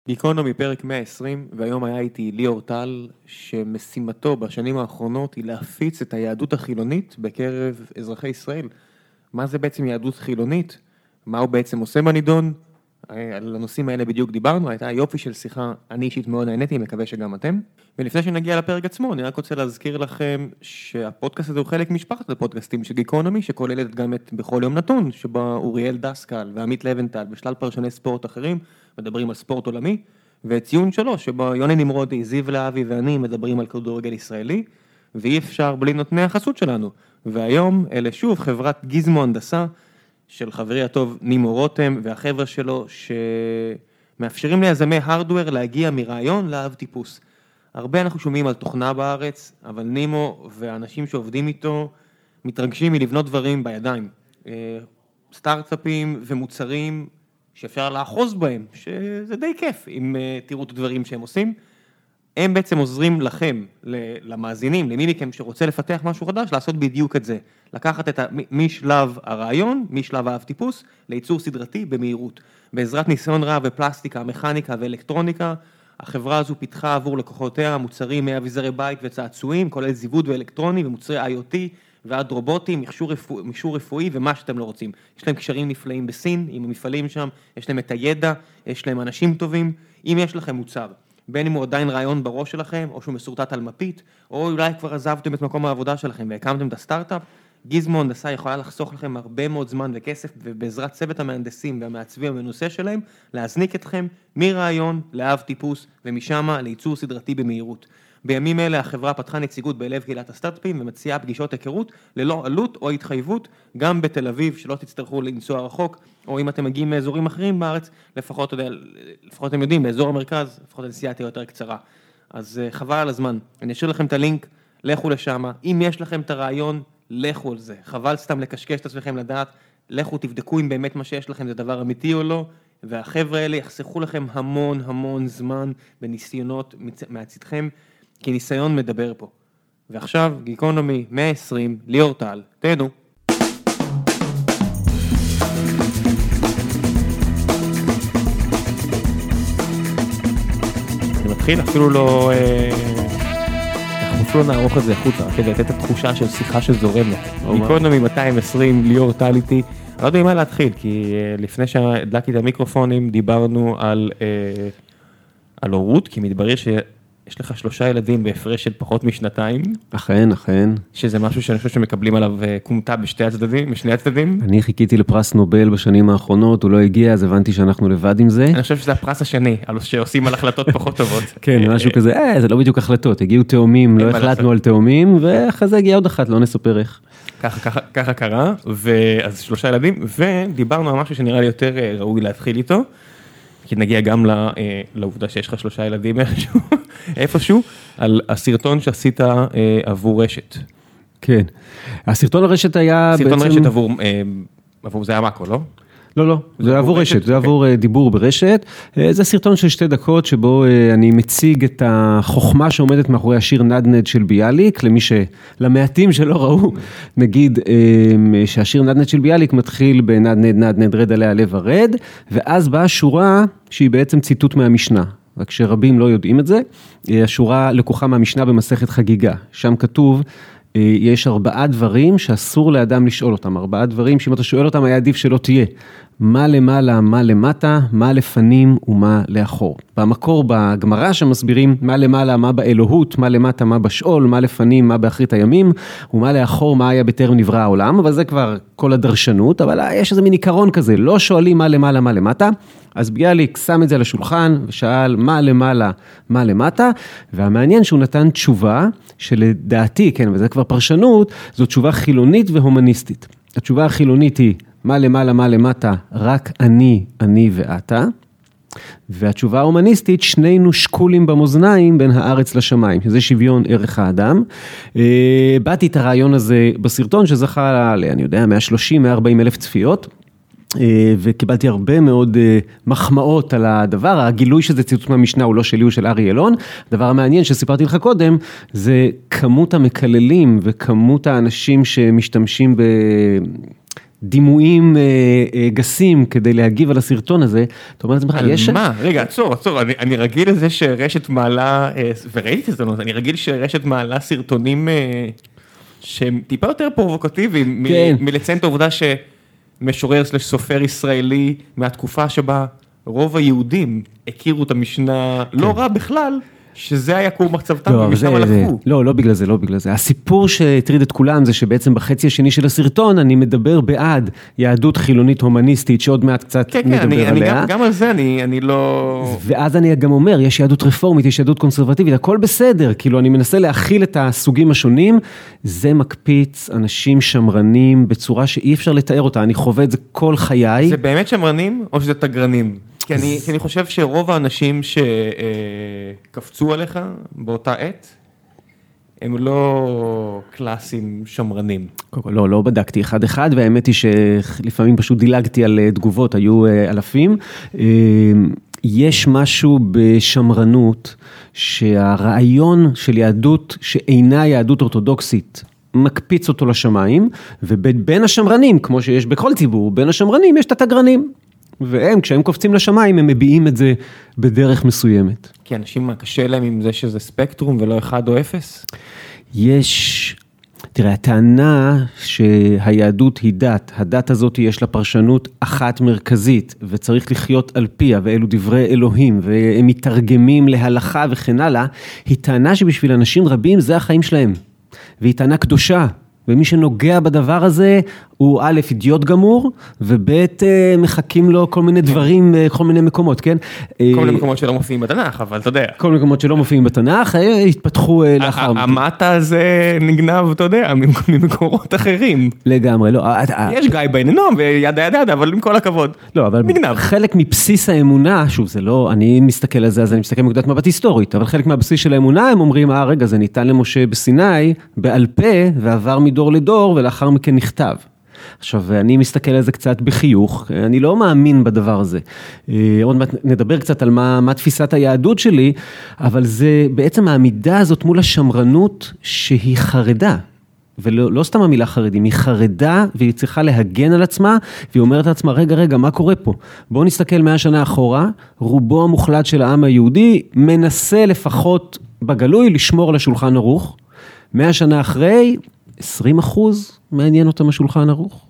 גיקונומי פרק 120, והיום היה איתי ליאור טל, שמשימתו בשנים האחרונות היא להפיץ את היהדות החילונית בקרב אזרחי ישראל. מה זה בעצם יהדות חילונית? מה הוא בעצם עושה בנידון? על הנושאים האלה בדיוק דיברנו, הייתה יופי של שיחה, אני אישית מאוד נהניתי, מקווה שגם אתם. ולפני שנגיע לפרק עצמו, אני רק רוצה להזכיר לכם שהפודקאסט הזה הוא חלק משפחת הפודקאסטים של גיקונומי, שכוללת גם את בכל יום נתון, שבה אוריאל דסקל ועמית לבנטל ושלל פרשני ספורט אחרים, מדברים על ספורט עולמי, וציון 3, שבו יוני נמרודי, זיו להבי ואני מדברים על כדורגל ישראלי, ואי אפשר בלי נותני החסות שלנו. והיום אלה שוב חברת גיזמו הנדסה, של חברי הטוב נימו רותם והחבר'ה שלו, שמאפשרים ליזמי הרדוור להגיע מרעיון לאב טיפוס. הרבה אנחנו שומעים על תוכנה בארץ, אבל נימו והאנשים שעובדים איתו מתרגשים מלבנות דברים בידיים. סטארט-אפים ומוצרים שאפשר לאחוז בהם, שזה די כיף אם תראו את הדברים שהם עושים. הם בעצם עוזרים לכם, למאזינים, למי מכם שרוצה לפתח משהו חדש, לעשות בדיוק את זה. לקחת משלב הרעיון, משלב האב טיפוס, לייצור סדרתי במהירות. בעזרת ניסיון רב בפלסטיקה, מכניקה ואלקטרוניקה, החברה הזו פיתחה עבור לקוחותיה מוצרים מאביזרי בית וצעצועים, כולל זיווד ואלקטרוני ומוצרי IoT ועד רובוטים, מכשור רפואי ומה שאתם לא רוצים. יש להם קשרים נפלאים בסין, עם המפעלים שם, יש להם את הידע, יש להם אנשים טובים. אם יש לכם מוצר, בין אם הוא עדיין רעיון בראש שלכם, או שהוא מסורטט על מפית, או אולי כבר עזבתם את מקום העבודה שלכם והקמתם את הסטארט-אפ, גיזמו הנדסה יכולה לחסוך לכם הרבה מאוד זמן וכסף, ובעזרת צוות המהנדסים והמעצבים המנוסה שלהם, להזניק אתכם מרעיון לאב טיפוס, ומשם לייצור סדרתי במהירות. בימים אלה החברה פתחה נציגות בלב קהילת הסטארט-אפים, ומציעה פגישות היכרות ללא עלות או התחייבות, גם בתל אביב, שלא תצטרכו לנסוע רחוק, או אם אתם מגיעים מאזורים אחרים בארץ, לפחות אתם יודעים, באזור המרכז, לפחות הנסיעה תהיה יותר קצרה. אז חבל על הזמן. אני אשאיר לכם את הלינק, לכו לשם. אם יש לכם את הרעיון, לכו על זה. חבל סתם לקשקש את עצמכם לדעת, לכו תבדקו אם באמת מה שיש לכם זה דבר אמיתי או לא, והחבר'ה האלה יחסכו לכם המון המון זמן בניסיונות מהצדכם, כי ניסיון מדבר פה. ועכשיו, גיקונומי 120, ליאור טל, תהנו. אני מתחיל, אפילו לא נערוך את זה החוצה, כדי לתת את התחושה של שיחה שזורמת. גיקונומי 220, ליאור טל איתי. לא יודע מה להתחיל, כי לפני שהדלקתי את המיקרופונים, דיברנו על הורות, כי מתברר יש לך 3 ילדים בהפרש של פחות משנתיים. אכן, אכן. שזה משהו שאני חושב שמקבלים עליו קומטה בשני הצדדים. אני חיכיתי לפרס נובל בשנים האחרונות, הוא לא הגיע, אז הבנתי שאנחנו לבד עם זה. אני חושב שזה הפרס השני, שעושים על החלטות פחות טובות. כן, משהו כזה, זה לא בדיוק החלטות, הגיעו תאומים, לא החלטנו על תאומים, ואחרי זה הגיעה עוד אחת, לא נספר איך. ככה קרה, אז 3 ילדים, ודיברנו על משהו שנראה לי יותר ראוי להתחיל איתו, כי נגיע גם לעובדה שיש לך 3 ילדים איפשהו, על הסרטון שעשית עבור רשת. כן. הסרטון הרשת היה בעצם... סרטון רשת עבור זה היה מקו, לא? לא, זה עבור רשת, זה עבור דיבור ברשת. זה סרטון של 2 דקות שבו אני מציג את החוכמה שעומדת מאחורי השיר נדנד של ביאליק, למעטים שלא ראו, נגיד שהשיר נדנד של ביאליק מתחיל בנדנד נדנד רד עליה לב הרד, ואז באה שורה שהיא בעצם ציטוט מהמשנה. רק שרבים לא יודעים את זה, השורה לקוחה מהמשנה במסכת חגיגה, שם כתוב, יש 4 דברים שאסור לאדם לשאול אותם, 4 דברים שאם אתה שואל אותם היה עדיף שלא תהיה, מה למעלה, מה למטה, מה לפנים ומה לאחור. במקור בגמרא שמסבירים מה למעלה, מה באלוהות, מה למטה, מה בשאול, מה לפנים, מה באחרית הימים, ומה לאחור, מה היה בטרם נברא העולם, אבל זה כבר כל הדרשנות, אבל יש איזה מין עיקרון כזה, לא שואלים מה למעלה, מה למטה, אז ביאליק שם את זה על השולחן ושאל מה למעלה, מה למטה, והמעניין שהוא נתן תשובה שלדעתי, כן, וזה כבר פרשנות, זו תשובה חילונית והומניסטית. התשובה החילונית היא מה למעלה, מה למטה, רק אני ואתה, והתשובה ההומניסטית, שנינו שקולים במאזניים בין הארץ לשמיים, שזה שוויון ערך האדם. באתי את הרעיון הזה בסרטון שזכה, אני יודע, 130-140 אלף צפיות, וקיבלתי הרבה מאוד מחמאות על הדבר, הגילוי שזה ציטוט מהמשנה הוא לא שלי, הוא של ארי אלון, הדבר המעניין שסיפרתי לך קודם, זה כמות המקללים וכמות האנשים שמשתמשים דימויים גסים כדי להגיב על הסרטון הזה, אתה אומר לעצמך, יש... מה? רגע, עצור, אני רגיל לזה שרשת מעלה, וראיתי את זה, אני רגיל שרשת מעלה סרטונים שהם טיפה יותר פרובוקטיביים, מלציין את העובדה שמשורר סופר ישראלי מהתקופה שבה רוב היהודים הכירו את המשנה לא רע בכלל, שזה היה כור מחצבתם ומשם הלכו. לא בגלל זה, לא בגלל זה. הסיפור שהטריד את כולם זה שבעצם בחצי השני של הסרטון אני מדבר בעד יהדות חילונית הומניסטית שעוד מעט קצת נדבר עליה. גם על זה אני לא... ואז אני גם אומר, יש יהדות רפורמית, יש יהדות קונסרבטיבית, הכל בסדר, כאילו אני מנסה להכיל את הסוגים השונים, זה מקפיץ אנשים שמרנים בצורה שאי אפשר לתאר אותה, אני חווה את זה כל חיי. זה באמת שמרנים או שזה תגרנים? כי אני חושב שרוב האנשים שקפצו עליך באותה עת, הם לא קלאסים שמרנים. לא בדקתי אחד, והאמת היא שלפעמים פשוט דילגתי על תגובות, היו אלפים. יש משהו בשמרנות, שהרעיון של יהדות שאינה יהדות אורתודוקסית, מקפיץ אותו לשמיים, ובין השמרנים, כמו שיש בכל ציבור, בין השמרנים יש את התגרנים. והם, כשהם קופצים לשמיים, הם מביעים את זה בדרך מסוימת. כי אנשים קשה להם עם זה שזה ספקטרום ולא 1 או 0? יש, תראה, הטענה שהיהדות היא דת, הדת הזאת יש לה פרשנות אחת מרכזית, וצריך לחיות על פיה, ואלו דברי אלוהים, והם מתרגמים להלכה וכן הלאה, היא טענה שבשביל אנשים רבים זה החיים שלהם, והיא טענה קדושה, ומי שנוגע בדבר הזה הוא א', אידיוט גמור, וב', מחכים לו כל מיני דברים, כל מיני מקומות, כן? כל מיני מקומות שלא מופיעים בתנ"ך, אבל אתה יודע. כל מיני מקומות שלא מופיעים בתנ"ך, התפתחו לאחר. המטה הזה נגנב, אתה יודע, ממקורות אחרים. לגמרי, לא. יש גיא בן-נועם וידה, אבל עם כל הכבוד. לא, אבל נגנב. חלק מבסיס האמונה, שוב, זה לא, אני מסתכל על זה, אז אני מסתכל מנקודת מבט היסטורית, אבל חלק מהבסיס של האמונה, הם אומרים, רגע, זה ניתן למשה בסיני, בעל פה, ועבר מדור לדור, ולאחר מכן נכתב. עכשיו, אני מסתכל על זה קצת בחיוך, אני לא מאמין בדבר הזה. עוד מעט נדבר קצת על מה תפיסת היהדות שלי, אבל זה בעצם העמידה הזאת מול השמרנות שהיא חרדה. ולא סתם המילה חרדים, היא חרדה והיא צריכה להגן על עצמה, והיא אומרת לעצמה, רגע, מה קורה פה? בואו נסתכל 100 שנה אחורה, רובו המוחלט של העם היהודי מנסה לפחות בגלוי לשמור על השולחן ערוך, 100 שנה אחרי, 20% מעניין אותם השולחן ערוך.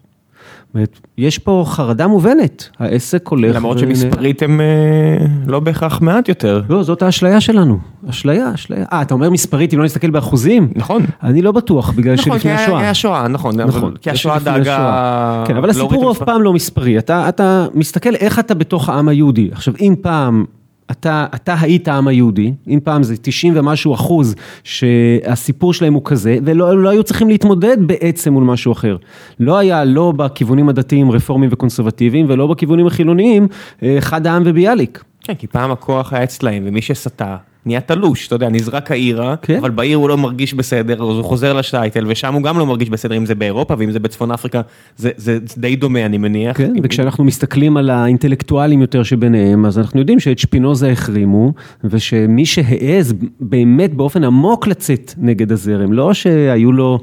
יש פה חרדה מובנת, העסק הולך... למרות שמספרית הם לא בהכרח מעט יותר. לא, זאת האשליה שלנו. אשליה. אתה אומר מספרית, אם לא נסתכל באחוזים? נכון. אני לא בטוח, בגלל שלפני השואה. נכון, כי היה שואה, נכון. כי השואה דאגה... כן, אבל הסיפור הוא אף פעם לא מספרי. אתה מסתכל איך אתה בתוך העם היהודי. עכשיו, אם פעם... אתה היית העם היהודי, אם פעם זה 90 ומשהו אחוז שהסיפור שלהם הוא כזה, ולא היו צריכים להתמודד בעצם מול משהו אחר. לא היה לא בכיוונים הדתיים רפורמיים וקונסרבטיביים, ולא בכיוונים החילוניים חד העם וביאליק. כן, כי פעם הכוח היה אצלהם, ומי שסתה נהיה תלוש, אתה יודע, נזרק העירה, כן? אבל בעיר הוא לא מרגיש בסדר, אז הוא חוזר לשטייטל, ושם הוא גם לא מרגיש בסדר, אם זה באירופה, ואם זה בצפון אפריקה, זה די דומה, אני מניח. כן, וכשאנחנו מסתכלים על האינטלקטואלים יותר שביניהם, אז אנחנו יודעים שאת שפינוזה החרימו, ושמי שהעז באמת באופן עמוק לצאת נגד הזרם, לא שהיו לו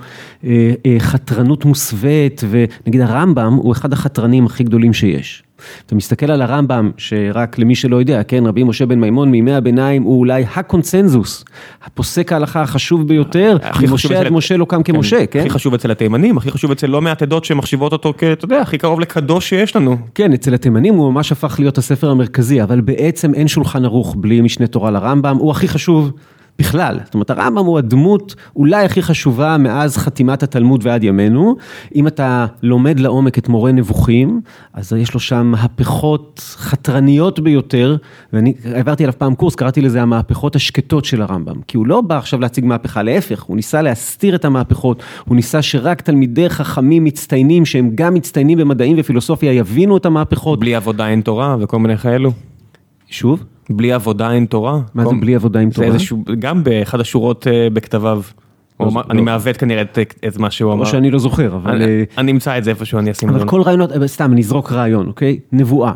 חתרנות מוסווית, ונגיד הרמב"ם הוא אחד החתרנים הכי גדולים שיש. אתה מסתכל על הרמב"ם, שרק למי שלא יודע, כן, רבי משה בן מימון מימי הביניים, הוא אולי הקונצנזוס, הפוסק ההלכה החשוב ביותר, משה עד משה לא קם כמשה, כן? הכי חשוב אצל התימנים, הכי חשוב אצל לא מעט עדות שמחשיבות אותו, אתה יודע, הכי קרוב לקדוש שיש לנו. כן, אצל התימנים הוא ממש הפך להיות הספר המרכזי, אבל בעצם אין שולחן ערוך בלי משנה תורה לרמב"ם, הוא הכי חשוב בכלל. זאת אומרת, הרמב"ם הוא הדמות אולי הכי חשובה מאז חתימת התלמוד ועד ימינו. אם אתה לומד לעומק את מורה נבוכים, אז יש לו שם מהפכות חתרניות ביותר, ואני העברתי עליו פעם קורס, קראתי לזה המהפכות השקטות של הרמב"ם, כי הוא לא בא עכשיו להציג מהפכה, להפך, הוא ניסה להסתיר את המהפכות, הוא ניסה שרק תלמידי חכמים מצטיינים, שהם גם מצטיינים במדעים ופילוסופיה, יבינו את המהפכות. בלי עבודה אין תורה וכל מיני כאלו. שוב? בלי עבודה אין תורה. מה זה בלי עבודה אין תורה? גם באחד השורות בכתביו. אני מעוות כנראה את מה שהוא אמר. או שאני לא זוכר, אבל... אני אמצא את זה איפשהו, אני אשים... אבל כל רעיונות, סתם, אני אזרוק רעיון, אוקיי? נבואה.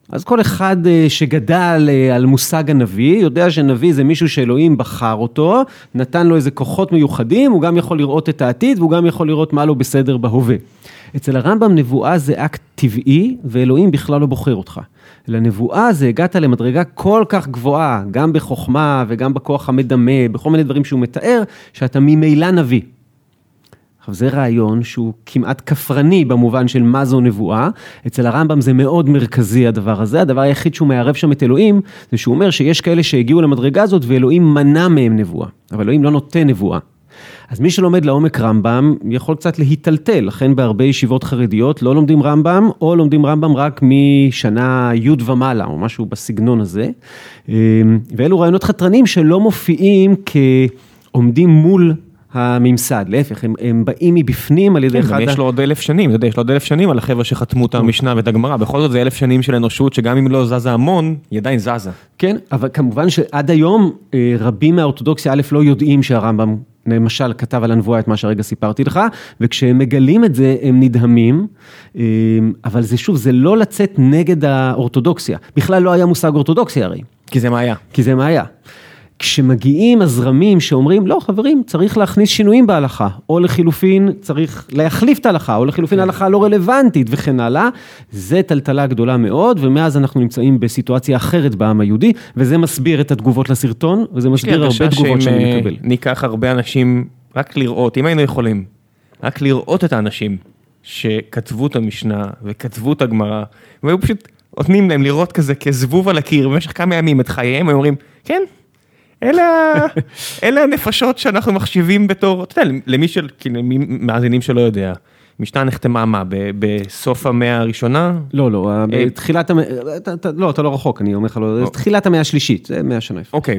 אז כל אחד שגדל על מושג הנביא, יודע שנביא זה מישהו שאלוהים בחר אותו, נתן לו איזה כוחות מיוחדים, הוא גם יכול לראות את העתיד, והוא גם יכול לראות מה לא בסדר בהווה. אצל הרמב"ם נבואה זה אקט טבעי, ואלוהים בכלל לא בוחר אותך. לנבואה זה הגעת למדרגה כל כך גבוהה, גם בחוכמה וגם בכוח המדמה, בכל מיני דברים שהוא מתאר, שאתה ממילא נביא. עכשיו זה רעיון שהוא כמעט כפרני במובן של מה זו נבואה, אצל הרמב"ם זה מאוד מרכזי הדבר הזה, הדבר היחיד שהוא מערב שם את אלוהים, זה שהוא אומר שיש כאלה שהגיעו למדרגה הזאת ואלוהים מנע מהם נבואה, אבל אלוהים לא נותן נבואה. אז מי שלומד לעומק רמב"ם יכול קצת להיטלטל, לכן בהרבה ישיבות חרדיות לא לומדים רמב"ם, או לומדים רמב"ם רק משנה י' ומעלה, או משהו בסגנון הזה, ואלו רעיונות חתרנים שלא מופיעים כעומדים מול הממסד, להפך, הם באים מבפנים על ידי אחד... יש לו עוד 1,000 שנים, אתה יודע, יש לו עוד 1,000 שנים על החבר'ה שחתמו את המשנה ואת הגמרא, בכל זאת זה 1,000 שנים של אנושות, שגם אם לא זזה המון, היא עדיין זזה. כן, אבל כמובן שעד היום רבים מהאורתודוקסיה א' לא יודעים שהרמב"ם למשל כתב על הנבואה את מה שהרגע סיפרתי לך, וכשהם מגלים את זה הם נדהמים, אבל זה שוב, זה לא לצאת נגד האורתודוקסיה, בכלל לא היה מושג אורתודוקסיה הרי. כי זה מה היה. כי זה מה היה. כשמגיעים הזרמים שאומרים, לא חברים, צריך להכניס שינויים בהלכה, או לחילופין צריך להחליף את ההלכה, או לחילופין ההלכה לא רלוונטית וכן הלאה, זה טלטלה גדולה מאוד, ומאז אנחנו נמצאים בסיטואציה אחרת בעם היהודי, וזה מסביר את התגובות לסרטון, וזה מסביר הרבה תגובות שאני מקבל. ניקח הרבה אנשים, רק לראות, אם היינו יכולים, רק לראות את האנשים שכתבו את המשנה, וכתבו את הגמרא, והיו פשוט נותנים להם לראות כזה כזבוב על הקיר, במשך כמה ימים את חייהם, הם אומרים, כן, אלה הנפשות שאנחנו מחשיבים בתור, אתה יודע, למי מאזינים שלא יודע, משנה נחתמה מה, בסוף המאה הראשונה? לא, בתחילת המאה, לא, אתה לא רחוק, אני אומר לך, לא, תחילת המאה השלישית, זה 100 שנה. אוקיי,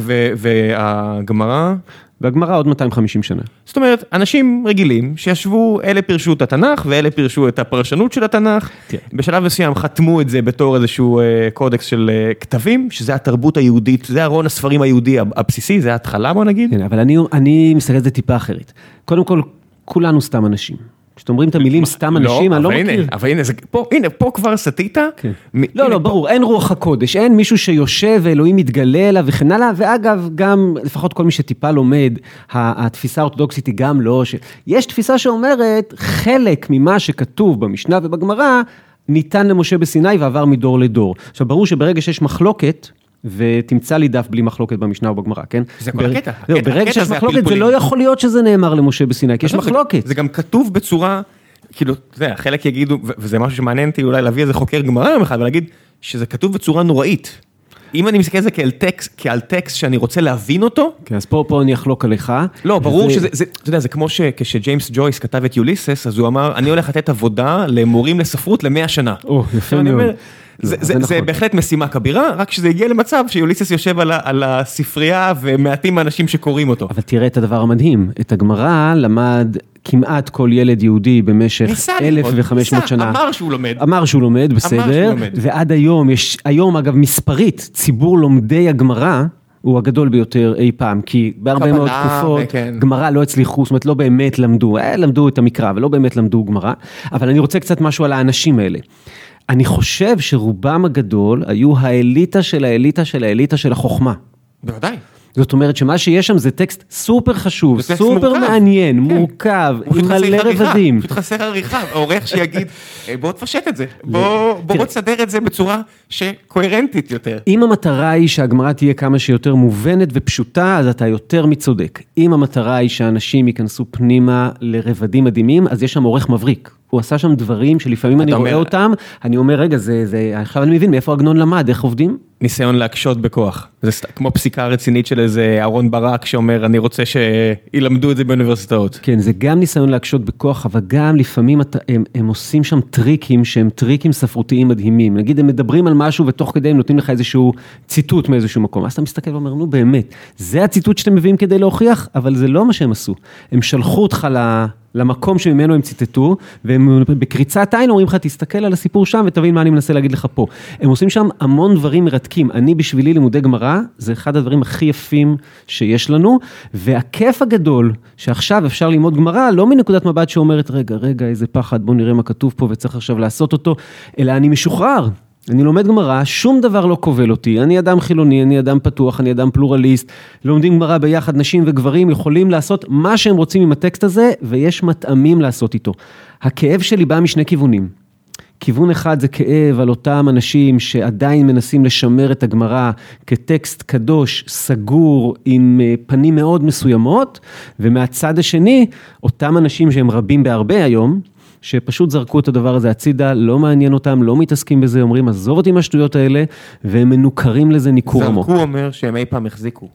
והגמרא? והגמרא עוד 250 שנה. זאת אומרת, אנשים רגילים שישבו, אלה פירשו את התנ"ך, ואלה פירשו את הפרשנות של התנ"ך, בשלב מסוים חתמו את זה בתור איזשהו קודקס של כתבים, שזה התרבות היהודית, זה ארון הספרים היהודי הבסיסי, זה ההתחלה בוא נגיד. כן, אבל אני מסתכל את זה טיפה אחרת. קודם כל, כולנו סתם אנשים. כשאתם אומרים את המילים סתם אנשים, אני לא מכיר. אבל הנה, פה כבר סתית. לא, ברור, אין רוח הקודש, אין מישהו שיושב ואלוהים מתגלה אליו וכן הלאה, ואגב, גם לפחות כל מי שטיפה לומד, התפיסה האורתודוקסית היא גם לא, יש תפיסה שאומרת, חלק ממה שכתוב במשנה ובגמרא, ניתן למשה בסיני ועבר מדור לדור. עכשיו, ברור שברגע שיש מחלוקת, ותמצא לי דף בלי מחלוקת במשנה או בגמרא, כן? זה כל הקטע. ברגע שיש מחלוקת, זה לא יכול להיות שזה נאמר למשה בסיני, כי יש מחלוקת. זה גם כתוב בצורה, כאילו, זה, החלק יגידו, וזה משהו שמעניין אותי אולי להביא איזה חוקר גמרא יום אחד, ולהגיד שזה כתוב בצורה נוראית. אם אני מסתכל על זה כעל טקסט שאני רוצה להבין אותו, כן, אז פה אני אחלוק עליך. לא, ברור שזה, אתה יודע, זה כמו שכשג'יימס ג'ויס כתב את יוליסס, אז הוא אמר, אני הולך לתת עבודה למורים לספרות ל100 שנה. יפה מאוד. זה בהחלט משימה כבירה, רק שזה הגיע למצב שיוליסס יושב על הספרייה ומעטים האנשים שקוראים אותו. אבל תראה את הדבר המדהים, את הגמרא למד כמעט כל ילד יהודי במשך 1,500 שנה. אמר שהוא לומד, בסדר, ועד היום אגב מספרית, ציבור לומדי הגמרא, הוא הגדול ביותר אי פעם, כי בהרבה מאוד תקופות, גמרא לא הצליחו, זאת אומרת לא באמת למדו את המקרא, ולא באמת למדו גמרא, אבל אני רוצה קצת משהו על האנשים האלה. אני חושב שרובם הגדול היו האליטה של האליטה של האליטה של החוכמה. בוודאי. זאת אומרת שמה שיש שם זה טקסט סופר חשוב, סופר מעניין, מורכב, עם מלא רבדים. פשוט חסר עריכה, העורך שיגיד, בוא תפשט את זה, בוא תסדר את זה בצורה שקוהרנטית יותר. אם המטרה היא שהגמרא תהיה כמה שיותר מובנת ופשוטה, אז אתה יותר מצודק. אם המטרה היא שאנשים ייכנסו פנימה לרבדים מדהימים, אז יש שם עורך מבריק. הוא עשה שם דברים שלפעמים אני רואה אותם, אני אומר, רגע, עכשיו אני מבין מאיפה עגנון למד, איך עובדים? ניסיון להקשות בכוח. זה כמו פסיקה רצינית של איזה אהרון ברק שאומר, אני רוצה שילמדו את זה באוניברסיטאות. כן, זה גם ניסיון להקשות בכוח, אבל גם לפעמים הם עושים שם טריקים שהם טריקים ספרותיים מדהימים. נגיד, הם מדברים על משהו ותוך כדי הם נותנים לך איזשהו ציטוט מאיזשהו מקום. אז אתה מסתכל ואומר, נו באמת, זה הציטוט שאתם מביאים כדי להוכיח, אבל זה לא מה שהם עשו. הם שלחו אותך למקום שממנו הם ציטטו, והם בקריצת עין אומרים לך, תסתכל על הסיפור שם ותבין מה אני מנסה להגיד לך פה. הם עושים שם המון דברים מרתקים. אני בשבילי לימודי גמרא, זה אחד הדברים הכי יפים שיש לנו, והכיף הגדול שעכשיו אפשר ללמוד גמרא, לא מנקודת מבט שאומרת, רגע, איזה פחד, בוא נראה מה כתוב פה וצריך עכשיו לעשות אותו, אלא אני משוחרר. אני לומד גמרא, שום דבר לא כובל אותי, אני אדם חילוני, אני אדם פתוח, אני אדם פלורליסט, לומדים גמרא ביחד, נשים וגברים יכולים לעשות מה שהם רוצים עם הטקסט הזה, ויש מטעמים לעשות איתו. הכאב שלי בא משני כיוונים. כיוון אחד זה כאב על אותם אנשים שעדיין מנסים לשמר את הגמרא כטקסט קדוש, סגור, עם פנים מאוד מסוימות, ומהצד השני, אותם אנשים שהם רבים בהרבה היום, שפשוט זרקו את הדבר הזה הצידה, לא מעניין אותם, לא מתעסקים בזה, אומרים, עזוב אותי מהשטויות האלה, והם מנוכרים לזה ניכור עמוק. זרקו אומר שהם אי פעם החזיקו.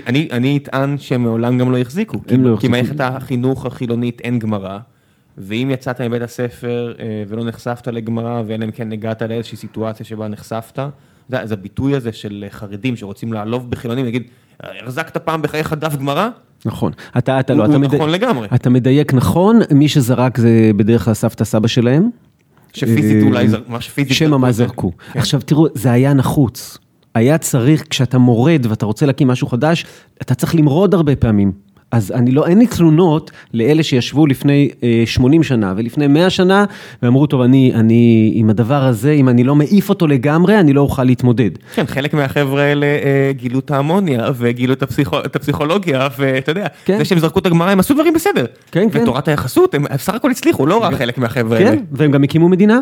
אני אטען שהם מעולם גם לא החזיקו. כי מערכת החינוך החילונית אין גמרא, ואם יצאת מבית הספר ולא נחשפת לגמרא, ואין להם כן הגעת לאיזושהי סיטואציה שבה נחשפת, זה הביטוי הזה של חרדים שרוצים לעלוב בחילונים, להגיד, החזקת פעם בחייך דף גמרא? נכון. הוא נכון לגמרי. אתה מדייק נכון, מי שזרק זה בדרך כלל סבתא סבא שלהם. שפיזית אולי, ממש פיזית. שממש זרקו. עכשיו תראו, זה היה נחוץ. היה צריך, כשאתה מורד ואתה רוצה להקים משהו חדש, אתה צריך למרוד הרבה פעמים. אז אין לי תלונות לאלה שישבו לפני 80 שנה ולפני 100 שנה, ואמרו, טוב, אני עם הדבר הזה, אם אני לא מעיף אותו לגמרי, אני לא אוכל להתמודד. כן, חלק מהחבר'ה האלה גילו את ההמוניה, וגילו את הפסיכולוגיה, ואתה יודע, זה שהם זרקו את הגמרא, הם עשו דברים בסדר. כן, כן. ותורת היחסות, הם בסך הכל הצליחו, לא רק חלק מהחבר'ה האלה. כן, והם גם הקימו מדינה.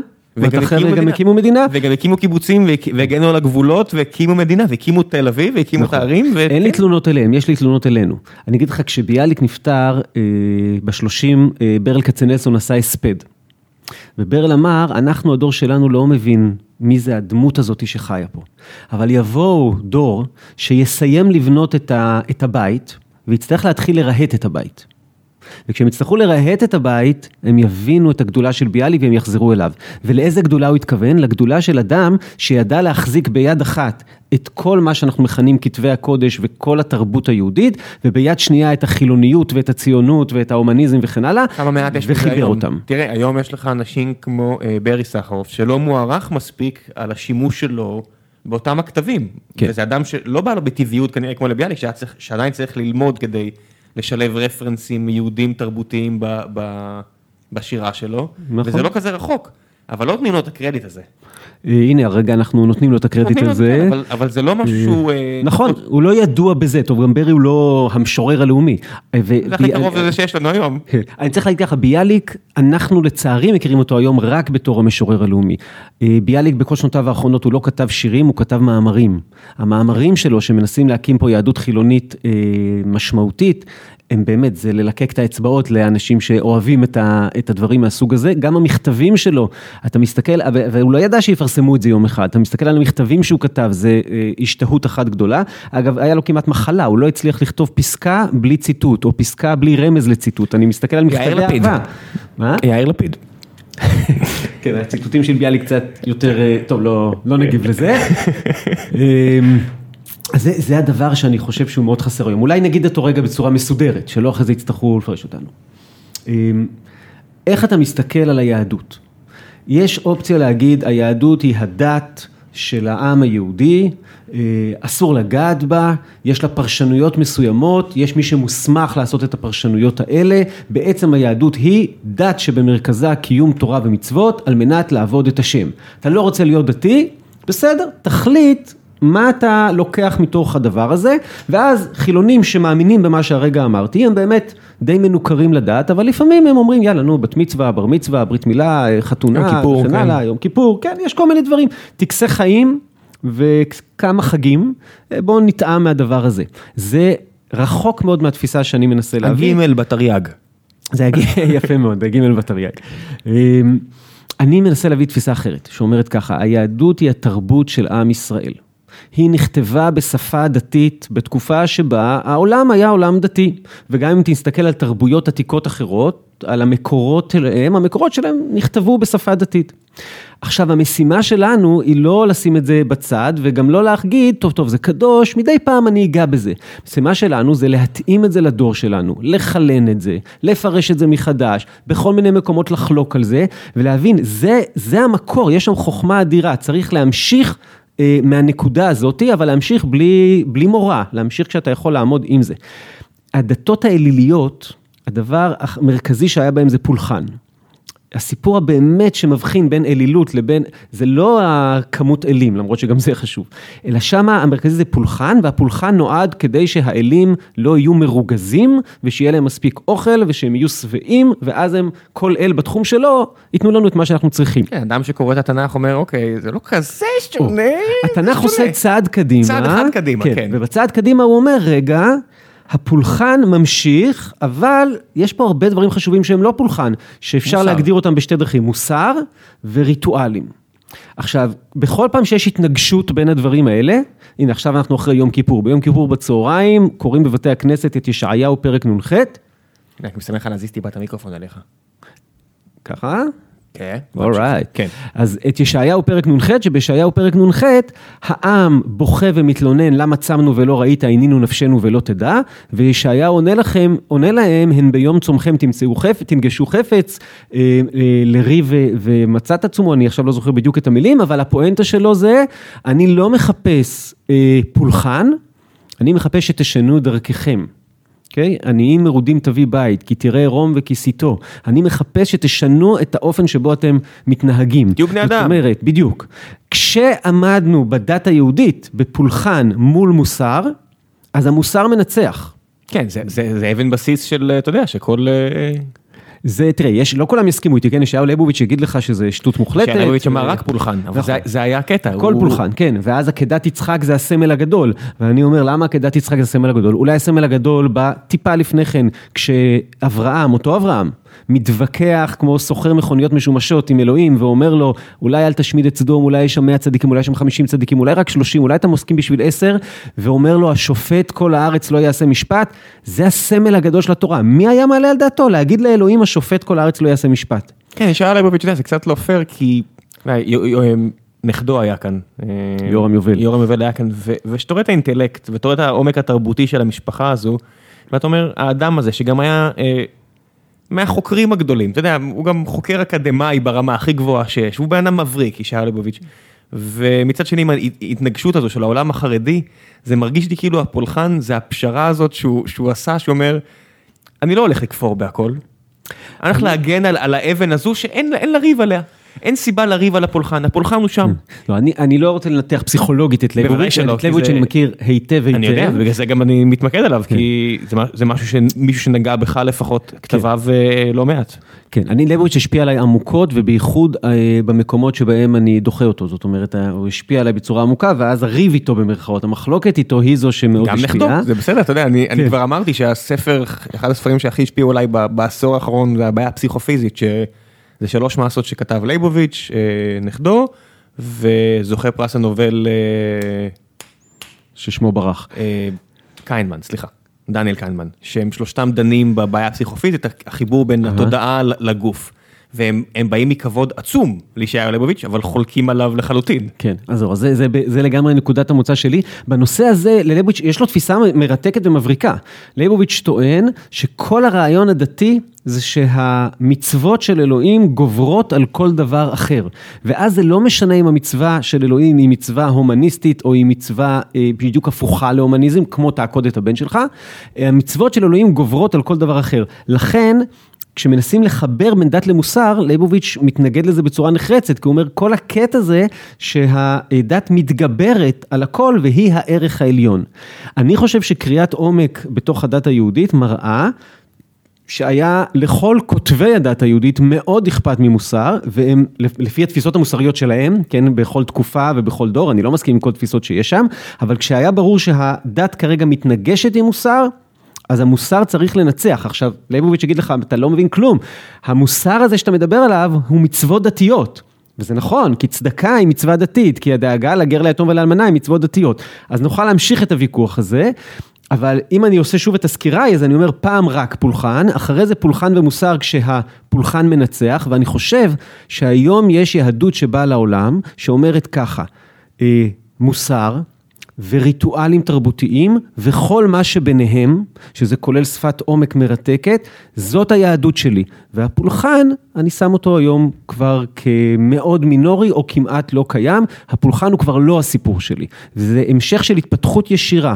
וגם הקימו מדינה. וגם הקימו קיבוצים, והגנו על הגבולות, והקימו מדינה, והקימו תל אביב, והקימו את הערים. אין לי תלונות אליהם, יש לי תלונות אלינו. אני אגיד לך, כשביאליק נפטר, ב-30, ברל כצנלסון עשה הספד. וברל אמר, אנחנו, הדור שלנו לא מבין מי זה הדמות הזאת שחיה פה. אבל יבואו דור שיסיים לבנות את הבית, ויצטרך להתחיל לרהט את הבית. וכשהם יצטרכו לרהט את הבית, הם יבינו את הגדולה של ביאליק והם יחזרו אליו. ולאיזה גדולה הוא התכוון? לגדולה של אדם שידע להחזיק ביד אחת את כל מה שאנחנו מכנים כתבי הקודש וכל התרבות היהודית, וביד שנייה את החילוניות ואת הציונות ואת ההומניזם וכן הלאה, וחיבר אותם. תראה, היום יש לך אנשים כמו ברי סחרוף, שלא מוערך מספיק על השימוש שלו באותם הכתבים. כן. וזה אדם שלא בא לו בטבעיות כנראה כמו לביאליק, שעדיין צריך ללמוד כדי לשלב רפרנסים יהודים תרבותיים בשירה שלו, וזה לא כזה רחוק, אבל לא נותנים לו את הקרדיט הזה. הנה, הרגע אנחנו נותנים לו את הקרדיט הזה. אבל זה לא משהו... נכון, הוא לא ידוע בזה, טוב, גם ברי הוא לא המשורר הלאומי. זה הכי קרוב לזה שיש לנו היום. אני צריך להגיד ככה, ביאליק, אנחנו לצערי מכירים אותו היום רק בתור המשורר הלאומי. ביאליק בכל שנותיו האחרונות הוא לא כתב שירים, הוא כתב מאמרים. המאמרים שלו שמנסים להקים פה יהדות חילונית משמעותית, הם באמת, זה ללקק את האצבעות לאנשים שאוהבים את הדברים מהסוג הזה, גם המכתבים שלו, אתה מסתכל, והוא לא ידע שיפרסמו את זה יום אחד, אתה מסתכל על המכתבים שהוא כתב, זה השתהות אחת גדולה, אגב, היה לו כמעט מחלה, הוא לא הצליח לכתוב פסקה בלי ציטוט, או פסקה בלי רמז לציטוט, אני מסתכל על מכתבי אהבה. מה? יאיר לפיד. כן, הציטוטים של ביאליק קצת יותר, טוב, לא נגיב לזה. אז זה הדבר שאני חושב שהוא מאוד חסר היום. אולי נגיד אותו רגע בצורה מסודרת, שלא אחרי זה יצטרכו לפרש אותנו. איך אתה מסתכל על היהדות? יש אופציה להגיד, היהדות היא הדת של העם היהודי, אסור לגעת בה, יש לה פרשנויות מסוימות, יש מי שמוסמך לעשות את הפרשנויות האלה, בעצם היהדות היא דת שבמרכזה קיום תורה ומצוות, על מנת לעבוד את השם. אתה לא רוצה להיות דתי? בסדר, תחליט, מה אתה לוקח מתוך הדבר הזה, ואז חילונים שמאמינים במה שהרגע אמרתי, הם באמת די מנוכרים לדעת, אבל לפעמים הם אומרים, יאללה, נו, בת מצווה, בר מצווה, ברית מילה, חתונה, וכן הלאה, יום כיפור, כן, יש כל מיני דברים, טקסי חיים וכמה חגים, בואו נטעם מהדבר הזה. זה רחוק מאוד מהתפיסה שאני מנסה להביא. הגימל בתרי"ג. זה יפה מאוד, הגימל בתרי"ג. אני מנסה להביא תפיסה אחרת, שאומרת ככה, היהדות היא התרבות של עם ישראל. היא נכתבה בשפה דתית בתקופה שבה העולם היה עולם דתי, וגם אם תסתכל על תרבויות עתיקות אחרות, על המקורות שלהם, המקורות שלהם נכתבו בשפה דתית. עכשיו, המשימה שלנו היא לא לשים את זה בצד, וגם לא להגיד, טוב, זה קדוש, מדי פעם אני אגע בזה. המשימה שלנו זה להתאים את זה לדור שלנו, לחלן את זה, לפרש את זה מחדש, בכל מיני מקומות לחלוק על זה, ולהבין, זה המקור, יש שם חוכמה אדירה, צריך להמשיך מהנקודה הזאת, אבל להמשיך בלי מורא, להמשיך כשאתה יכול לעמוד עם זה. הדתות האליליות, הדבר המרכזי שהיה בהם זה פולחן. הסיפור הבאמת שמבחין בין אלילות לבין, זה לא הכמות אלים, למרות שגם זה חשוב, אלא שמה המרכזי זה פולחן, והפולחן נועד כדי שהאלים לא יהיו מרוגזים, ושיהיה להם מספיק אוכל, ושהם יהיו שבעים, ואז הם, כל אל בתחום שלו, ייתנו לנו את מה שאנחנו צריכים. כן, אדם שקורא את התנ"ך אומר, אוקיי, זה לא כזה שונה. התנ"ך עושה צעד קדימה. צעד אחד קדימה, כן. ובצעד קדימה הוא אומר, רגע, הפולחן ממשיך, אבל יש פה הרבה דברים חשובים שהם לא פולחן, שאפשר להגדיר אותם בשתי דרכים, מוסר וריטואלים. עכשיו, בכל פעם שיש התנגשות בין הדברים האלה, הנה עכשיו אנחנו אחרי יום כיפור, ביום כיפור בצהריים, קוראים בבתי הכנסת את ישעיהו פרק נ"ח. אני מסמך להזיז טיפה את המיקרופון עליך. ככה? כן. אורייט. כן. אז את ישעיהו פרק נ"ח, שבישעיהו פרק נ"ח, העם בוכה ומתלונן, למה צמנו ולא ראית, עינינו נפשנו ולא תדע, וישעיהו עונה להם, הן ביום צומכם תנגשו חפץ, לריב ומצאת עצמו, אני עכשיו לא זוכר בדיוק את המילים, אבל הפואנטה שלו זה, אני לא מחפש פולחן, אני מחפש שתשנו דרככם. Okay? עניים מרודים תביא בית, כי תראה רום וכיסיתו. אני מחפש שתשנו את האופן שבו אתם מתנהגים. בדיוק בני אדם. זאת אומרת, בדיוק. כשעמדנו בדת היהודית, בפולחן מול מוסר, אז המוסר מנצח. כן, זה אבן בסיס של, אתה יודע, שכל... זה, תראה, לא כולם יסכימו איתי, כן, ישעיהו ליבוביץ' יגיד לך שזה שטות מוחלטת. ישעיהו ליבוביץ' אמר רק פולחן, אבל זה היה הקטע. כל פולחן, כן, ואז עקדת יצחק זה הסמל הגדול, ואני אומר, למה עקדת יצחק זה הסמל הגדול? אולי הסמל הגדול בא טיפה לפני כן, כשאברהם, אותו אברהם, מתווכח כמו סוחר מכוניות משומשות עם אלוהים, ואומר לו, אולי אל תשמיד את סדום, אולי יש שם 100 צדיקים, אולי יש שם 50 צדיקים, אולי רק 30, אולי אתם עוסקים בשביל 10, ואומר לו, השופט כל הארץ לא יעשה משפט, זה הסמל הגדול של התורה. מי היה מעלה על דעתו? להגיד לאלוהים, השופט כל הארץ לא יעשה משפט. כן, ישעיהו ליבוביץ', זה קצת לא פייר, כי נכדו היה כאן. יורם יובל היה כאן, ושאתה רואה את האינטלקט, ואתה רואה את העומק התרבותי של המשפחה הזו, ואתה אומר, האדם הזה, שגם היה מהחוקרים הגדולים, אתה יודע, הוא גם חוקר אקדמאי ברמה הכי גבוהה שיש, הוא בענם מבריק, ישעיהו ליבוביץ', ומצד שני, ההתנגשות הזו של העולם החרדי, זה מרגיש לי כאילו הפולחן, זה הפשרה הזאת שהוא עשה, שאומר, אני לא הולך לכפור בהכל, אני הולך להגן על האבן הזו, שאין לה ריב עליה. אין סיבה לריב על הפולחן, הפולחן הוא שם. לא, אני לא רוצה לנתח פסיכולוגית את ליבוביץ', את ליבוביץ' שאני מכיר היטב. אני יודע, ובגלל זה גם אני מתמקד עליו, כי זה משהו שמישהו שנגע בך לפחות, כתביו לא מעט. כן, ליבוביץ' השפיע עליי עמוקות, ובייחוד במקומות שבהם אני דוחה אותו, זאת אומרת, הוא השפיע עליי בצורה עמוקה, ואז הריב איתו במרכאות, המחלוקת איתו היא זו שמאוד השפיעה. גם נכדו, זה בסדר, אתה יודע, אני כבר אמרתי שהספר, אחד הספרים שהכי השפיעו עליי בעשור האחרון, זה הבעיה הפסיכופיזית, זה 3 מעשות שכתב ליבוביץ', נכדו, וזוכה פרס הנובל, ששמו ברח. קיינמן, סליחה, דניאל קיינמן, שהם 3 דנים בבעיה הפסיכופיזית, החיבור בין התודעה לגוף. והם באים מכבוד עצום לישעיהו ליבוביץ', אבל חולקים עליו לחלוטין. כן, אז זה לגמרי נקודת המוצא שלי. בנושא הזה, לליבוביץ' יש לו תפיסה מרתקת ומבריקה. ליבוביץ' טוען שכל הרעיון הדתי זה שהמצוות של אלוהים גוברות על כל דבר אחר. ואז זה לא משנה אם המצווה של אלוהים היא מצווה הומניסטית, או היא מצווה בדיוק הפוכה להומניזם, כמו תעקוד את הבן שלך. המצוות של אלוהים גוברות על כל דבר אחר. לכן, כשמנסים לחבר בין דת למוסר, ליבוביץ' מתנגד לזה בצורה נחרצת, כי הוא אומר, כל הקטע זה שהדת מתגברת על הכל, והיא הערך העליון. אני חושב שקריאת עומק בתוך הדת היהודית מראה, שהיה לכל כותבי הדת היהודית מאוד אכפת ממוסר, והם לפי התפיסות המוסריות שלהם, כן, בכל תקופה ובכל דור, אני לא מסכים עם כל תפיסות שיש שם, אבל כשהיה ברור שהדת כרגע מתנגשת עם מוסר, אז המוסר צריך לנצח. עכשיו, ליבוביץ' יגיד לך, אתה לא מבין כלום. המוסר הזה שאתה מדבר עליו, הוא מצוות דתיות. וזה נכון, כי צדקה היא מצווה דתית, כי הדאגה לגר ליתום ולאלמנה היא מצוות דתיות. אז נוכל להמשיך את הוויכוח הזה, אבל אם אני עושה שוב את הסקירה, אז אני אומר פעם רק פולחן, אחרי זה פולחן ומוסר כשהפולחן מנצח, ואני חושב שהיום יש יהדות שבאה לעולם, שאומרת ככה, מוסר, וריטואלים תרבותיים, וכל מה שביניהם, שזה כולל שפת עומק מרתקת, זאת היהדות שלי. והפולחן, אני שם אותו היום כבר כמאוד מינורי, או כמעט לא קיים, הפולחן הוא כבר לא הסיפור שלי. וזה המשך של התפתחות ישירה.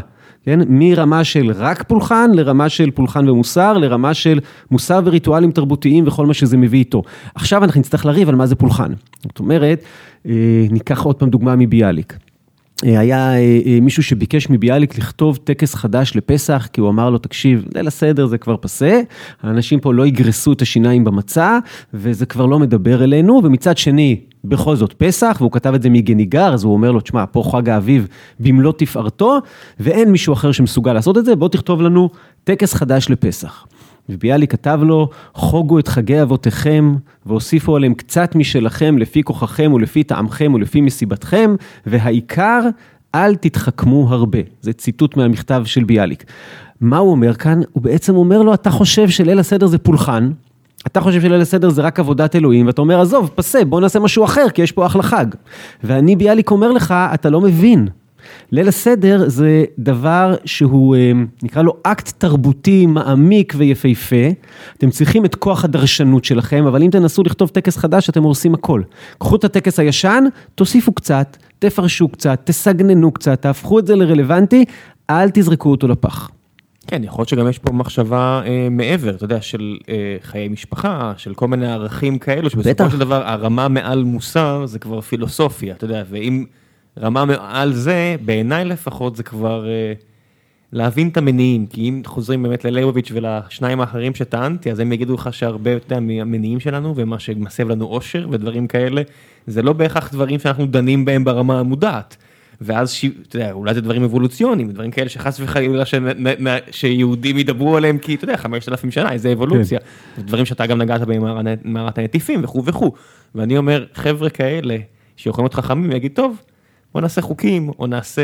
כן? מרמה של רק פולחן, לרמה של פולחן ומוסר, לרמה של מוסר וריטואלים תרבותיים וכל מה שזה מביא איתו. עכשיו אנחנו נצטרך לריב על מה זה פולחן. זאת אומרת, ניקח עוד פעם דוגמה מביאליק. היה מישהו שביקש מביאליק לכתוב טקס חדש לפסח, כי הוא אמר לו, תקשיב, ליל הסדר זה כבר פסה, האנשים פה לא יגרסו את השיניים במצה, וזה כבר לא מדבר אלינו, ומצד שני, בכל זאת פסח, והוא כתב את זה מגניגר, אז הוא אומר לו, תשמע, פה חג האביב במלוא תפארתו, ואין מישהו אחר שמסוגל לעשות את זה, בוא תכתוב לנו טקס חדש לפסח. וביאליק כתב לו, חוגו את חגי אבותיכם, והוסיפו עליהם קצת משלכם, לפי כוחכם ולפי טעמכם ולפי מסיבתכם, והעיקר, אל תתחכמו הרבה. זה ציטוט מהמכתב של ביאליק. מה הוא אומר כאן? הוא בעצם אומר לו, אתה חושב שליל הסדר זה פולחן, אתה חושב שליל הסדר זה רק עבודת אלוהים, ואתה אומר, עזוב, פסה, בוא נעשה משהו אחר, כי יש פה אחלה חג. ואני ביאליק אומר לך, אתה לא מבין. ליל הסדר זה דבר שהוא, נקרא לו אקט תרבותי מעמיק ויפהפה, אתם צריכים את כוח הדרשנות שלכם, אבל אם תנסו לכתוב טקס חדש, אתם עושים הכל. קחו את הטקס הישן, תוסיפו קצת, תפרשו קצת, תסגננו קצת, תהפכו את זה לרלוונטי, אל תזרקו אותו לפח. כן, יכול להיות שגם יש פה מחשבה מעבר, אתה יודע, של חיי משפחה, של כל מיני ערכים כאלו, שבסופו של דבר הרמה מעל מוסר זה כבר פילוסופיה, אתה יודע, ואם רמה מעל זה, בעיניי לפחות, זה כבר להבין את המניעים, כי אם חוזרים באמת ללייבוביץ' ולשניים האחרים שטענתי, אז הם יגידו לך שהרבה יותר מהמניעים שלנו, ומה שמסב לנו אושר ודברים כאלה, זה לא בהכרח דברים שאנחנו דנים בהם ברמה המודעת. ואז, אתה יודע, אולי זה דברים אבולוציוניים, דברים כאלה שחס וחלילה שיהודים ידברו עליהם, כי אתה יודע, 5,000 שנה, איזה אבולוציה. זה דברים שאתה גם נגעת בהם מערת הנטיפים וכו' וכו'. ואני אומר, חבר'ה כאלה שיכולים להיות חכמים, יגיד, טוב, בוא נעשה חוקים, או נעשה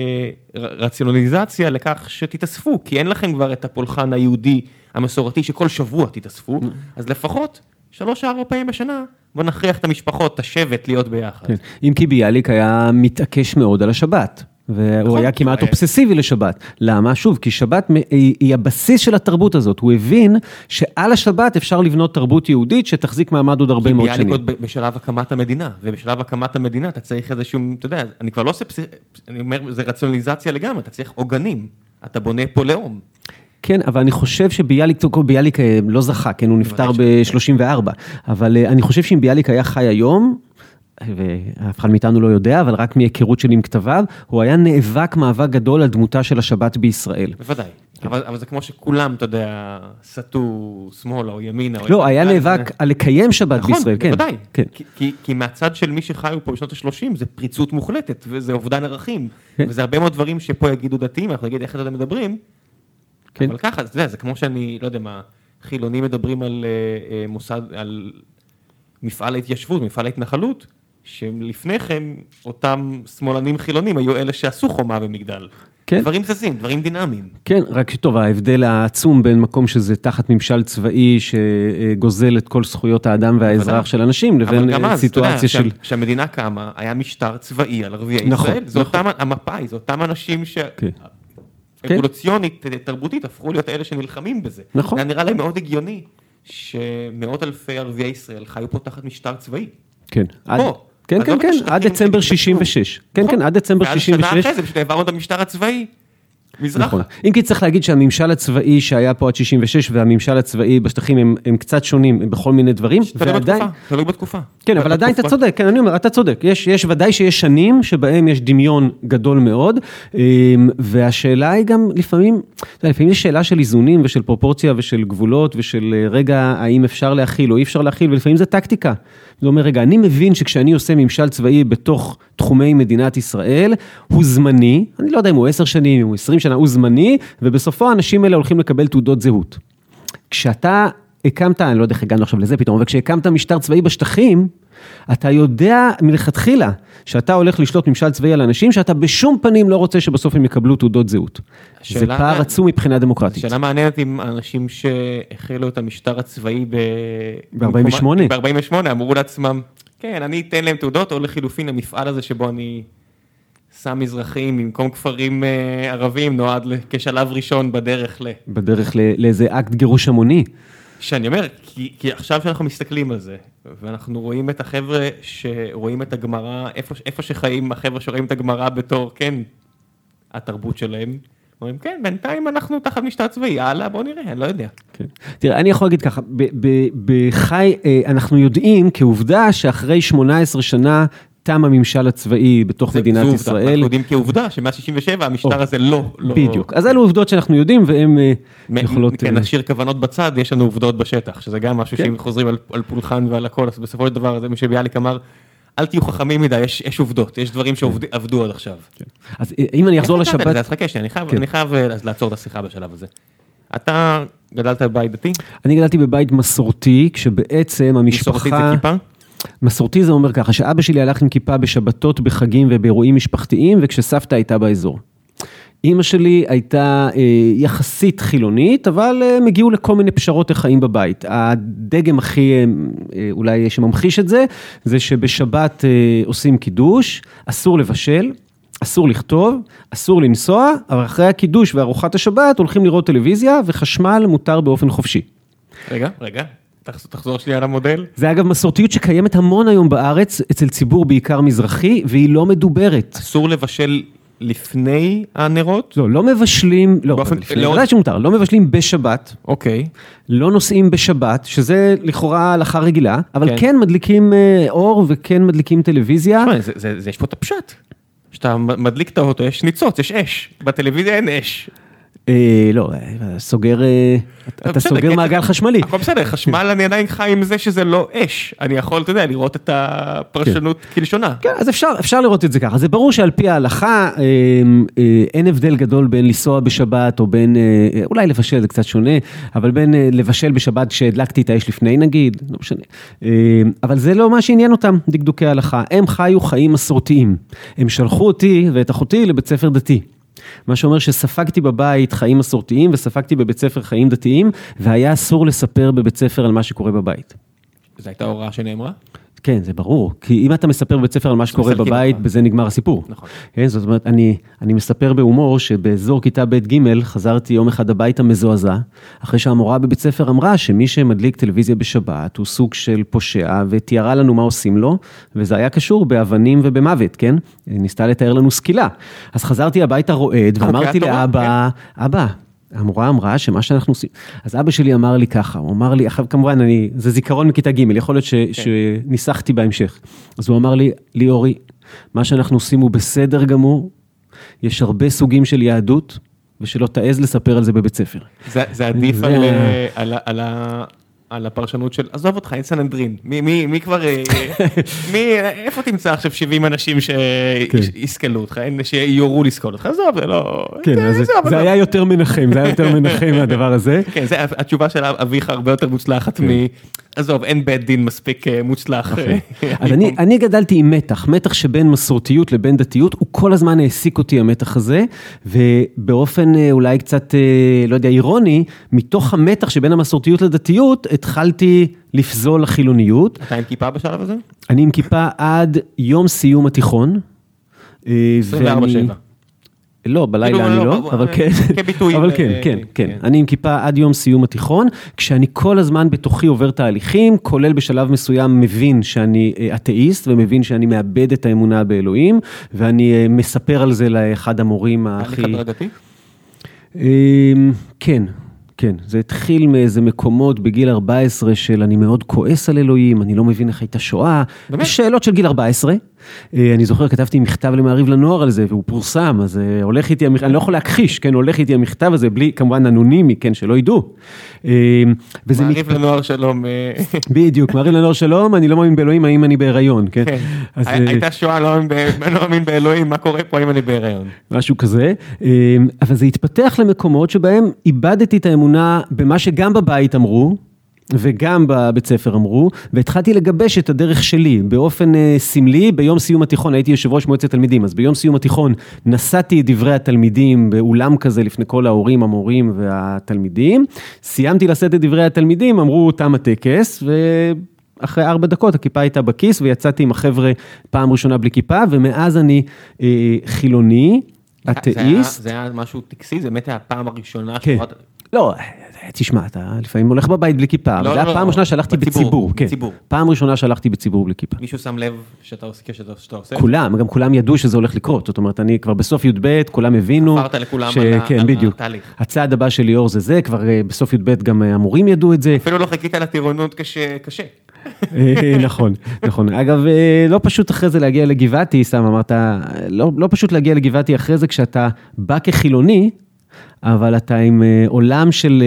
רציונליזציה לכך שתתאספו, כי אין לכם כבר את הפולחן היהודי המסורתי שכל שבוע תתאספו, אז לפחות 3-4 פעמים בשנה, בוא נכריח את המשפחות, את השבט להיות ביחד. כן. אם כי ביאליק היה מתעקש מאוד על השבת, והוא היה כמעט אובססיבי לשבת. למה? שוב, כי שבת היא הבסיס של התרבות הזאת. הוא הבין שעל השבת אפשר לבנות תרבות יהודית שתחזיק מעמד עוד הרבה מאוד שנים. ביאליק עוד בשלב הקמת המדינה, ובשלב הקמת המדינה אתה צריך איזשהו, אתה יודע, אני כבר לא עושה, אני אומר, זה רציונליזציה לגמרי, אתה צריך עוגנים, אתה בונה פה לאום. כן, אבל אני חושב שביאליק לא זכה, כן, הוא נפטר ב-34, אבל אני חושב שאם ביאליק היה חי היום, ואף אחד מאיתנו לא יודע, אבל רק מהיכרות שלי עם כתביו, הוא היה נאבק מאבק גדול על דמותה של השבת בישראל. בוודאי, אבל זה כמו שכולם, אתה יודע, סטו שמאלה או ימינה. לא, היה נאבק על לקיים שבת בישראל, כן. בוודאי, כי מהצד של מי שחיו פה בשנות ה-30, זה פריצות מוחלטת, וזה אובדן ערכים, וזה הרבה מאוד דברים שפה יגידו דתיים, אנחנו נגיד איך אתם מדברים, אבל ככה, זה כמו שאני, לא יודע מה, חילונים מדברים על מוסד, על מפעל ההתיישבות, מפעל ההתנחלות, שלפניכם אותם שמאלנים חילונים היו אלה שעשו חומה במגדל. כן. דברים זזים, דברים דינמיים. כן, רק טוב, ההבדל העצום בין מקום שזה תחת ממשל צבאי שגוזל את כל זכויות האדם והאזרח של אנשים, לבין סיטואציה של... שהמדינה קמה, היה משטר צבאי על ערביי ישראל. זה אותם המפאי, זה אותם אנשים ש... אבולוציונית, תרבותית, הפכו להיות אלה שנלחמים בזה. נכון. זה נראה להם מאוד הגיוני, שמאות אלפי ערביי ישראל חיו פה תחת משטר צבאי. כן. כן, עד דצמבר 66. כן, עד דצמבר 66. ועד שנה אחרי זה, פשוט העברנו את המשטר הצבאי. מזרחה. אם כי צריך להגיד שהממשל הצבאי שהיה פה עד 66, והממשל הצבאי בשטחים הם קצת שונים בכל מיני דברים. תלוי בתקופה. כן, אבל עדיין אתה צודק, כן, אני אומר, אתה צודק. יש ודאי שיש שנים שבהם יש דמיון גדול מאוד, והשאלה היא גם לפעמים יש שאלה של איזונים ושל פרופורציה ושל גבולות ושל רגע, האם אפשר להכיל או אי אפשר להכיל, ולפעמים זה טקטיקה. זאת אומרת, רגע, אני מבין שכשאני עושה ממשל צבאי בתוך תחומי מדינת ישראל, הוא זמני, אני לא יודע אם הוא 10 שנים, הוא 20 שנה, הוא זמני, ובסופו האנשים האלה הולכים לקבל תעודות זהות. כשאתה הקמת, אני לא יודע איך הגענו עכשיו לזה פתאום, אבל כשהקמת משטר צבאי בשטחים, אתה יודע מלכתחילה שאתה הולך לשלוט ממשל צבאי על אנשים, שאתה בשום פנים לא רוצה שבסוף הם יקבלו תעודות זהות. זה פער עצום מבחינה דמוקרטית. שאלה מעניינת עם אנשים שהחלו את המשטר הצבאי ב-48. ב-48 אמרו לעצמם, כן, אני אתן להם תעודות, או לחילופין המפעל הזה שבו אני שם מזרחים במקום כפרים ערבים, נועד כשלב ראשון בדרך לאיזה אקט גירוש המוני. שאני אומר, כי עכשיו שאנחנו מסתכלים על זה, ואנחנו רואים את החבר'ה שרואים את הגמרא, איפה שחיים החבר'ה שרואים את הגמרא בתור, כן, התרבות שלהם, אומרים, כן, בינתיים אנחנו תחת משטר צבאי, יאללה, בוא נראה, אני לא יודע. תראה, אני יכול להגיד ככה, בחי, אנחנו יודעים כעובדה שאחרי 18 שנה, תם הממשל הצבאי בתוך מדינת ישראל. אנחנו יודעים כעובדה שמה-67 המשטר הזה לא. בדיוק, אז אלו עובדות שאנחנו יודעים והן יכולות... כן, נשאיר כוונות בצד, יש לנו עובדות בשטח, שזה גם משהו שהם חוזרים על פולחן ועל הכל, אז בסופו של דבר, זה מי שביאליק אמר, אל תהיו חכמים מדי, יש עובדות, יש דברים שעבדו עד עכשיו. אז אם אני אחזור לשבת... אז חכה שנייה, אני חייב לעצור את השיחה בשלב הזה. אתה גדלת בבית דתי? אני גדלתי בבית מסורתי, כשבעצם המשפחה... מסורתית זה כיפה? מסורתי זה אומר ככה, שאבא שלי הלך עם כיפה בשבתות, בחגים ובאירועים משפחתיים, וכשסבתא הייתה באזור. אמא שלי הייתה יחסית חילונית, אבל הם הגיעו לכל מיני פשרות החיים בבית. הדגם הכי אולי שממחיש את זה, זה שבשבת עושים קידוש, אסור לבשל, אסור לכתוב, אסור לנסוע, אבל אחרי הקידוש וארוחת השבת הולכים לראות טלוויזיה, וחשמל מותר באופן חופשי. רגע. תחזור שלי על המודל. זה אגב מסורתיות שקיימת המון היום בארץ, אצל ציבור בעיקר מזרחי, והיא לא מדוברת. אסור לבשל לפני הנרות? לא מבשלים, ודאי שמותר, לא מבשלים בשבת. אוקיי. לא נוסעים בשבת, שזה לכאורה הלכה רגילה, אבל כן מדליקים אור וכן מדליקים טלוויזיה. יש פה את הפשט. כשאתה מדליק את האוטו, יש ניצוץ, יש אש. בטלוויזיה אין אש. לא, אתה סוגר מעגל חשמלי. הכל בסדר, חשמל אני עדיין חי עם זה שזה לא אש. אני יכול, אתה יודע, לראות את הפרשנות כלשונה. כן, אז אפשר לראות את זה ככה. זה ברור שעל פי ההלכה, אין הבדל גדול בין לנסוע בשבת, או בין, אולי לבשל, זה קצת שונה, אבל בין לבשל בשבת שהדלקתי את האש לפני נגיד, לא משנה. אבל זה לא מה שעניין אותם, דקדוקי ההלכה. הם חיו חיים מסורתיים. הם שלחו אותי ואת אחותי לבית ספר דתי. מה שאומר שספגתי בבית חיים מסורתיים, וספגתי בבית ספר חיים דתיים, והיה אסור לספר בבית ספר על מה שקורה בבית. זו הייתה הוראה שנאמרה? כן, זה ברור, כי אם אתה מספר בבית ספר על מה שקורה בבית, בזה נגמר הסיפור. נכון. כן, זאת אומרת, אני מספר בהומור שבאזור כיתה ב' ג' חזרתי יום אחד הביתה מזועזע, אחרי שהמורה בבית ספר אמרה שמי שמדליק טלוויזיה בשבת הוא סוג של פושע, ותיארה לנו מה עושים לו, וזה היה קשור באבנים ובמוות, כן? ניסתה לתאר לנו סקילה. אז חזרתי הביתה רועד, ואמרתי לאבא, אבא, המורה אמרה שמה שאנחנו עושים, אז אבא שלי אמר לי ככה, הוא אמר לי, כמובן, זה זיכרון מכיתה ג', יכול להיות שניסחתי בהמשך, אז הוא אמר לי, ליאורי, מה שאנחנו עושים הוא בסדר גמור, יש הרבה סוגים של יהדות, ושלא תעז לספר על זה בבית ספר. זה עדיף על הפרשנות של, עזוב אותך, אין סנהדרין, מי כבר, איפה תמצא עכשיו 70 אנשים שיסקלו אותך, שיורו לסקול אותך, עזוב, זה לא... כן, זה היה יותר מנחם, מהדבר הזה. כן, התשובה של אביך הרבה יותר מוצלחת עזוב, אין בית דין מספיק מוצלח. אז אני גדלתי עם מתח שבין מסורתיות לבין דתיות, הוא כל הזמן העסיק אותי המתח הזה, ובאופן אולי קצת, לא יודע, אירוני, מתוך המתח שבין המסורתיות לדתיות, התחלתי לפזול לחילוניות. אתה עם כיפה בשלב הזה? אני עם כיפה עד יום סיום התיכון. 24/7. לא, בלילה אני לא, אבל כן. כביטוי. אבל כן. אני עם כיפה עד יום סיום התיכון, כשאני כל הזמן בתוכי עובר תהליכים, כולל בשלב מסוים מבין שאני אתאיסט, ומבין שאני מאבד את האמונה באלוהים, ואני מספר על זה לאחד המורים הכי... הליך הדרגתי? כן, זה התחיל מאיזה מקומות בגיל 14 של אני מאוד כועס על אלוהים, אני לא מבין איך הייתה שואה, שאלות של גיל 14, אני זוכר, כתבתי מכתב למעריב לנוער על זה, והוא פורסם, אז הולך איתי, אני לא יכול להכחיש, כן, הולך איתי המכתב הזה, בלי, כמובן אנונימי, כן, שלא ידעו. מעריב לנוער שלום. בדיוק, מעריב לנוער שלום, אני לא מאמין באלוהים, האם אני בהיריון, כן. הייתה שואה, לא מאמין באלוהים, מה קורה פה, האם אני בהיריון. משהו כזה, אבל זה התפתח למקומות שבהם איבדתי את האמונה במה שגם בבית אמרו, וגם בבית ספר אמרו, והתחלתי לגבש את הדרך שלי, באופן סמלי, ביום סיום התיכון, הייתי יושב ראש מועצת תלמידים, אז ביום סיום התיכון נשאתי את דברי התלמידים, באולם כזה לפני כל ההורים, המורים והתלמידים, סיימתי לשאת את דברי התלמידים, אמרו תם הטקס, אחרי 4 דקות הכיפה הייתה בכיס, ויצאתי עם החבר'ה פעם ראשונה בלי כיפה, ומאז אני חילוני, אתאיסט. זה היה משהו טקסי, זה באמת היה הפעם הראשונה. לא, תשמע, אתה לפעמים הולך בבית בלי כיפה, אבל זה הפעם ראשונה שהלכתי בציבור, כן. פעם ראשונה שהלכתי בציבור בלי כיפה. מישהו שם לב שאתה עושה? כולם, גם כולם ידעו שזה הולך לקרות, זאת אומרת, אני כבר בסוף י"ב, כולם הבינו. עברת לכולם על התהליך. הצעד הבא של ליאור זה, כבר בסוף י"ב גם המורים ידעו את זה. אפילו לא חיכית לטירונות קשה. נכון, נכון. אגב, לא פשוט אחרי זה להגיע לגבעתי, סתם אמרת, לא פשוט להגיע לגבעתי אחרי זה כשאתה בא כחילוני, אבל אתה עם עולם של,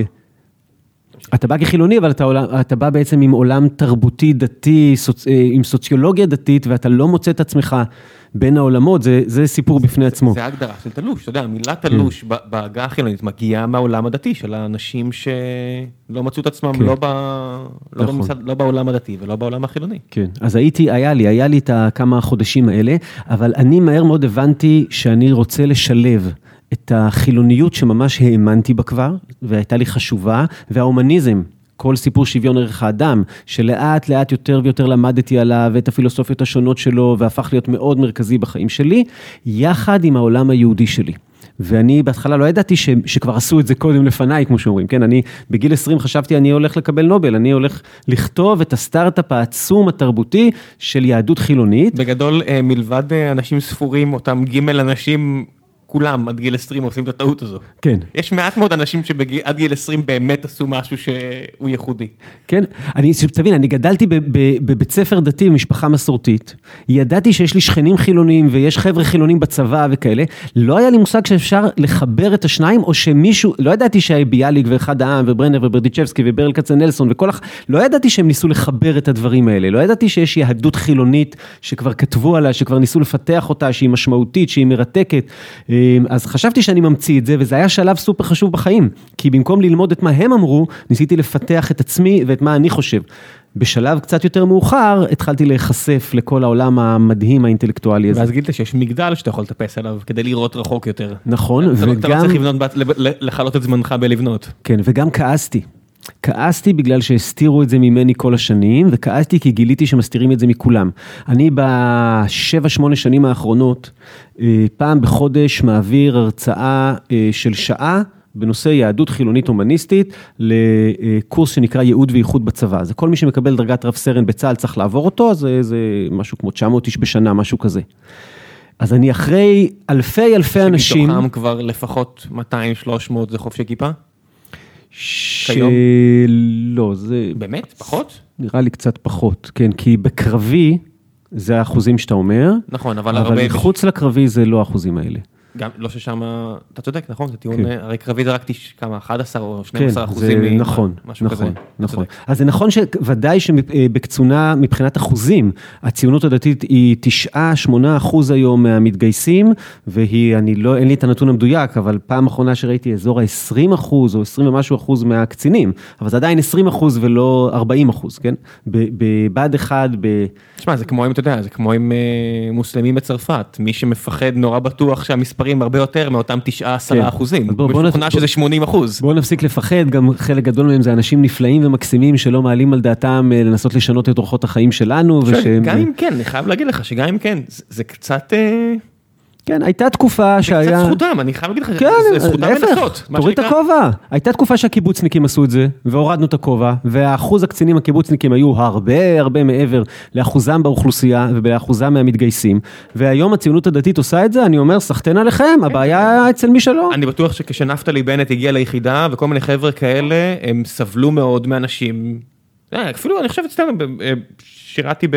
אתה בא כחילוני, אבל אתה בא בעצם עם עולם תרבותי, דתי, עם סוציולוגיה דתית, ואתה לא מוצא את עצמך בין העולמות, זה סיפור בפני עצמו. זה הגדרה של תלוש, אתה יודע, המילה תלוש בהגה החילונית מגיעה מהעולם הדתי, של האנשים שלא מצאו את עצמם, לא בעולם הדתי ולא בעולם החילוני. כן, אז היה לי את כמה החודשים האלה, אבל אני מהר מאוד הבנתי שאני רוצה לשלב את החילוניות שממש האמנתי בה כבר, והייתה לי חשובה, וההומניזם, כל סיפור שוויון ערך האדם, שלאט לאט יותר ויותר למדתי עליו, ואת הפילוסופיות השונות שלו, והפך להיות מאוד מרכזי בחיים שלי, יחד עם העולם היהודי שלי. ואני בהתחלה לא ידעתי שכבר עשו את זה קודם לפניי, כמו שאומרים, כן? אני בגיל 20 חשבתי, אני הולך לקבל נובל, אני הולך לכתוב את הסטארט-אפ העצום התרבותי של יהדות חילונית. בגדול, מלבד אנשים ספורים, אותם ג' אנשים, כולם עד גיל 20 עושים את הטעות הזו. כן. יש מעט מאוד אנשים שעד גיל 20 באמת עשו משהו שהוא ייחודי. כן. תבין, אני גדלתי בבית ספר דתי, במשפחה מסורתית. ידעתי שיש לי שכנים חילונים, ויש חבר'ה חילונים בצבא וכאלה. לא היה לי מושג שאפשר לחבר את השניים, או שמישהו, לא ידעתי שביאליק ואחד העם, וברנר וברדיצ'בסקי וברל כצנלסון, לא ידעתי שהם ניסו לחבר את הדברים האלה. לא ידעתי שיש יהדות חילונית שכבר כתבו עליה, שכבר ניסו לפתח אותה, שהיא משמעותית, שהיא מרתקת. אז חשבתי שאני ממציא את זה, וזה היה שלב סופר חשוב בחיים, כי במקום ללמוד את מה הם אמרו, ניסיתי לפתח את עצמי ואת מה אני חושב. בשלב קצת יותר מאוחר, התחלתי להיחשף לכל העולם המדהים האינטלקטואלי הזה. ואז גילת שיש מגדל שאתה יכול לטפס עליו, כדי לראות רחוק יותר. נכון, וגם... אתה לא צריך לחלות את זמנך בלבנות. כן, וגם כעסתי בגלל שהסתירו את זה ממני כל השנים, וכעסתי כי גיליתי שמסתירים את זה מכולם. אני ב7-8 שנים האחרונות, פעם בחודש מעביר הרצאה של שעה, בנושא יהדות חילונית הומניסטית, לקורס שנקרא ייעוד וייחוד בצבא. זה כל מי שמקבל דרגת רב סרן בצה"ל צריך לעבור אותו, אז זה משהו כמו 900 איש בשנה, משהו כזה. אז אני אחרי אלפי אנשים... שמתוכם כבר לפחות 200-300 זה חובשי כיפה? לא, זה... באמת? פחות? נראה לי קצת פחות, כן, כי בקרבי, זה האחוזים שאתה אומר, נכון, אבל מחוץ לקרבי זה לא האחוזים האלה. גם לא ששם, אתה צודק, נכון, זה טיעון, הרי קרבי זה רק כמה, 11 או 12%. נכון, נכון. אז זה נכון שוודאי שבקצונה מבחינת אחוזים, הציונות הדתית היא 9-8% היום מהמתגייסים, והיא, אין לי את הנתון המדויק, אבל פעם אחרונה שראיתי אזור ה-20% או 20 ומשהו אחוז מהקצינים, אבל זה עדיין 20% ולא 40%, כן? בבד אחד, תשמע, זה כמו אם אתה יודע, זה כמו עם מוסלמים בצרפת, מי שמפחד נורא בטוח שהמספרים הרבה יותר מאותם 9-10%. משוכנע שזה 80%. בואו נפסיק לפחד, גם חלק גדול מהם זה אנשים נפלאים ומקסימים שלא מעלים על דעתם לנסות לשנות את אורחות החיים שלנו. גם אם כן, אני חייב להגיד לך שגם אם כן, זה קצת... כן, הייתה תקופה שהיה... זה קצת זכותם, אני חייב להגיד לך, זה זכותם לנסות. תוריד את הכובע. הייתה תקופה שהקיבוצניקים עשו את זה, והורדנו את הכובע, והאחוז הקצינים הקיבוצניקים היו הרבה מעבר לאחוזם באוכלוסייה, ובאחוזם מהמתגייסים, והיום הציונות הדתית עושה את זה, אני אומר, סחטן עליכם, הבעיה אצל מי שלא. אני בטוח שכשנפתלי בנט הגיע ליחידה, וכל מיני חבר'ה כאלה, הם סבלו מאוד מאנשים, אפילו אני חושב אצלנו, שירתי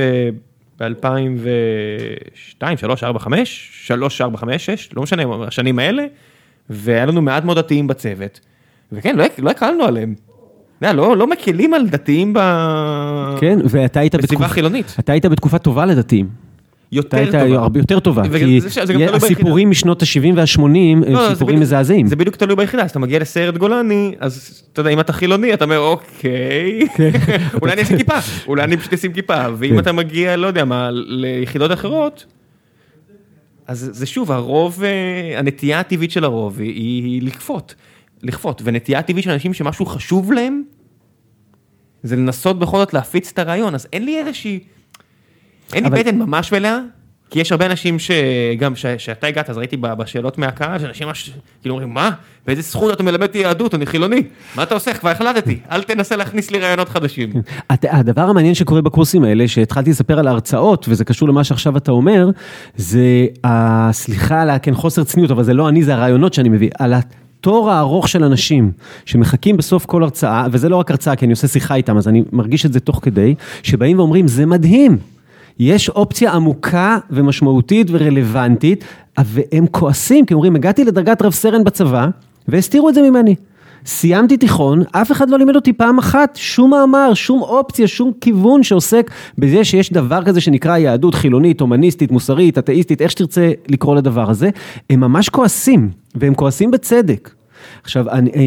ב-2002, 3, 4, 5, 3, 4, 5, 6, לא משנה, השנים האלה, והיה לנו מעט מאוד דתיים בצוות, וכן, לא הקלנו עליהם. לא מקלים על דתיים בסביבה חילונית. אתה היית בתקופה טובה לדתיים. יותר טובה, כי הסיפורים משנות ה-70 וה-80 הם סיפורים מזעזעים. זה בדיוק תלוי ביחידה, אז אתה מגיע לסיירת גולני, אז אתה יודע, אם אתה חילוני, אתה אומר, אוקיי, אולי אני אשים כיפה, אולי אני פשוט אשים כיפה, ואם אתה מגיע, לא יודע מה, ליחידות אחרות, אז זה שוב, הרוב, הנטייה הטבעית של הרוב היא לכפות, ונטייה הטבעית של אנשים שמשהו חשוב להם, זה לנסות בכל זאת להפיץ את הרעיון, אז אין לי בטן ממש מלאה, כי יש הרבה אנשים שגם שאתה הגעת, אז ראיתי בשאלות מהקהל, שאנשים כאילו אומרים, מה? באיזה זכות אתה מלמד אותי יהדות, אני חילוני. מה אתה עושה? כבר החלטתי. אל תנסה להכניס לי רעיונות חדשים. הדבר המעניין שקורה בקורסים האלה, שהתחלתי לספר על ההרצאות, וזה קשור למה שעכשיו אתה אומר, זה, סליחה על חוסר צניעות, אבל זה לא אני, זה הרעיונות שאני מביא, על התור הארוך של אנשים, שמחכים בסוף כל הרצאה, וזה לא רק הרצאה, כי אני עושה שיחה איתם, אז אני מרגיש את זה תוך כדי, שבאים ואומרים, זה מדהים. יש אופציה עמוקה ומשמעותית ורלוונטית, והם כועסים, כי אומרים, הגעתי לדרגת רב סרן בצבא, והסתירו את זה ממני. סיימתי תיכון, אף אחד לא לימד אותי פעם אחת, שום מאמר, שום אופציה, שום כיוון שעוסק בזה שיש דבר כזה שנקרא יהדות חילונית, הומניסטית, מוסרית, אתאיסטית, איך שתרצה לקרוא לדבר הזה, הם ממש כועסים, והם כועסים בצדק. עכשיו,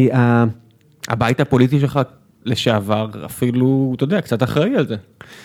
הבית הפוליטי שלך לשעבר, אפילו, אתה יודע, קצת אחראי על זה.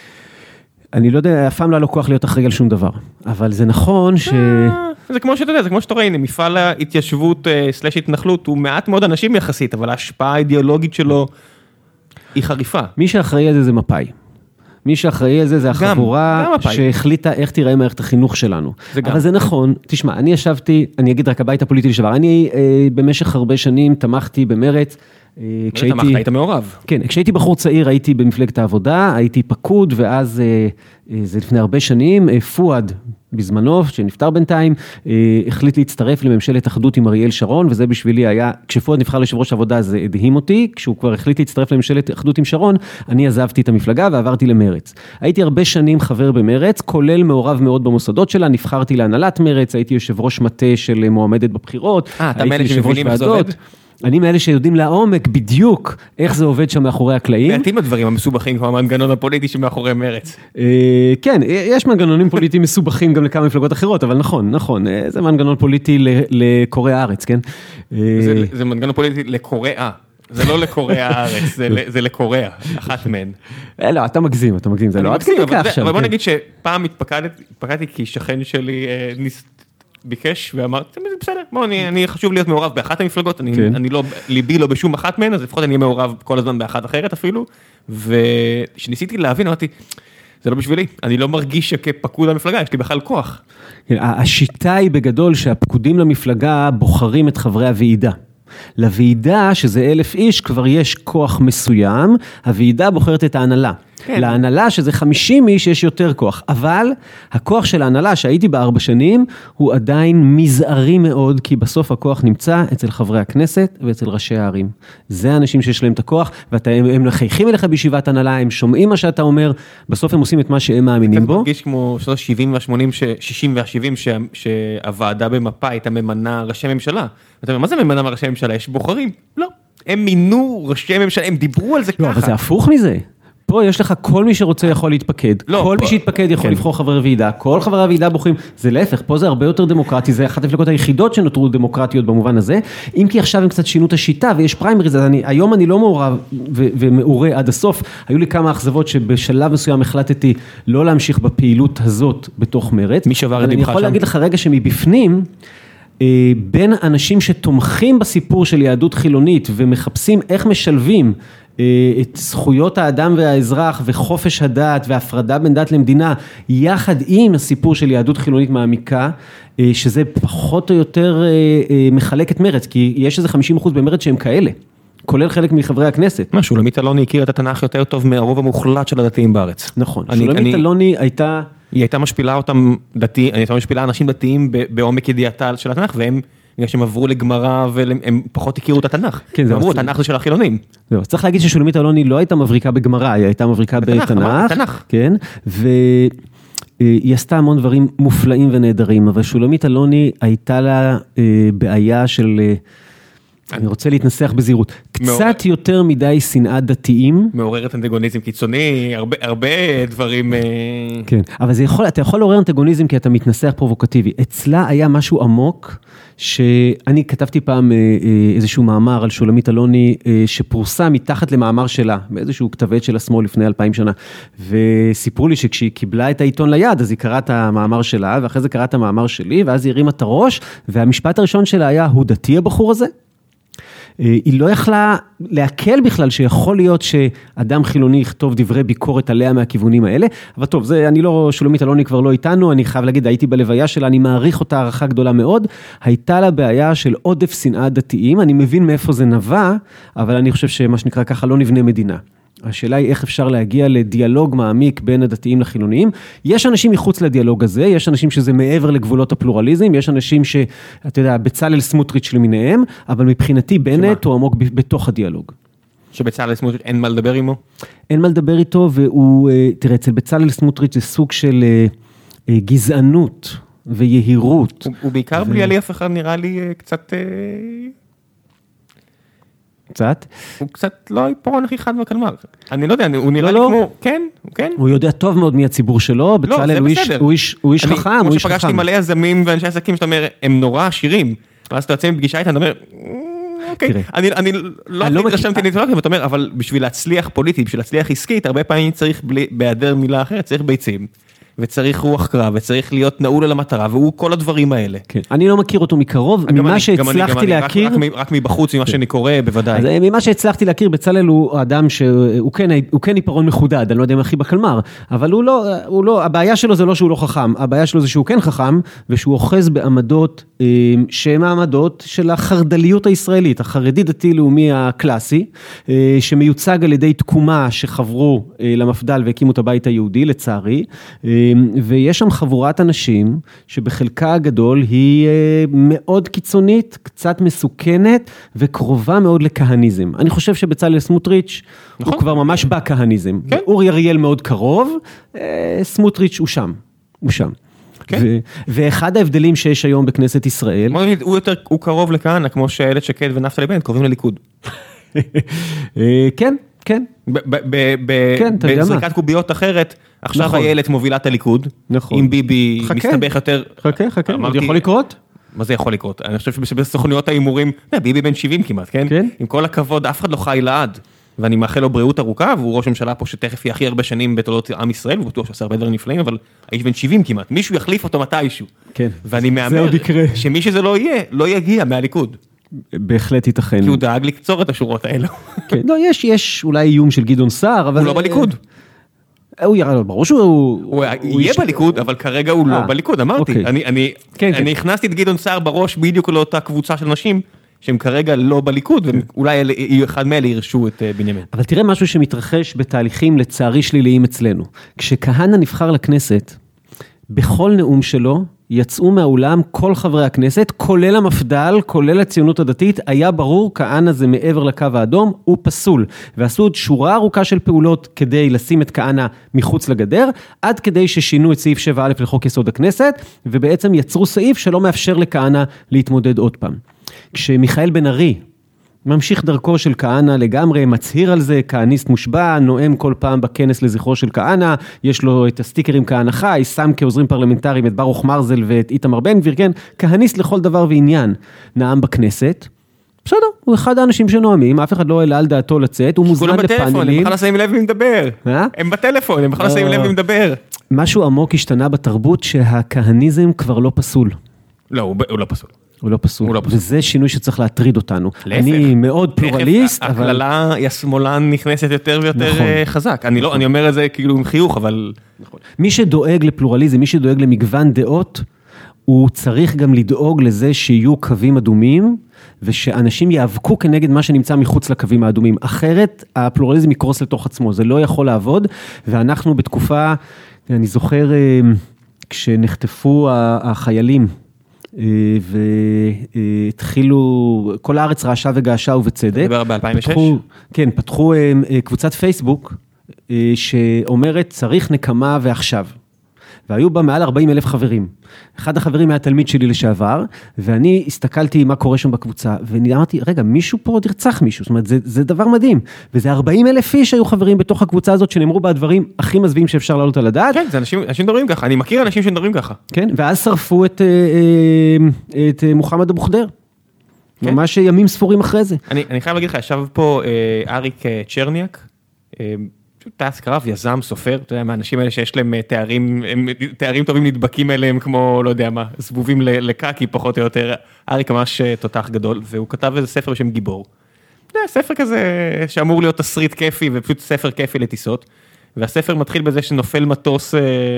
אני לא יודע, אף פעם לא היה לו כוח להיות אחראי על שום דבר, אבל זה נכון זה כמו שאתה יודע, זה כמו שאתה רואה, הנה, מפעל ההתיישבות סלש התנחלות, הוא מעט מאוד אנשים יחסית, אבל ההשפעה האידיאולוגית שלו היא חריפה. מי שאחראי על זה זה מפאי. מי שאחראי על זה זה החבורה שהחליטה איך תראה מערכת החינוך שלנו. אבל זה נכון, תשמע, אני ישבתי, אני אגיד רק הבית הפוליטי לשעבר, אני במשך הרבה שנים תמכתי במרץ, היית מעורב. כן, כשהייתי בחור צעיר הייתי במפלגת העבודה, הייתי פקוד, ואז זה לפני הרבה שנים, פואד בזמנו, שנפטר בינתיים, החליט להצטרף לממשלת אחדות עם אריאל שרון, וזה בשבילי היה, כשפואד נבחר ליושב ראש העבודה, זה הדהים אותי, כשהוא כבר החליט להצטרף לממשלת אחדות עם שרון, אני עזבתי את המפלגה ועברתי למרץ. הייתי הרבה שנים חבר במרץ, כולל מעורב מאוד במוסדות שלה, נבחרתי להנהלת מרץ, הייתי יושב ראש מטה של מועמדת בבחירות, אתה מאלה שמבינים איך זה עובד? אני מאלה שיודעים לעומק בדיוק איך זה עובד שם מאחורי הקלעים. מעטים הדברים המסובכים כמו המנגנון הפוליטי שמאחורי מרץ. כן, יש מנגנונים פוליטיים מסובכים גם לכמה מפלגות אחרות, אבל נכון, זה מנגנון פוליטי לקוראי הארץ, כן? זה מנגנון פוליטי לקוראי, זה לא לקוראי הארץ, זה לקוריאה, אחת מהן. לא, אתה מגזים, זה לא עד כדי כך עכשיו. אבל בוא נגיד שפעם התפקדתי כי שכן שלי ביקש ואמרתי, בסדר, בוא, אני חשוב להיות מעורב באחת המפלגות, אני לא, ליבי לא בשום אחת מהן, אז לפחות אני אהיה מעורב כל הזמן באחת אחרת אפילו, ושניסיתי להבין, אמרתי, זה לא בשבילי, אני לא מרגיש שכפקוד המפלגה, יש לי בכלל כוח. השיטה היא בגדול שהפקודים למפלגה בוחרים את חברי הוועידה. לוועידה, שזה 1,000 איש, כבר יש כוח מסוים, הוועידה בוחרת את ההנהלה. כן. להנהלה, שזה 50 איש, יש יותר כוח. אבל הכוח של ההנהלה, שהייתי ב4 שנים, הוא עדיין מזערי מאוד, כי בסוף הכוח נמצא אצל חברי הכנסת ואצל ראשי הערים. זה האנשים שיש להם את הכוח, והם מחייכים אליך בישיבת הנהלה, הם שומעים מה שאתה אומר, בסוף הם עושים את מה שהם מאמינים בו. אתה מרגיש כמו שנות ה-70 וה-80, 60 וה-70, שהוועדה במפה הייתה ממנה ראשי ממשלה. אתה אומר, מה זה ממנה ראשי ממשלה? יש בוחרים? לא. הם מינו ראשי ממשלה, הם דיברו על זה ככה. לא, אבל זה הפוך מזה. פה יש לך כל מי שרוצה יכול להתפקד, כל מי שיתפקד יכול לבחור חבר ועידה, כל חברי הוועידה בוחרים, זה להפך, פה זה הרבה יותר דמוקרטי, זה אחת המפלגות היחידות שנותרו דמוקרטיות במובן הזה, אם כי עכשיו הם קצת שינו את השיטה ויש פריימריז, אז היום אני לא מעורב ומעורה עד הסוף, היו לי כמה אכזבות שבשלב מסוים החלטתי לא להמשיך בפעילות הזאת בתוך מרץ, מי שבר את דמך שם? אני יכול להגיד לך רגע שמבפנים, בין אנשים שתומכים בסיפור של יהדות חילונית ומחפשים איך משלבים את זכויות האדם והאזרח וחופש הדת והפרדה בין דת למדינה, יחד עם הסיפור של יהדות חילונית מעמיקה, שזה פחות או יותר מחלק את מרץ, כי יש איזה 50% במרץ שהם כאלה, כולל חלק מחברי הכנסת. שולמית אלוני הכיר את התנ"ך יותר טוב מהרוב המוחלט של הדתיים בארץ. נכון, שולמית אלוני הייתה... היא הייתה משפילה אותם דתיים, הייתה משפילה אנשים דתיים בעומק ידיעתה של התנ"ך, והם בגלל שהם עברו לגמרא והם פחות הכירו את התנ"ך. כן, אמרו, התנ"ך זה של החילונים. זהו, צריך להגיד ששולמית אלוני לא הייתה מבריקה בגמרא, היא הייתה מבריקה בתנ"ך. כן, והיא עשתה המון דברים מופלאים ונהדרים, אבל שולמית אלוני הייתה לה בעיה של... אני רוצה להתנסח בזהירות. קצת יותר מדי שנאת דתיים. מעוררת אנטגוניזם קיצוני, הרבה דברים... כן, אבל אתה יכול לעורר אנטגוניזם כי אתה מתנסח פרובוקטיבי. אצלה היה משהו עמוק, שאני כתבתי פעם איזשהו מאמר על שולמית אלוני, שפורסם מתחת למאמר שלה, באיזשהו כתבת של השמאל לפני 2000 שנה, וסיפרו לי שכשהיא קיבלה את העיתון ליד, אז היא קראה את המאמר שלה, ואחרי זה קראה את המאמר שלי, ואז היא הרימה את הראש, והמשפט הראשון שלה היה, הוא דתי הבחור הזה? היא לא יכלה להקל בכלל שיכול להיות שאדם חילוני יכתוב דברי ביקורת עליה מהכיוונים האלה, אבל טוב, זה אני לא, שולמית אלוני כבר לא איתנו, אני חייב להגיד, הייתי בלוויה שלה, אני מעריך אותה הערכה גדולה מאוד, הייתה לה בעיה של עודף שנאה דתיים, אני מבין מאיפה זה נבע, אבל אני חושב שמה שנקרא ככה לא נבנה מדינה. השאלה היא איך אפשר להגיע לדיאלוג מעמיק בין הדתיים לחילוניים. יש אנשים מחוץ לדיאלוג הזה, יש אנשים שזה מעבר לגבולות הפלורליזם, יש אנשים שאתה יודע, בצלאל סמוטריץ' למיניהם, אבל מבחינתי בנט הוא עמוק בתוך הדיאלוג. שבצלאל סמוטריץ' אין מה לדבר עמו? אין מה לדבר איתו, והוא, תראה, אצל בצלאל סמוטריץ' זה סוג של גזענות ויהירות. הוא בעיקר בלי עלי אף אחד נראה לי קצת... קצת? הוא קצת לא היפרון הכי חד וקלמר. אני לא יודע, הוא נראה לי כמו... כן, כן. הוא יודע טוב מאוד מי הציבור שלו, בצלאל הוא איש חכם, הוא איש חכם. כמו שפגשתי מלא יזמים ואנשי עסקים, שאתה אומר, הם נורא עשירים, ואז אתה יוצא מפגישה איתה, אתה אומר, אוקיי, אני לא התרשמתי להתראות, ואתה אומר, אבל בשביל להצליח פוליטית, בשביל להצליח עסקית, הרבה פעמים צריך, בהיעדר מילה אחרת, צריך ביצים. וצריך רוח קרב, וצריך להיות נעול על המטרה, והוא כל הדברים האלה. כן, אני לא מכיר אותו מקרוב, ממה שהצלחתי להכיר... רק מבחוץ, ממה שאני קורא, בוודאי. אז ממה שהצלחתי להכיר, בצלאל הוא אדם שהוא כן היפרון מחודד, אני לא יודע אם הכי בקלמר, אבל הוא לא, הבעיה שלו זה לא שהוא לא חכם, הבעיה שלו זה שהוא כן חכם, ושהוא אוחז בעמדות, שהן העמדות של החרדליות הישראלית, החרדי דתי לאומי הקלאסי, שמיוצג על ידי תקומה שחברו למפד"ל והקימו את הבית היהודי, לצערי, ויש שם חבורת אנשים שבחלקה הגדול היא מאוד קיצונית, קצת מסוכנת וקרובה מאוד לכהניזם. אני חושב שבצלאל סמוטריץ' הוא כבר ממש בא כהניזם. אורי אריאל מאוד קרוב, סמוטריץ' הוא שם. ואחד ההבדלים שיש היום בכנסת ישראל... הוא קרוב לכהנא, כמו שאיילת שקד ונפתלי בנט קרובים לליכוד. כן. כן, בזריקת קוביות אחרת, עכשיו איילת מובילה את הליכוד, אם ביבי מסתבך יותר... חכה, זה יכול לקרות? מה זה יכול לקרות? אני חושב שבסוכניות האימורים, ביבי בן 70 כמעט, כן? עם כל הכבוד, אף אחד לא חי לעד, ואני מאחל לו בריאות ארוכה, והוא ראש הממשלה פה שתכף יהיה הכי הרבה שנים בתולדות עם ישראל, ובטוח שעושה הרבה דברים נפלאים, אבל האיש בן 70 כמעט, מישהו יחליף אותו מתישהו. כן, ואני מאמר שמי שזה לא יהיה, לא יגיע מהליכוד. בהחלט ייתכן. כי הוא דאג לקצור את השורות האלו. כן, לא, יש אולי איום של גדעון סער, אבל... הוא לא בליכוד. ברור שהוא... הוא יהיה בליכוד, אבל כרגע הוא לא בליכוד, אמרתי. אני הכנסתי את גדעון סער בראש בדיוק לאותה קבוצה של נשים, שהם כרגע לא בליכוד, ואולי אחד מאלה ירשו את בנימין. אבל תראה משהו שמתרחש בתהליכים לצערי שליליים אצלנו. כשכהנא נבחר לכנסת, בכל נאום שלו, יצאו מהאולם כל חברי הכנסת, כולל המפד"ל, כולל הציונות הדתית, היה ברור, כהנא זה מעבר לקו האדום, הוא פסול. ועשו עוד שורה ארוכה של פעולות כדי לשים את כהנא מחוץ לגדר, עד כדי ששינו את סעיף 7א לחוק יסוד הכנסת, ובעצם יצרו סעיף שלא מאפשר לכהנא להתמודד עוד פעם. כשמיכאל בן ארי ממשיך דרכו של כהנא לגמרי, מצהיר על זה, כהניסט מושבע, נואם כל פעם בכנס לזכרו של כהנא, יש לו את הסטיקרים כהנא חי, שם כעוזרים פרלמנטריים את ברוך מרזל ואת איתמר בן גביר, כן, כהניסט לכל דבר ועניין, נאם בכנסת, בסדר, הוא אחד האנשים שנואמים, אף אחד לא העלה על דעתו לצאת, הוא מוזמן לפאנלים. הם בכלל שמים לב מי מדבר. הם בטלפון, הם בכלל שמים לב מי מדבר. משהו עמוק השתנה בתרבות שהכהניזם כבר לא פסול. לא, הוא לא פסול. הוא לא פסול, וזה שינוי שצריך להטריד אותנו. אני מאוד פלורליסט, אבל... הכללה, השמאלן נכנסת יותר ויותר חזק. אני אומר את זה כאילו עם חיוך, אבל... מי שדואג לפלורליזם, מי שדואג למגוון דעות, הוא צריך גם לדאוג לזה שיהיו קווים אדומים, ושאנשים יאבקו כנגד מה שנמצא מחוץ לקווים האדומים. אחרת, הפלורליזם יקרוס לתוך עצמו, זה לא יכול לעבוד, ואנחנו בתקופה, אני זוכר, כשנחטפו החיילים, והתחילו, כל הארץ רעשה וגעשה ובצדק. דבר ב-2006? כן, פתחו קבוצת פייסבוק, שאומרת צריך נקמה ועכשיו. והיו בה מעל 40,000 חברים. אחד החברים היה תלמיד שלי לשעבר, ואני הסתכלתי מה קורה שם בקבוצה, ואני אמרתי, רגע, מישהו פה עוד ירצח מישהו, זאת אומרת, זה דבר מדהים, וזה 40,000 איש היו חברים בתוך הקבוצה הזאת, שנאמרו בה הדברים הכי מזווים שאפשר לעלות על הדעת. כן, זה אנשים מדברים ככה, אני מכיר אנשים שמדברים ככה. כן, ואז שרפו את מוחמד אבו ח'דיר. ממש ימים ספורים אחרי זה. אני חייב להגיד לך, ישב פה אריק צ'רניאק, טייס קרב, יזם, סופר, אתה יודע, מהאנשים האלה שיש להם תארים טובים נדבקים אליהם, כמו, לא יודע מה, סבובים לקקי פחות או יותר, אריק ממש תותח גדול, והוא כתב איזה ספר בשם גיבור, זה ספר כזה שאמור להיות תסריט כיפי, ופשוט ספר כיפי לטיסות, והספר מתחיל בזה שנופל מטוס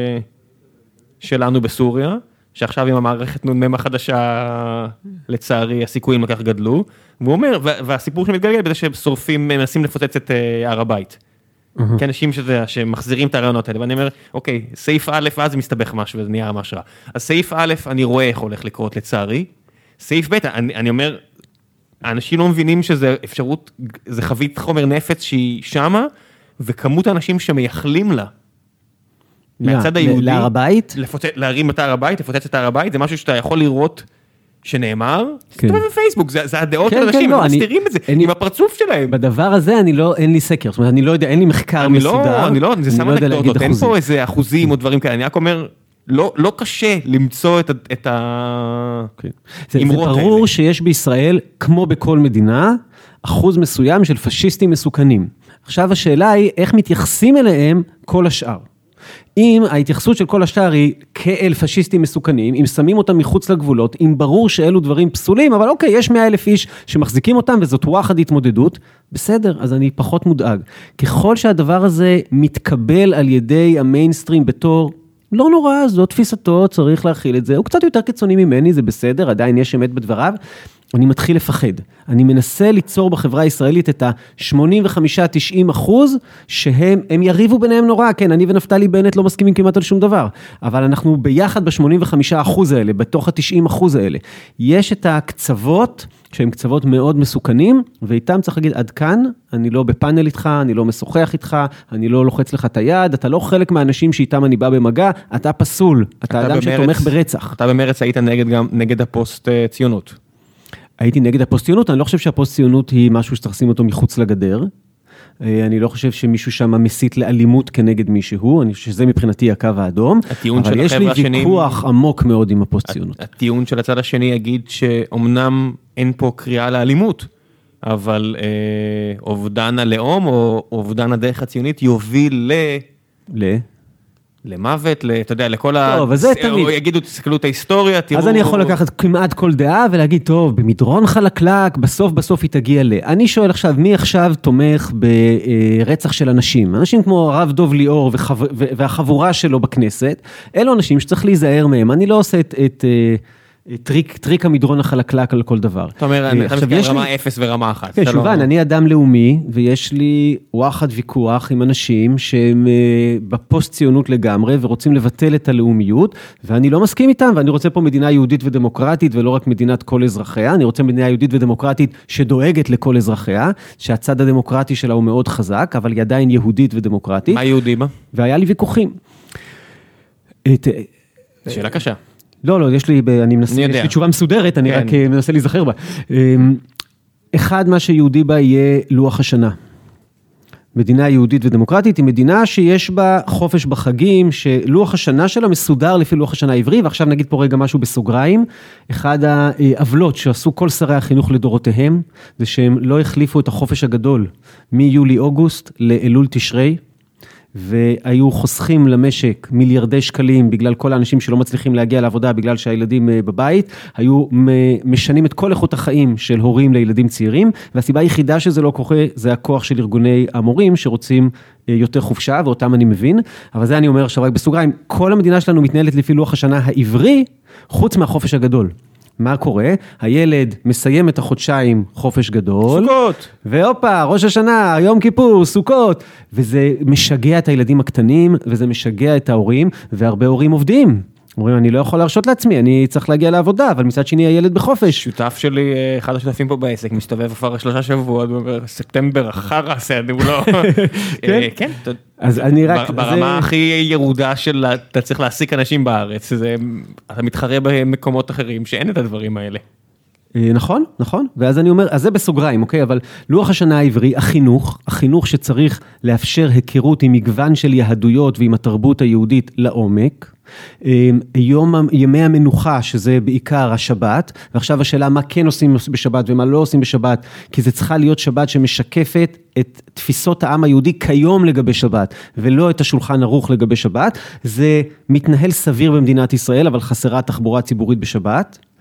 שלנו בסוריה, שעכשיו עם המערכת נ"מ החדשה, לצערי, הסיכויים לכך גדלו, והוא אומר, והסיפור שמתגלגל בזה ששורפים, מנסים לפוצץ את הר הבית. כאנשים שמחזירים את הרעיונות האלה, ואני אומר, אוקיי, סעיף א', ואז זה מסתבך משהו, וזה נהיה ממש רע. אז סעיף א', אני רואה איך הולך לקרות לצערי. סעיף ב', אני אומר, האנשים לא מבינים שזה אפשרות, זה חבית חומר נפץ שהיא שמה, וכמות האנשים שמייחלים לה, מהצד היהודי, להר הבית? להרים את הר הבית, לפוצץ את הר הבית, זה משהו שאתה יכול לראות שנאמר, זה טוב בפייסבוק, זה הדעות של אנשים, הם מסתירים את זה, עם הפרצוף שלהם. בדבר הזה אין לי סקר, זאת אומרת, אני לא יודע, אין לי מחקר מסודר. זה שם אנקדוטות, אין פה איזה אחוזים או דברים כאלה, אני רק אומר, לא קשה למצוא את האמרות האלה. זה ברור שיש בישראל, כמו בכל מדינה, אחוז מסוים של פשיסטים מסוכנים. עכשיו השאלה היא, איך מתייחסים אליהם כל השאר? אם ההתייחסות של כל השאר היא כאל פשיסטים מסוכנים, אם שמים אותם מחוץ לגבולות, אם ברור שאלו דברים פסולים, אבל אוקיי, יש 100,000 איש שמחזיקים אותם, וזאת וואחד התמודדות, בסדר, אז אני פחות מודאג. ככל שהדבר הזה מתקבל על ידי המיינסטרים בתור, לא נורא, זאת תפיסתו, צריך להכיל את זה, הוא קצת יותר קיצוני ממני, זה בסדר, עדיין יש אמת בדבריו, אני מתחיל לפחד. אני מנסה ליצור בחברה הישראלית את ה-85-90% שהם יריבו ביניהם נורא, כן, אני ונפתלי בנט לא מסכימים כמעט על שום דבר, אבל אנחנו ביחד ב-85% האלה, בתוך ה-90% האלה. יש את הקצוות, שהם קצוות מאוד מסוכנים, ואיתם צריך להגיד, עד כאן, אני לא בפאנל איתך, אני לא משוחח איתך, אני לא לוחץ לך את היד, אתה לא חלק מהאנשים שאיתם אני בא במגע, אתה פסול, אתה אדם שתומך ברצח. אתה במרץ היית נגד הפוסט ציונות. הייתי נגד הפוסט-ציונות, אני לא חושב שהפוסט-ציונות היא משהו שצריך לשים אותו מחוץ לגדר, אני לא חושב שמישהו שם מסית לאלימות כנגד מישהו, אני חושב שזה מבחינתי הקו האדום, אבל יש לי ויכוח עמוק מאוד עם הפוסט-ציונות. הטיעון של הצד השני יגיד שאומנם אין פה קריאה לאלימות, אבל אובדן הלאום או אובדן הדרך הציונית יוביל למוות, אתה יודע, לכל או יגידו, תסתכלו את ההיסטוריה, תראו... אז אני יכול לקחת כמעט כל דעה ולהגיד, טוב, במדרון חלקלק, בסוף היא תגיע אני שואל עכשיו, מי עכשיו תומך ברצח של אנשים? אנשים כמו הרב דוב ליאור והחבורה שלו בכנסת, אלו אנשים שצריך להיזהר מהם. אני לא עושה את טריק המדרון החלקלק על כל דבר. אתה אומר, אתה מסתכל רמה 0 ורמה 1. כן, שובן, אני אדם לאומי, ויש לי וואחד ויכוח עם אנשים שהם בפוסט ציונות לגמרי, ורוצים לבטל את הלאומיות, ואני לא מסכים איתם, ואני רוצה פה מדינה יהודית ודמוקרטית, ולא רק מדינת כל אזרחיה, אני רוצה מדינה יהודית ודמוקרטית שדואגת לכל אזרחיה, שהצד הדמוקרטי שלה הוא מאוד חזק, אבל היא עדיין יהודית ודמוקרטית. מה יהודי בה? והיה לי ויכוחים. שאלה קשה. לא, יש לי תשובה מסודרת, אני רק מנסה להיזכר בה. אחד, מה שיהודי בה יהיה לוח השנה. מדינה יהודית ודמוקרטית היא מדינה שיש בה חופש בחגים, שלוח השנה שלה מסודר לפי לוח השנה העברי, ועכשיו נגיד פה רגע משהו בסוגריים, אחד העוולות שעשו כל שרי החינוך לדורותיהם, זה שהם לא החליפו את החופש הגדול, מיולי-אוגוסט לאלול תשרי, והיו חוסכים למשק מיליארדי שקלים בגלל כל האנשים שלא מצליחים להגיע לעבודה בגלל שהילדים בבית, היו משנים את כל איכות החיים של הורים לילדים צעירים, והסיבה היחידה שזה לא קורה זה הכוח של ארגוני המורים שרוצים יותר חופשה, ואותם אני מבין, אבל זה אני אומר עכשיו רק בסוגריים, כל המדינה שלנו מתנהלת לפי לוח השנה העברי, חוץ מהחופש הגדול. מה קורה? הילד מסיים את החודשיים חופש גדול. סוכות. והופה, ראש השנה, יום כיפור, סוכות. וזה משגע את הילדים הקטנים, וזה משגע את ההורים, והרבה הורים עובדים. אומרים, אני לא יכול להרשות לעצמי, אני צריך להגיע לעבודה, אבל מצד שני הילד בחופש. שותף שלי, אחד השותפים פה בעסק, מסתובב כבר 3 שבועות, ספטמבר, אחר הסעד, הוא לא... כן, אז אני רק... ברמה הכי ירודה של, אתה צריך להעסיק אנשים בארץ, אתה מתחרה במקומות אחרים, שאין את הדברים האלה. נכון, נכון, ואז אני אומר, אז זה בסוגריים, אוקיי, אבל לוח השנה העברי, החינוך שצריך לאפשר היכרות עם מגוון של יהדויות ועם התרבות היהודית לעומק, ימי המנוחה, שזה בעיקר השבת, ועכשיו השאלה מה כן עושים בשבת ומה לא עושים בשבת, כי זה צריכה להיות שבת שמשקפת את תפיסות העם היהודי כיום לגבי שבת, ולא את השולחן ערוך לגבי שבת, זה מתנהל סביר במדינת ישראל, אבל חסרה תחבורה ציבורית בשבת,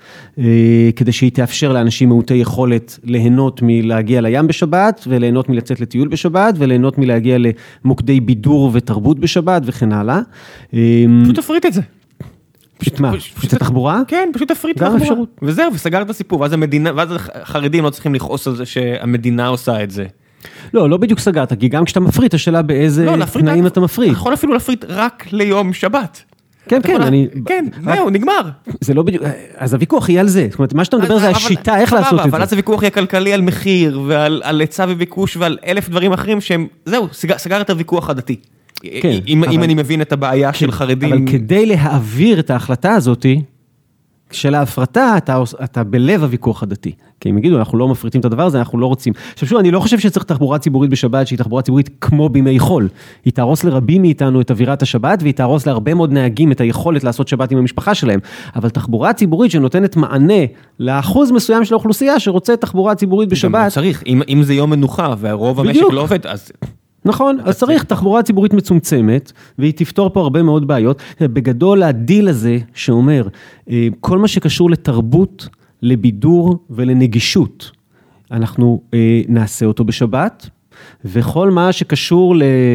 כדי שהיא תאפשר לאנשים מעוטי יכולת ליהנות מלהגיע לים בשבת, וליהנות מלצאת לטיול בשבת, וליהנות מלהגיע למוקדי בידור ותרבות בשבת וכן הלאה. פשוט תפריט את זה. פשוט מה? פשוט התחבורה? כן, פשוט תפריט את התחבורה. וזהו, וסגר את הסיפור, ואז החרדים לא צריכים לכעוס על זה שהמדינה עושה את זה. לא בדיוק סגרת, כי גם כשאתה מפריט, השאלה באיזה תנאים אתה מפריט. אתה יכול אפילו להפריט רק ליום שבת. כן, זהו, נגמר. זה לא בדיוק, אז הוויכוח יהיה על זה. זאת אומרת, מה שאתה מדבר זה השיטה, איך לעשות את זה. אבל אז הוויכוח יהיה כלכלי על מחיר, ועל היצע וביקוש, ועל 1000 דברים אחרים שהם, זהו, סגר את הוויכוח הדתי. אם אני מבין את הבעיה של חרדים. אבל כדי להעביר את ההחלטה הזאת, של ההפרטה, אתה בלב הוויכוח הדתי. כי הם יגידו, אנחנו לא מפריטים את הדבר הזה, אנחנו לא רוצים. עכשיו שוב, אני לא חושב שצריך תחבורה ציבורית בשבת, שהיא תחבורה ציבורית כמו בימי חול. היא תהרוס לרבים מאיתנו את אווירת השבת, והיא תהרוס להרבה מאוד נהגים את היכולת לעשות שבת עם המשפחה שלהם. אבל תחבורה ציבורית שנותנת מענה לאחוז מסוים של האוכלוסייה, שרוצה תחבורה ציבורית בשבת. צריך, אם זה יום מנוחה, והרוב המשק לא עובד, אז... נכון, אז צריך תחבורה ציבורית מצומצמת, והיא תפתור פה הרבה מאוד בעיות. בגדול, הדיל הזה שאומר, כל מה שקשור לתרבות, לבידור ולנגישות, אנחנו נעשה אותו בשבת, וכל מה שקשור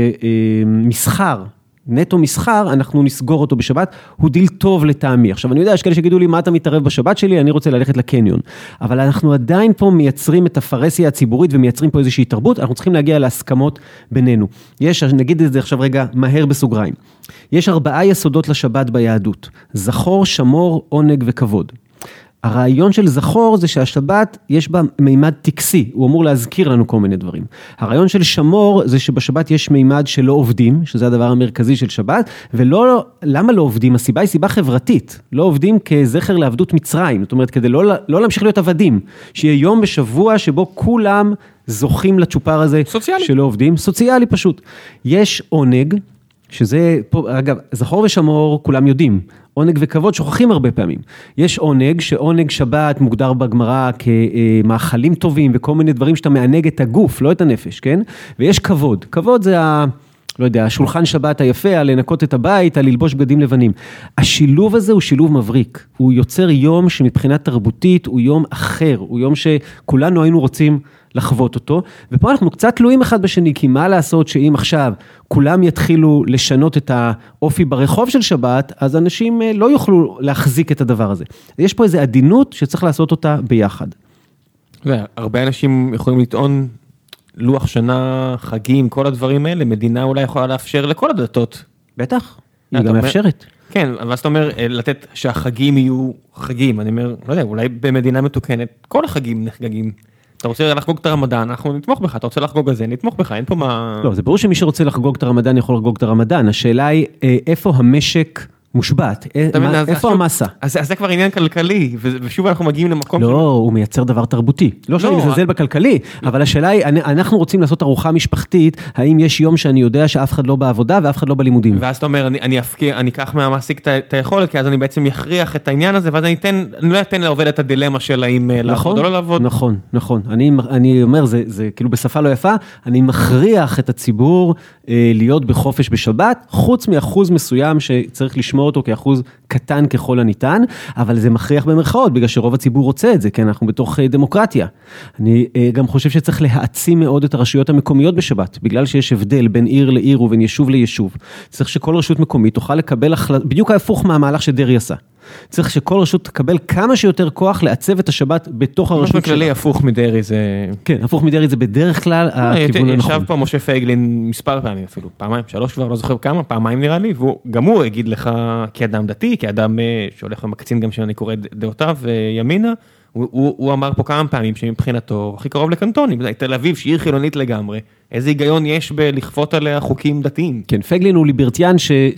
למסחר, נטו מסחר, אנחנו נסגור אותו בשבת, הוא דיל טוב לטעמי. עכשיו, אני יודע, יש כאלה שגידו לי, מה אתה מתערב בשבת שלי? אני רוצה ללכת לקניון. אבל אנחנו עדיין פה מייצרים את הפרסיה הציבורית, ומייצרים פה איזושהי תרבות, אנחנו צריכים להגיע להסכמות בינינו. נגיד את זה עכשיו רגע, מהר בסוגריים. יש 4 יסודות לשבת ביהדות. זכור, שמור, עונג וכבוד. הרעיון של זכור זה שהשבת יש בה מימד טקסי, הוא אמור להזכיר לנו כל מיני דברים. הרעיון של שמור זה שבשבת יש מימד שלא עובדים, שזה הדבר המרכזי של שבת, למה לא עובדים? הסיבה היא סיבה חברתית, לא עובדים כזכר לעבדות מצרים, זאת אומרת, כדי לא להמשיך להיות עבדים, שיהיה יום בשבוע שבו כולם זוכים לצ'ופר הזה, סוציאלי. שלא עובדים, סוציאלי פשוט. יש עונג, שזה פה, אגב, זכור ושמור כולם יודעים, עונג וכבוד שוכחים הרבה פעמים. יש עונג, שעונג שבת מוגדר בגמרא כמאכלים טובים, וכל מיני דברים שאתה מענג את הגוף, לא את הנפש, כן? ויש כבוד. כבוד זה לא יודע, השולחן שבת היפה, לנקות את הבית, ללבוש בגדים לבנים. השילוב הזה הוא שילוב מבריק. הוא יוצר יום שמבחינה תרבותית הוא יום אחר, הוא יום שכולנו היינו רוצים לחוות אותו, ופה אנחנו קצת תלויים אחד בשני, כי מה לעשות שאם עכשיו כולם יתחילו לשנות את האופי ברחוב של שבת, אז אנשים לא יוכלו להחזיק את הדבר הזה. יש פה איזו עדינות שצריך לעשות אותה ביחד. והרבה אנשים יכולים לטעון לוח שנה, חגים, כל הדברים האלה, מדינה אולי יכולה לאפשר לכל הדתות. בטח, היא גם מאפשרת. כן, אבל זאת אומרת, לתת שהחגים יהיו חגים, אני אומר, לא יודע, אולי במדינה מתוקנת, כל החגים נחגגים. אתה רוצה לחגוג את הרמדאן, אנחנו נתמוך בך, אתה רוצה לחגוג את זה, נתמוך בך, אין פה מה... לא, זה ברור שמי שרוצה לחגוג את הרמדאן יכול לחגוג את הרמדאן, השאלה היא איפה המשק מושבת, איפה המסה? אז זה כבר עניין כלכלי, ושוב אנחנו מגיעים למקום... לא, הוא מייצר דבר תרבותי, לא שאני מזלזל בכלכלי, אבל השאלה היא, אנחנו רוצים לעשות ארוחה משפחתית, האם יש יום שאני יודע שאף אחד לא בעבודה ואף אחד לא בלימודים? ואז אתה אומר, אני אקח מהמעסיק את היכולת, כי אז אני בעצם יכריח את העניין הזה, ואז אני לא אתן לעובד את הדילמה של האם לעבוד או לא לעבוד. נכון. אני אומר, זה כאילו בשפה לא יפה, אני מכריח את הציבור להיות בחופש בשבת, חוץ מאחוז מסוים שצריך לשמור אותו כאחוז קטן ככל הניתן, אבל זה מכריח במרכאות, בגלל שרוב הציבור רוצה את זה, כי אנחנו בתוך דמוקרטיה. אני גם חושב שצריך להעצים מאוד את הרשויות המקומיות בשבת, בגלל שיש הבדל בין עיר לעיר ובין יישוב ליישוב. צריך שכל רשות מקומית תוכל לקבל החלטה, בדיוק ההפוך מהמהלך שדרעי עשה. צריך שכל רשות תקבל כמה שיותר כוח לעצב את השבת בתוך הרשות שלה. בכללי הפוך מדרעי זה... כן, הפוך מדרעי זה בדרך כלל הכיוון הנכון. ישב פה משה פייגלין מספר פעמים אפילו, פעמיים, 3 כבר, לא זוכר כמה, פעמיים נראה לי, וגם הוא יגיד לך כאדם דתי, כאדם שהולך ומקצין גם שאני קורא דעותיו ימינה, הוא אמר פה כמה פעמים שמבחינתו הכי קרוב לקנטונים, תל אביב שהיא עיר חילונית לגמרי, איזה היגיון יש בלכפות עליה חוקים דתיים? כן, פייגלין הוא ליברטיאן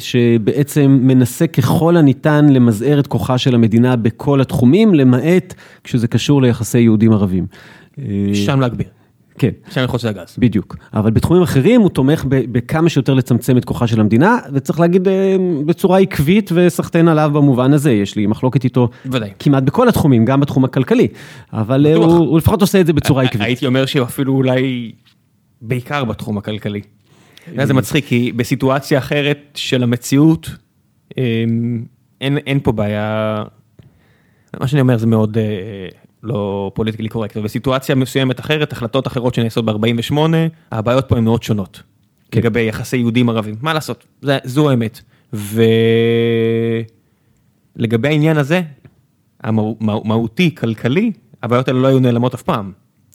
שבעצם מנסה ככל הניתן למזער את כוחה של המדינה בכל התחומים, למעט כשזה קשור ליחסי יהודים ערבים. שם להגביר. כן. שם לחוץ לגז. בדיוק. אבל בתחומים אחרים הוא תומך בכמה שיותר לצמצם את כוחה של המדינה, וצריך להגיד בצורה עקבית וסחטן עליו במובן הזה. יש לי מחלוקת איתו כמעט בכל התחומים, גם בתחום הכלכלי. אבל הוא לפחות עושה את זה בצורה עקבית. הייתי אומר שאפילו אולי בעיקר בתחום הכלכלי. זה מצחיק, כי בסיטואציה אחרת של המציאות, אין פה בעיה... מה שאני אומר זה מאוד לא פוליטיקלי קורקט, ובסיטואציה מסוימת אחרת, החלטות אחרות שנעשות ב-48, הבעיות פה הן מאוד שונות, לגבי יחסי יהודים ערבים. מה לעשות? זו האמת. ולגבי העניין הזה, המהותי, כלכלי, הבעיות האלה לא היו נעלמות אף פעם.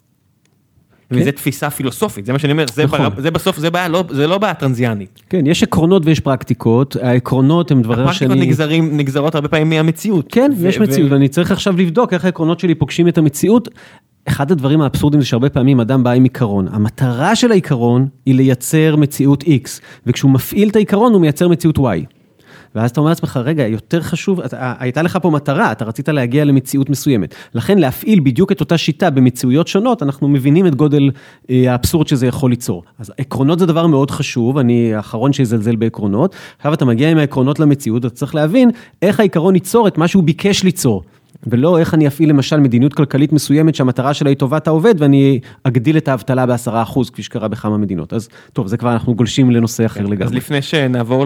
וזו תפיסה פילוסופית, זה מה שאני אומר, זה בסוף, זה לא בעיה טרנזיאנית. כן, יש עקרונות ויש פרקטיקות, העקרונות הם דברים שאני... הפרקטיקות נגזרות הרבה פעמים מהמציאות. כן, יש מציאות, ואני צריך עכשיו לבדוק איך העקרונות שלי פוגשים את המציאות. אחד הדברים האבסורדים זה שהרבה פעמים אדם בא עם עיקרון. המטרה של העיקרון היא לייצר מציאות X, וכשהוא מפעיל את העיקרון הוא מייצר מציאות Y. ואז אתה אומר לעצמך, רגע, יותר חשוב, הייתה לך פה מטרה, אתה רצית להגיע למציאות מסוימת. לכן להפעיל בדיוק את אותה שיטה במציאויות שונות, אנחנו מבינים את גודל האבסורד שזה יכול ליצור. אז עקרונות זה דבר מאוד חשוב, אני האחרון שיזלזל בעקרונות. עכשיו אתה מגיע עם העקרונות למציאות, אתה צריך להבין איך העיקרון ייצור את מה שהוא ביקש ליצור. ולא איך אני אפעיל למשל מדיניות כלכלית מסוימת שהמטרה שלה היא טובת העובד, ואני אגדיל את האבטלה ב10%, כפי שקרה בכמה מדינות. אז טוב, זה כבר אנחנו גולשים לנושא אחר לגמרי. אז לפני שנעבור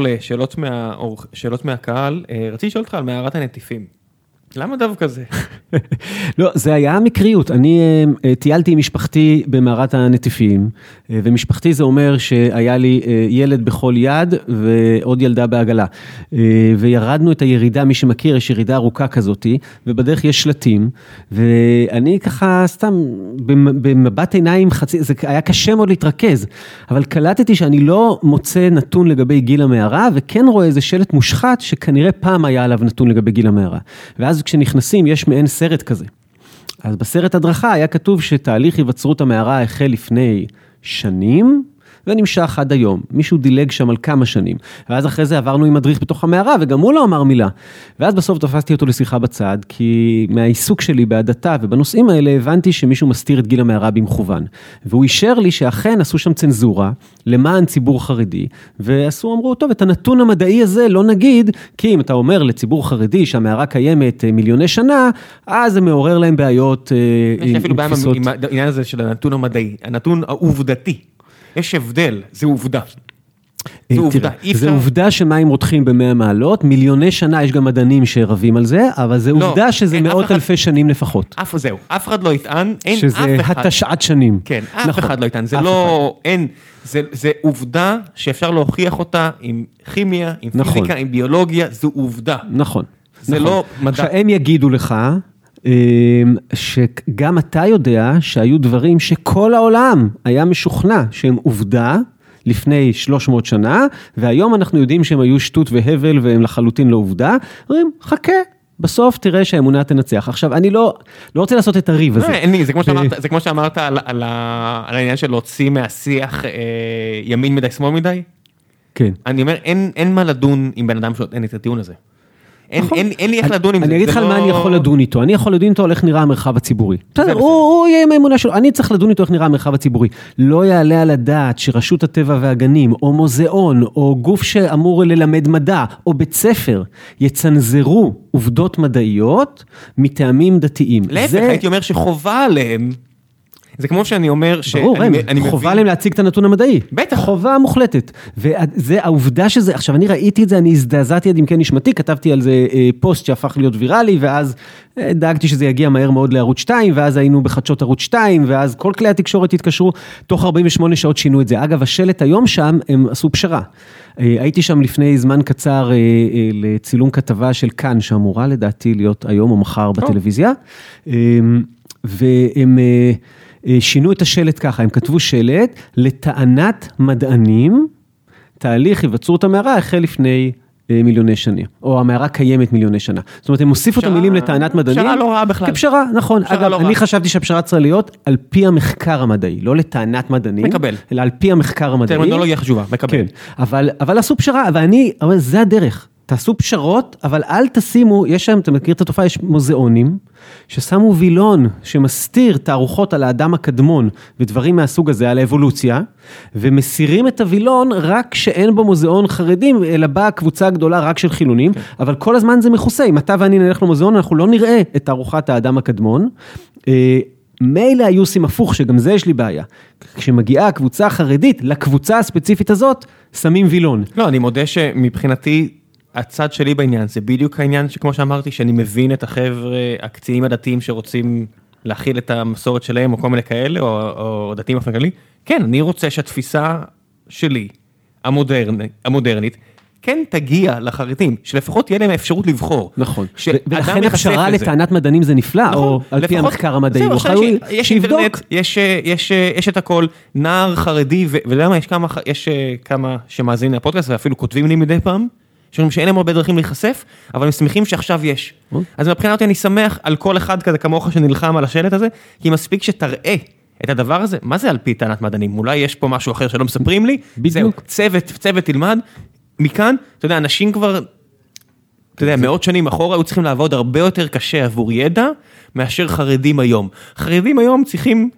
לשאלות מהקהל, רציתי לשאול אותך על מערת הנטיפים. למה דווקא זה? לא, זה היה מקריות. אני טיילתי עם משפחתי במערת הנטיפים, ומשפחתי זה אומר שהיה לי ילד בכל יד ועוד ילדה בעגלה. וירדנו את הירידה, מי שמכיר, יש ירידה ארוכה כזאת, ובדרך יש שלטים, ואני ככה סתם במבט עיניים חצי, זה היה קשה מאוד להתרכז, אבל קלטתי שאני לא מוצא נתון לגבי גיל המערה, וכן רואה איזה שלט מושחת שכנראה פעם היה עליו נתון לגבי גיל המערה. ואז כשנכנסים יש מעין סרט כזה. אז בסרט הדרכה היה כתוב שתהליך היווצרות המערה החל לפני שנים, ונמשך עד היום. מישהו דילג שם על כמה שנים. ואז אחרי זה עברנו עם מדריך בתוך המערה, וגם הוא לא אמר מילה. ואז בסוף תפסתי אותו לשיחה בצד, כי מהעיסוק שלי בהדתה ובנושאים האלה, הבנתי שמישהו מסתיר את גיל המערה במכוון. והוא אישר לי שאכן עשו שם צנזורה, למען ציבור חרדי, אמרו, טוב, את הנתון המדעי הזה לא נגיד, כי אם אתה אומר לציבור חרדי שהמערה קיימת מיליוני שנה, אז זה מעורר להם בעיות יש אפילו בעיה עם העניין הזה של הנתון המדעי, הנתון העובדתי. יש הבדל, זה עובדה. זה עובדה. זה עובדה שמים רותחים ב100 מעלות, מיליוני שנה יש גם מדענים שרבים על זה, אבל זה עובדה שזה מאות אלפי שנים לפחות. זהו, אף אחד לא יטען, אין אף אחד. שזה התשעת שנים. כן, אף אחד לא יטען, זה לא, אין, זה עובדה שאפשר להוכיח אותה עם כימיה, עם פיזיקה, עם ביולוגיה, זו עובדה. נכון. זה לא מדע. עכשיו הם יגידו לך, שגם אתה יודע שהיו דברים שכל העולם היה משוכנע שהם עובדה לפני 300 שנה, והיום אנחנו יודעים שהם היו שטות והבל והם לחלוטין לא עובדה, אומרים, חכה, בסוף תראה שהאמונה תנצח. עכשיו, אני לא רוצה לעשות את הריב הזה. זה כמו שאמרת על העניין של להוציא מהשיח ימין מדי, שמאל מדי. כן. אני אומר, אין מה לדון עם בן אדם שאין את הטיעון הזה. אין לי איך לדון עם זה. אני אגיד לך על מה אני יכול לדון איתו. אני יכול לדון איתו על איך נראה המרחב הציבורי. הוא יהיה עם האמונה שלו. אני צריך לדון איתו איך נראה המרחב הציבורי. לא יעלה על הדעת שרשות הטבע והגנים, או מוזיאון, או גוף שאמור ללמד מדע, או בית ספר, יצנזרו עובדות מדעיות מטעמים דתיים. להפך, הייתי אומר שחובה עליהם, זה כמו שאני אומר ברור, חובה להם להציג את הנתון המדעי. בטח. חובה מוחלטת. וזה העובדה שזה, עכשיו אני ראיתי את זה, אני הזדעזעתי עד עמקי נשמתי, כתבתי על זה פוסט שהפך להיות ויראלי, ואז דאגתי שזה יגיע מהר מאוד לערוץ 2, ואז היינו בחדשות ערוץ 2, ואז כל כלי התקשורת התקשרו, תוך 48 שעות שינו את זה. אגב, השלט היום שם, הם עשו פשרה. הייתי שם לפני זמן קצר לצילום כתבה של כאן, שאמורה לדעתי להיות היום או מחר בטלוויזיה, והם שינו את השלט ככה, הם כתבו שלט, לטענת מדענים, תהליך היווצרות המערה החל לפני מיליוני שנים, או המערה קיימת מיליוני שנה. זאת אומרת, הם הוסיפו את המילים לטענת מדענים. פשרה לא רעה בכלל. כפשרה, נכון. אגב, אני חשבתי שהפשרה צריכה להיות על פי המחקר המדעי, לא לטענת מדענים, מקבל. אלא על פי המחקר המדעי. טרמינולוגיה חשובה, מקבל. כן, אבל עשו פשרה, אבל זה הדרך. תעשו פשרות, אבל אל תשימו, יש שם, אתה מכיר את התופעה, יש מוזיאונים, ששמו וילון שמסתיר תערוכות על האדם הקדמון, ודברים מהסוג הזה, על האבולוציה, ומסירים את הוילון רק שאין בו מוזיאון חרדים, אלא באה קבוצה גדולה רק של חילונים, אבל כל הזמן זה מכוסה, אם אתה ואני נלך למוזיאון, אנחנו לא נראה את תערוכת האדם הקדמון, מילא היו עושים הפוך, שגם זה יש לי בעיה. כשמגיעה הקבוצה החרדית, לקבוצה הספציפית הזאת, שמים וילון. לא, אני מודה שמבחינתי, הצד שלי בעניין, זה בדיוק העניין שכמו שאמרתי, שאני מבין את החבר'ה, הקצינים הדתיים שרוצים להכיל את המסורת שלהם, או כל מיני כאלה, או דתיים באופן כללי. כן, אני רוצה שהתפיסה שלי, המודרנית, כן תגיע לחרדים, שלפחות תהיה להם האפשרות לבחור. נכון. ולכן הפשרה לטענת מדענים זה נפלא, או על פי המחקר המדעי, הוא חייב שיבדוק. יש את הכל, נער חרדי, ולמה יש כמה שמאזינים לפודקאסט, ואפילו כותבים לי מדי פעם, שאומרים שאין להם הרבה דרכים להיחשף, אבל הם שמחים שעכשיו יש. אז מבחינת אותי אני שמח על כל אחד כזה כמוך שנלחם על השלט הזה, כי מספיק שתראה את הדבר הזה, מה זה על פי טענת מדענים? אולי יש פה משהו אחר שלא מספרים לי? בדיוק. צוות תלמד. מכאן, אתה יודע, אנשים כבר, אתה יודע, מאות שנים אחורה, היו צריכים לעבוד הרבה יותר קשה עבור ידע, מאשר חרדים היום. חרדים היום צריכים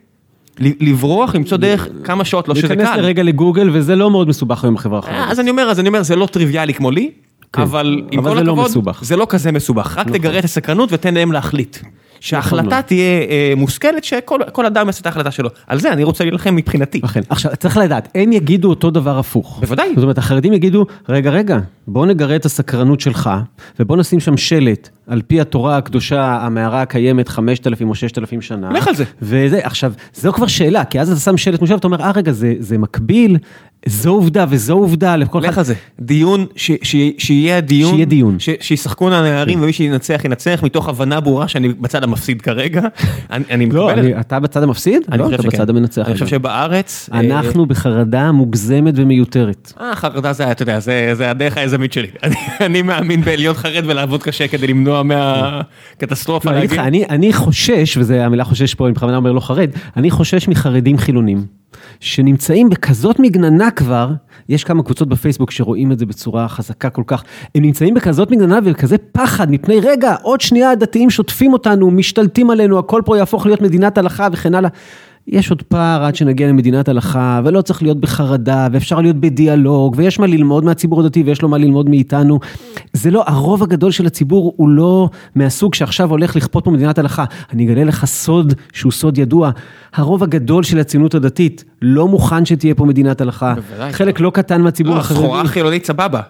לברוח, למצוא דרך כמה שעות, לא שזה קל. להיכנס לרגע לגוגל, וזה לא מאוד מסובך היום בחברה החרדית. אז אני אומר, זה לא טריוויאלי כמו לי, אבל עם כל הכבוד, זה לא כזה מסובך. רק תגרה את הסקרנות ותן להם להחליט. שההחלטה תהיה מושכלת, שכל אדם יעשה את ההחלטה שלו. על זה אני רוצה להילחם מבחינתי. עכשיו, צריך לדעת, הם יגידו אותו דבר הפוך. בוודאי. זאת אומרת, החרדים יגידו, רגע, בוא נגרה את הסקרנות שלך, ובוא נשים שם שלט, על פי התורה הקדושה, המערה הקיימת 5,000 או 6,000 שנה. לך על זה. וזה, עכשיו, זו כבר שאלה, כי אז אתה שם שלט מושב, אתה אומר, רגע, זה מקביל, זו עובדה וזו עובדה. לך על זה. דיון, שיהיה דיון. שישחקו הנערים, ומי שינצח, מתוך הבנה ברורה שאני בצד המפסיד כרגע. אני מקבל. לא, אתה בצד המפסיד? לא, אתה בצד המנצח. אני חושב שבארץ... אנחנו בחרדה מוגזמת ומיותרת. חרדה זה, אתה יודע, זה הדרך היזמית שלי. אני מאמין בלהיות חרד ולעבוד קשה כדי למנוע מהקטסטרופה. אני חושש, וזו המילה חושש פה, אני בכוונה אומר לא חרד, אני חושש מחרדים חילונים, שנמצאים בכזאת מגננה כבר, יש כמה קבוצות בפייסבוק שרואים את זה בצורה חזקה כל כך, הם נמצאים בכזאת מגננה וכזה פחד, מפני רגע, עוד שנייה הדתיים שוטפים אותנו, משתלטים עלינו, הכל פה יהפוך להיות מדינת הלכה וכן הלאה. יש עוד פער עד שנגיע למדינת הלכה, ולא צריך להיות בחרדה, ואפשר להיות בדיאלוג, ויש מה ללמוד מהציבור הדתי, ויש לו מה ללמוד מאיתנו. זה לא, הרוב הגדול של הציבור הוא לא מהסוג שעכשיו הולך לכפות פה מדינת הלכה. אני אגלה לך סוד שהוא סוד ידוע. הרוב הגדול של הציונות הדתית לא מוכן שתהיה פה מדינת הלכה. חלק לא קטן מהציבור החרדי. סחורה חילונית סבבה.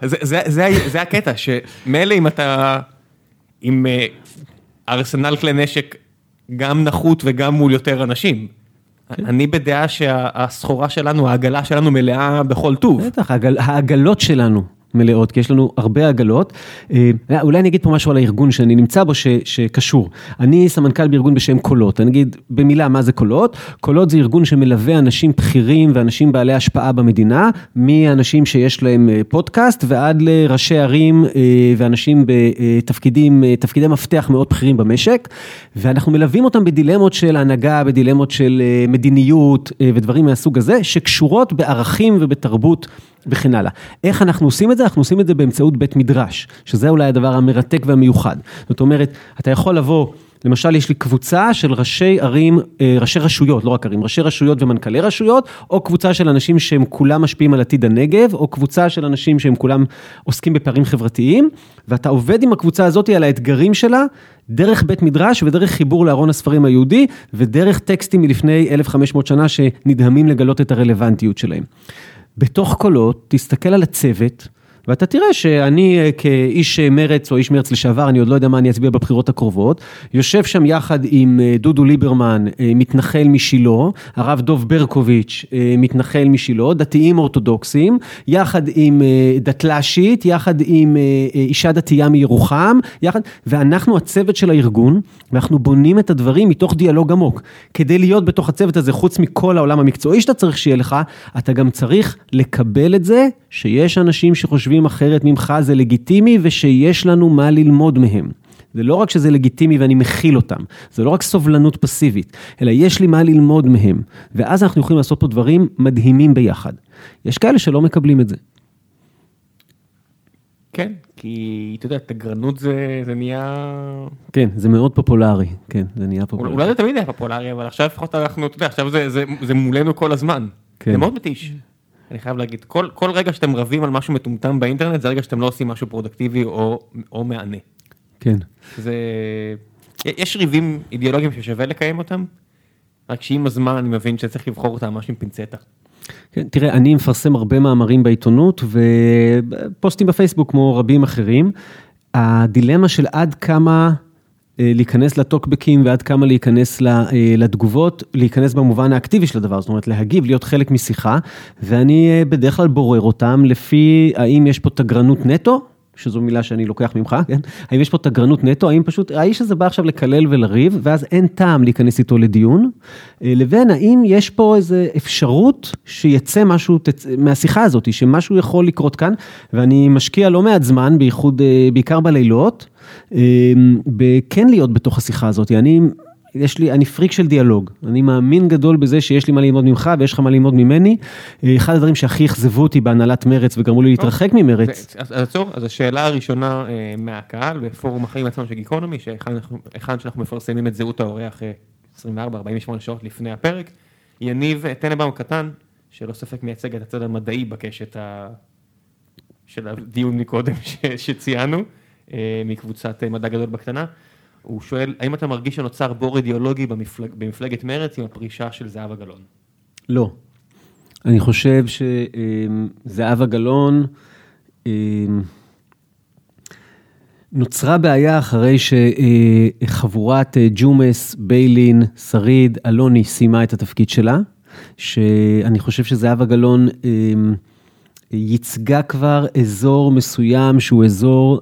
זה הקטע, שמילא אם אתה עם ארסנל כלי נשק גם נחות וגם מול יותר אנשים. אני בדעה שהסחורה שלנו, העגלה שלנו מלאה בכל טוב. בטח, העגלות שלנו מלאות, כי יש לנו הרבה עגלות. אולי אני אגיד פה משהו על הארגון שאני נמצא בו שקשור. אני סמנכ"ל בארגון בשם קולות. אני אגיד במילה מה זה קולות. קולות זה ארגון שמלווה אנשים בכירים ואנשים בעלי השפעה במדינה, מאנשים שיש להם פודקאסט ועד לראשי ערים ואנשים בתפקידי מפתח מאוד בכירים במשק, ואנחנו מלווים אותם בדילמות של הנהגה, בדילמות של מדיניות ודברים מהסוג הזה, שקשורות בערכים ובתרבות וכן הלאה. איך אנחנו עושים את זה? אנחנו עושים את זה באמצעות בית מדרש, שזה אולי הדבר המרתק והמיוחד. זאת אומרת, אתה יכול לבוא, למשל יש לי קבוצה של ראשי ערים, ראשי רשויות, לא רק ערים, ראשי רשויות ומנכ"לי רשויות, או קבוצה של אנשים שהם כולם משפיעים על עתיד הנגב, או קבוצה של אנשים שהם כולם עוסקים בפערים חברתיים, ואתה עובד עם הקבוצה הזאת על האתגרים שלה, דרך בית מדרש ודרך חיבור לארון הספרים היהודי, ודרך טקסטים מלפני 1500 שנה שנדהמים לגלות את הרלוונטיות שלהם. בתוך קולות, תסתכל על הצוות, ואתה תראה שאני כאיש מרץ או איש מרץ לשעבר, אני עוד לא יודע מה אני אצביע בבחירות הקרובות, יושב שם יחד עם דודו ליברמן, מתנחל משילו, הרב דוב ברקוביץ', מתנחל משילו, דתיים אורתודוקסים, יחד עם דתל"שית, יחד עם אישה דתייה מירוחם, ואנחנו הצוות של הארגון, ואנחנו בונים את הדברים מתוך דיאלוג עמוק. כדי להיות בתוך הצוות הזה, חוץ מכל העולם המקצועי שאתה צריך שיהיה לך, אתה גם צריך לקבל את זה, שיש אנשים שחושבים אחרת ממך, זה לגיטימי, ושיש לנו מה ללמוד מהם. זה לא רק שזה לגיטימי ואני מכיל אותם, זה לא רק סובלנות פסיבית, אלא יש לי מה ללמוד מהם, ואז אנחנו יכולים לעשות פה דברים מדהימים ביחד. יש כאלה שלא מקבלים את זה. כן, כי אתה יודע, תגרנות זה נהיה... כן, זה מאוד פופולרי, כן, זה נהיה פופולרי. אולי זה תמיד היה פופולרי, אבל עכשיו לפחות אנחנו, אתה יודע, עכשיו זה מולנו כל הזמן. זה מאוד מתיש. אני חייב להגיד, כל רגע שאתם רבים על משהו מטומטם באינטרנט, זה רגע שאתם לא עושים משהו פרודקטיבי או מענה. כן. יש ריבים אידיאולוגיים ששווה לקיים אותם, רק שעם הזמן אני מבין שצריך לבחור אותה ממש עם פינצטה. כן, תראה, אני מפרסם הרבה מאמרים בעיתונות, ופוסטים בפייסבוק כמו רבים אחרים. הדילמה של עד כמה להיכנס לטוקבקים, ועד כמה להיכנס לתגובות, להיכנס במובן האקטיבי של הדבר, זאת אומרת, להגיב, להיות חלק משיחה, ואני בדרך כלל בורר אותם לפי האם יש פה תגרנות נטו, שזו מילה שאני לוקח ממך, כן? האם יש פה תגרנות נטו, האם פשוט האיש הזה בא עכשיו לקלל ולריב, ואז אין טעם להיכנס איתו לדיון, לבין האם יש פה איזו אפשרות שיצא משהו מהשיחה הזאת, שמשהו יכול לקרות כאן, ואני משקיע לא מעט זמן, בעיקר בלילות, כן להיות בתוך השיחה הזאת. אני פריק של דיאלוג, אני מאמין גדול בזה שיש לי מה ללמוד ממך ויש לך מה ללמוד ממני. אחד הדברים שהכי החזבו אותי בהנהלת מרץ וגרמו לי להתרחק ממרץ. אז השאלה הראשונה מהקהל בפורום החיים עצמם של גיקונומי, שאחד שאנחנו מפרסמים את זהות האורח 24-48 שעות לפני הפרק, יניב טננבאום קטן, שלא ספק מייצג את הצד המדעי בקשת של הדיון מקודם שציינו, מקבוצת מדע גדול בקטנה. הוא שואל, האם אתה מרגיש שנוצר בור אידיאולוגי במפלגת מרץ עם הפרישה של זהבה גלאון? לא. אני חושב שזהבה גלאון נוצרה בעיה אחרי שחבורת ג'ומס, ביילין, שריד, אלוני סיימה את התפקיד שלה, שאני חושב שזהבה גלאון ייצגה כבר אזור מסוים שהוא אזור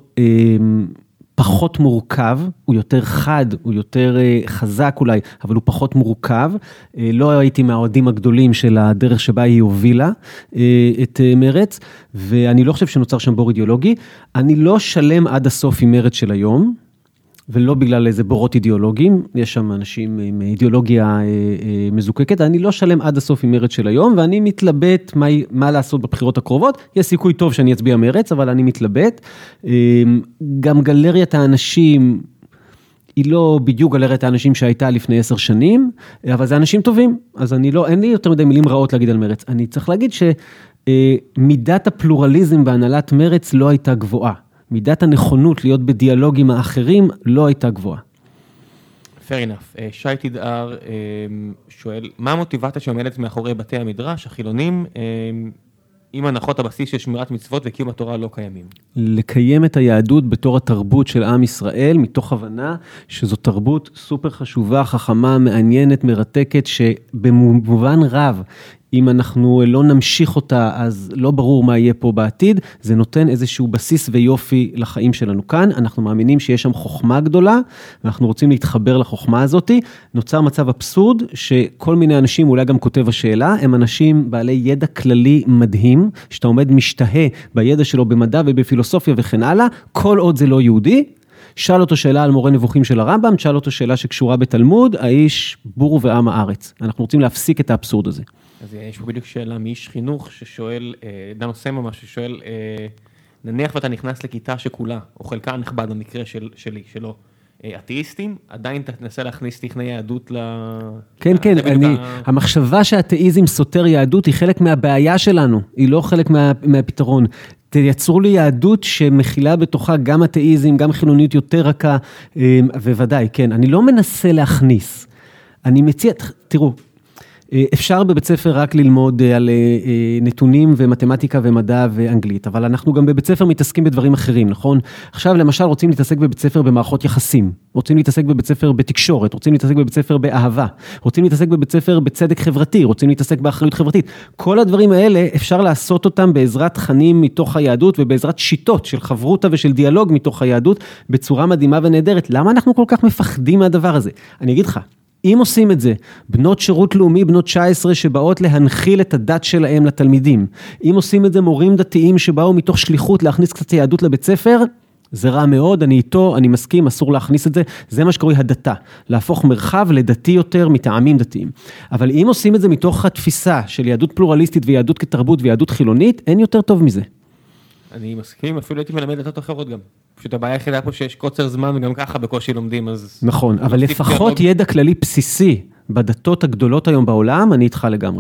פחות מורכב, הוא יותר חד, הוא יותר חזק אולי, אבל הוא פחות מורכב. לא הייתי מהאוהדים הגדולים של הדרך שבה היא הובילה את מרץ, ואני לא חושב שנוצר שם בור אידיאולוגי. אני לא שלם עד הסוף עם מרץ של היום, ולא בגלל איזה בורות אידיאולוגיים, יש שם אנשים עם אידיאולוגיה מזוקקת, אני לא שלם עד הסוף עם מרץ של היום, ואני מתלבט מה לעשות בבחירות הקרובות, יש סיכוי טוב שאני אצביע מרץ, אבל אני מתלבט. גם גלריית האנשים, היא לא בדיוק גלריית האנשים שהייתה לפני 10 שנים, אבל זה אנשים טובים, אז אין לי יותר מדי מילים רעות להגיד על מרץ. אני צריך להגיד שמידת הפלורליזם בהנהלת מרץ לא הייתה גבוהה. מידת הנכונות להיות בדיאלוג עם האחרים לא הייתה גבוהה. Fair enough. שי תדער שואל, מה המוטיבציה שעומדת מאחורי בתי המדרש, החילונים, אם הנחות הבסיס של שמירת מצוות וקיום התורה לא קיימים? לקיים את היהדות בתור התרבות של עם ישראל, מתוך הבנה שזו תרבות סופר חשובה, חכמה, מעניינת, מרתקת, שבמובן רב, אם אנחנו לא נמשיך אותה, אז לא ברור מה יהיה פה בעתיד, זה נותן איזשהו בסיס ויופי לחיים שלנו כאן, אנחנו מאמינים שיש שם חוכמה גדולה, ואנחנו רוצים להתחבר לחוכמה הזאת, נוצר מצב אבסורד, שכל מיני אנשים, אולי גם כותב השאלה, הם אנשים בעלי ידע כללי מדהים, שאתה עומד משתהה בידע שלו במדע ובפילוסופיה וכן הלאה, כל עוד זה לא יהודי, שאל אותו שאלה על מורה נבוכים של הרמב"ם, שאל אותו שאלה שקשורה בתלמוד, האיש בור ועם הארץ. אנחנו רוצים להפסיק את האבסורד הזה. אז יש פה בדיוק שאלה מאיש חינוך ששואל, דן עושה ממש ששואל, נניח ואתה נכנס לכיתה שכולה, או חלקה נכבד במקרה שלי, שלו, אתאיסטים, עדיין תנסה להכניס תכני יהדות כן, כן, המחשבה שהאתאיזם סותר יהדות היא חלק מהבעיה שלנו, היא לא חלק מהפתרון. תייצרו לי יהדות שמכילה בתוכה גם אתאיזם, גם חילוניות יותר רכה, וודאי, כן, אני לא מנסה להכניס, אני מציע, תראו, אפשר בבית ספר רק ללמוד על נתונים ומתמטיקה ומדע ואנגלית, אבל אנחנו גם בבית ספר מתעסקים בדברים אחרים, נכון? עכשיו למשל רוצים להתעסק בבית ספר במערכות יחסים, רוצים להתעסק בבית ספר בתקשורת, רוצים להתעסק בבית ספר באהבה, רוצים להתעסק בבית ספר בצדק חברתי, רוצים להתעסק באחריות חברתית. כל הדברים האלה אפשר לעשות אותם בעזרת תכנים מתוך היהדות ובעזרת שיטות של חברותה ושל דיאלוג מתוך היהדות בצורה מדהימה ונהדרת. למה אנחנו כל כך מפחדים מהדבר הזה? אני אגיד לך, אם עושים את זה, בנות שירות לאומי, בנות 19 שבאות להנחיל את הדת שלהם לתלמידים, אם עושים את זה מורים דתיים שבאו מתוך שליחות להכניס קצת יהדות לבית ספר, זה רע מאוד, אני איתו, אני מסכים, אסור להכניס את זה, זה מה שקוראים הדתה, להפוך מרחב לדתי יותר מטעמים דתיים. אבל אם עושים את זה מתוך התפיסה של יהדות פלורליסטית ויהדות כתרבות ויהדות חילונית, אין יותר טוב מזה. אני מסכים, אפילו הייתי מלמד דתות אחרות גם. פשוט הבעיה היחידה פה שיש קוצר זמן וגם ככה בקושי לומדים, אז... נכון, אבל לפחות ידע כללי בסיסי בדתות הגדולות היום בעולם, אני איתך לגמרי. לא,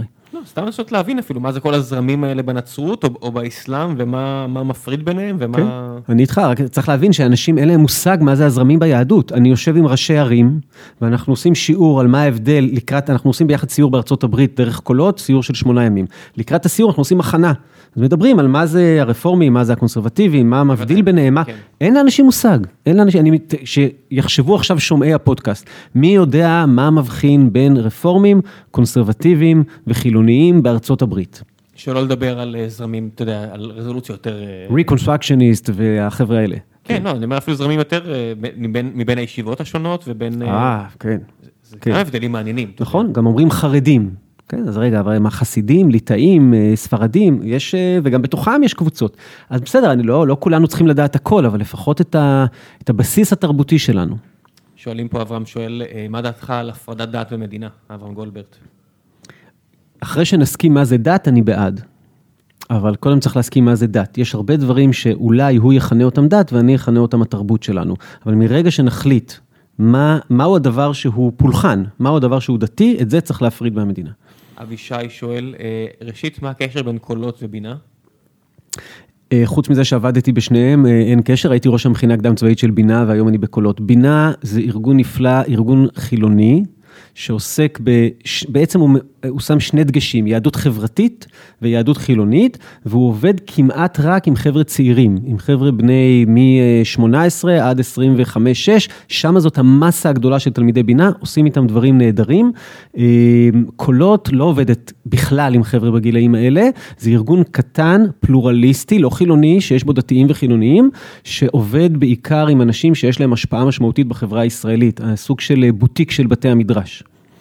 סתם לנסות להבין אפילו מה זה כל הזרמים האלה בנצרות או באסלאם, ומה מפריד ביניהם, ומה... כן, אני איתך, רק צריך להבין שאנשים אין להם מושג מה זה הזרמים ביהדות. אני יושב עם ראשי ערים, ואנחנו עושים שיעור על מה ההבדל, אנחנו עושים ביחד סיור בארצות הברית דרך קולות, סיור של 8 ימים. לקראת הסיור אנחנו עושים הכנה. אז מדברים על מה זה הרפורמי, מה זה הקונסרבטיבי, מה מבדיל ביניהם, אין לאנשים מושג, שיחשבו עכשיו שומעי הפודקאסט, מי יודע מה מבחין בין רפורמים, קונסרבטיביים וחילוניים בארצות הברית. שלא לדבר על זרמים, אתה יודע, על רזולוציה יותר... Reconstructionist והחבר'ה האלה. כן, לא, אני אומר אפילו זרמים יותר מבין הישיבות השונות ובין... כן. זה כמה הבדלים מעניינים. נכון, גם אומרים חרדים. כן, אז רגע, אבל הם החסידים, ליטאים, ספרדים, וגם בתוכם יש קבוצות. אז בסדר, לא כולנו צריכים לדעת הכל, אבל לפחות את הבסיס התרבותי שלנו. שואלים פה, אברהם שואל, מה דעתך על הפרדת דת ומדינה, אברהם גולדברט? אחרי שנסכים מה זה דת, אני בעד. אבל קודם צריך להסכים מה זה דת. יש הרבה דברים שאולי הוא יכנה אותם דת, ואני יכנה אותם התרבות שלנו. אבל מרגע שנחליט מהו הדבר שהוא פולחן, מהו הדבר שהוא דתי, את זה צריך להפריד מהמדינה. אבישי שואל, ראשית, מה הקשר בין קולות ובינה? חוץ מזה שעבדתי בשניהם, אין קשר, הייתי ראש המכינה קדם צבאית של בינה, והיום אני בקולות. בינה זה ארגון נפלא, ארגון חילוני, שעוסק בעצם הוא שם שני דגשים, יהדות חברתית ויהדות חילונית, והוא עובד כמעט רק עם חבר'ה צעירים, עם חבר'ה בני מ-18 עד 25-6, שם זאת המסה הגדולה של תלמידי בינה, עושים איתם דברים נהדרים, קולות לא עובדת בכלל עם חבר'ה בגילאים האלה, זה ארגון קטן, פלורליסטי, לא חילוני, שיש בו דתיים וחילוניים, שעובד בעיקר עם אנשים שיש להם השפעה משמעותית בחברה הישראלית, הסוג של בוטיק של בתי המדרש.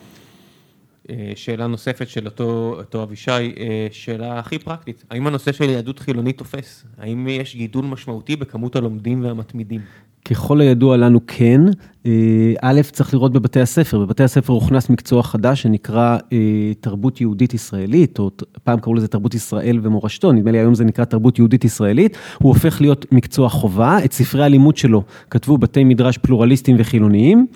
שאלה נוספת של אותו אבישי, שאלה הכי פרקטית, האם הנושא של יהדות חילונית תופס? האם יש גידול משמעותי בכמות הלומדים והמתמידים? ככל הידוע לנו כן, א' צריך לראות בבתי הספר, בבתי הספר הוכנס מקצוע חדש שנקרא תרבות יהודית ישראלית, או פעם קראו לזה תרבות ישראל ומורשתו, נדמה לי היום זה נקרא תרבות יהודית ישראלית, הוא הופך להיות מקצוע חובה, את ספרי הלימוד שלו כתבו בתי מדרש פלורליסטיים וחילוניים,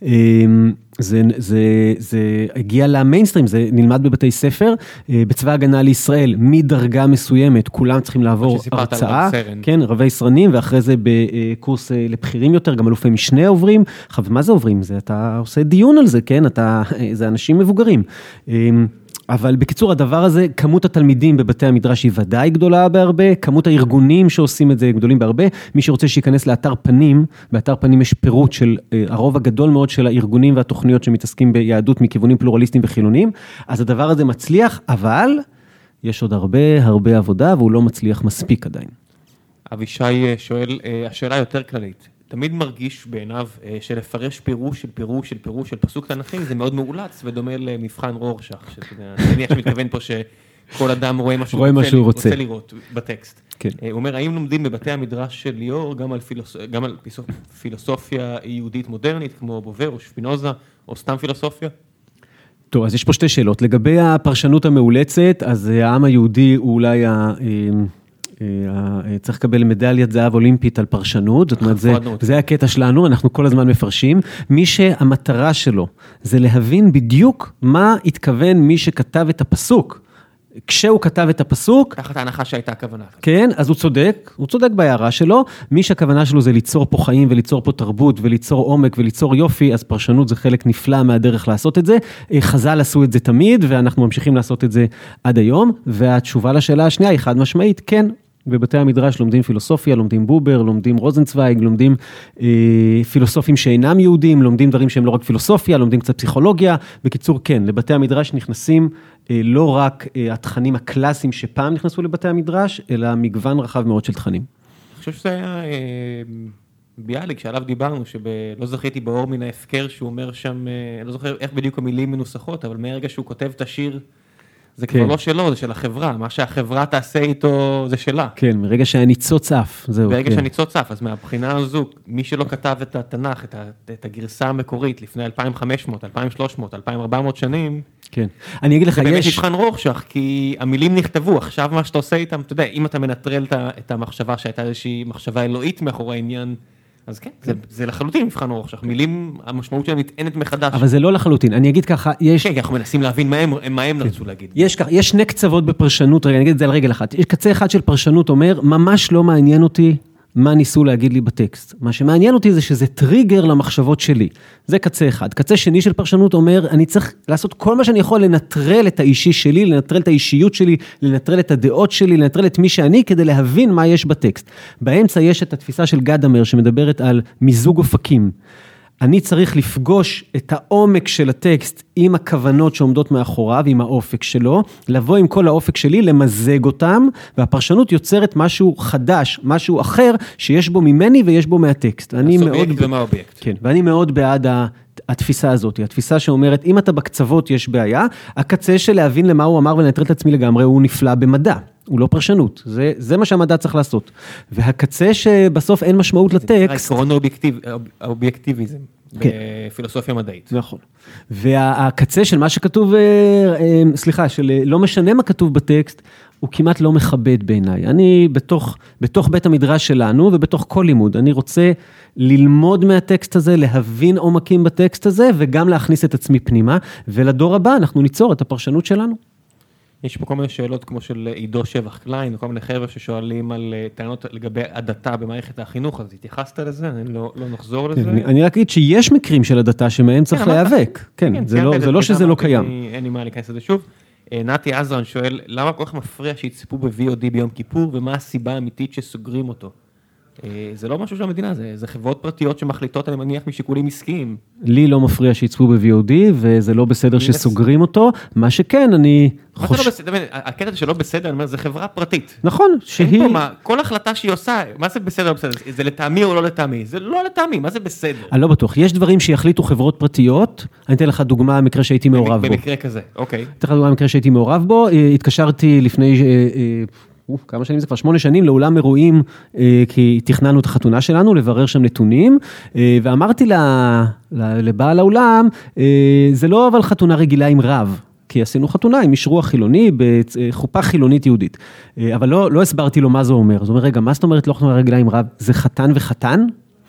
זה הגיע למיינסטרים, זה נלמד בבתי ספר, בצבא הגנה לישראל, מדרגה מסוימת, כולם צריכים לעבור הרצאה, כן, רבי סרנים, ואחרי זה בקורס לבחירים יותר, גם אלופי משנה עוברים, מה זה עוברים? אתה עושה דיון על זה, כן, זה אנשים מבוגרים. אבל בקיצור, הדבר הזה, כמות התלמידים בבתי המדרש היא ודאי גדולה בהרבה, כמות הארגונים שעושים את זה גדולים בהרבה, מי שרוצה שייכנס לאתר פנים, באתר פנים יש פירוט של הרוב הגדול מאוד של הארגונים והתוכניות שמתעסקים ביהדות מכיוונים פלורליסטיים וחילוניים, אז הדבר הזה מצליח, אבל יש עוד הרבה עבודה, והוא לא מצליח מספיק עדיין. אבישי שואל, השאלה יותר כללית, תמיד מרגיש בעיניו שלפרש פירוש של פסוק תנ"כי, זה מאוד מאולץ ודומה למבחן רורשך, שאני מתכוון פה שכל אדם רואה מה שהוא רוצה לראות בטקסט. כן. הוא אומר, האם לומדים בבתי המדרש של ליאור גם על פילוסופיה יהודית מודרנית, כמו בובר או שפינוזה, או סתם פילוסופיה? טוב, אז יש פה שתי שאלות. לגבי הפרשנות המאולצת, אז העם היהודי הוא אולי צריך לקבל מדליית זהב אולימפית על פרשנות, זאת אומרת, זה הקטע שלנו, אנחנו כל הזמן מפרשים, מי שהמטרה שלו זה להבין בדיוק מה התכוון מי שכתב את הפסוק, כשהוא כתב את הפסוק, תחת ההנחה שהייתה הכוונה. כן, אז הוא צודק בהערה שלו, מי שהכוונה שלו זה ליצור פה חיים וליצור פה תרבות וליצור עומק וליצור יופי, אז פרשנות זה חלק נפלא מהדרך לעשות את זה, חז"ל עשו את זה תמיד ואנחנו ממשיכים לעשות את זה עד היום, והתשובה לשאלה השנייה היא חד משמעית, כן, בבתי המדרש לומדים פילוסופיה, לומדים בובר, לומדים רוזנצוויג, לומדים פילוסופים שאינם יהודים, לומדים דברים שהם לא רק פילוסופיה, לומדים קצת פסיכולוגיה. בקיצור, כן, לבתי המדרש נכנסים לא רק התכנים הקלאסיים שפעם נכנסו לבתי המדרש, אלא מגוון רחב מאוד של תכנים. אני חושב שזה היה ביאליק שעליו דיברנו, שלא זכיתי באור מן ההפקר, שהוא אומר שם, לא זוכר איך בדיוק המילים מנוסחות, אבל מהרגע שהוא כותב את השיר, זה כבר לא שלו, זה של החברה, מה שהחברה תעשה איתו זה שלה. כן, מרגע שהניצוץ צף, זהו. ברגע שהניצוץ צף, אז מהבחינה הזו, מי שלא כתב את התנ"ך, את הגרסה המקורית, לפני 2500, 2300, 2400 שנים, כן. אני אגיד לך, זה באמת מבחן רורשך, כי המילים נכתבו, עכשיו מה שאתה עושה איתם, אתה יודע, אם אתה מנטרל את המחשבה שהייתה איזושהי מחשבה אלוהית מאחורי העניין, אז כן, זה לחלוטין מבחן אורח שלך, מילים, המשמעות שלהם נטענת מחדש. אבל זה לא לחלוטין, אני אגיד ככה, יש... כן, אנחנו מנסים להבין מה הם רצו להגיד. יש שני קצוות בפרשנות, רגע, אני אגיד את זה על רגל אחת. יש קצה אחד של פרשנות אומר, ממש לא מעניין אותי מה ניסו להגיד לי בטקסט. מה שמעניין אותי זה שזה טריגר למחשבות שלי. זה קצה אחד. קצה שני של פרשנות אומר, אני צריך לעשות כל מה שאני יכול לנטרל את האישי שלי, לנטרל את האישיות שלי, לנטרל את הדעות שלי, לנטרל את מי שאני, כדי להבין מה יש בטקסט. באמצע יש את התפיסה של גדמר, שמדברת על מיזוג אופקים. אני צריך לפגוש את העומק של הטקסט עם הכוונות שעומדות מאחוריו, עם האופק שלו, לבוא עם כל האופק שלי, למזג אותם, והפרשנות יוצרת משהו חדש, משהו אחר, שיש בו ממני ויש בו מהטקסט. הסובייקט ומה האובייקט. כן, ואני מאוד בעד התפיסה הזאת, התפיסה שאומרת, אם אתה בקצוות יש בעיה, הקצה של להבין למה הוא אמר ולנטרל את עצמי לגמרי, הוא נפלא במדע. הוא לא פרשנות, זה מה שהמדע צריך לעשות. והקצה שבסוף אין משמעות לטקסט. העקרון האובייקטיביזם, בפילוסופיה מדעית. נכון. והקצה של מה שכתוב, סליחה, של לא משנה מה כתוב בטקסט, הוא כמעט לא מכבד בעיניי. אני בתוך בית המדרש שלנו, ובתוך כל לימוד, אני רוצה ללמוד מהטקסט הזה, להבין עומקים בטקסט הזה, וגם להכניס את עצמי פנימה, ולדור הבא אנחנו ניצור את הפרשנות שלנו. יש פה כל מיני שאלות כמו של עידו שבח קליין, וכל מיני חבר'ה ששואלים על טענות לגבי הדתה במערכת החינוך, אז התייחסת לזה? אני לא נחזור לזה. אני רק אגיד שיש מקרים של הדתה שמהם צריך להיאבק. כן, זה לא שזה לא קיים. אין לי מה להיכנס לזה שוב. נתי עזרן שואל, למה כל כך מפריע שיצפו ב-VOD ביום כיפור, ומה הסיבה האמיתית שסוגרים אותו? זה לא משהו של המדינה, זה חברות פרטיות שמחליטות, אני מניח, משיקולים עסקיים. לי לא מפריע שיצפו ב-VOD, וזה לא בסדר שסוגרים אותו. מה שכן, אני חושב... הקטע שלא בסדר, אני אומר, זה חברה פרטית. נכון, שהיא... כל החלטה שהיא עושה, מה זה בסדר או בסדר? זה לטעמי או לא לטעמי? זה לא לטעמי, מה זה בסדר? אני לא בטוח. יש דברים שיחליטו חברות פרטיות, אני אתן לך דוגמה, המקרה שהייתי מעורב בו. במקרה כזה, אוקיי. אתן לך דוגמה, המקרה שהייתי מעורב בו, התקשרתי לפני... כמה שנים זה כבר 8 שנים, לאולם אירועים, כי תכננו את החתונה שלנו, לברר שם נתונים, ואמרתי לבעל האולם, זה לא אבל חתונה רגילה עם רב, כי עשינו חתונה עם משרוח חילוני, בחופה חילונית יהודית, אבל לא הסברתי לו מה זה אומר, אז הוא אומר, רגע, מה זאת אומרת לא חתונה רגילה עם רב, זה חתן וחתן?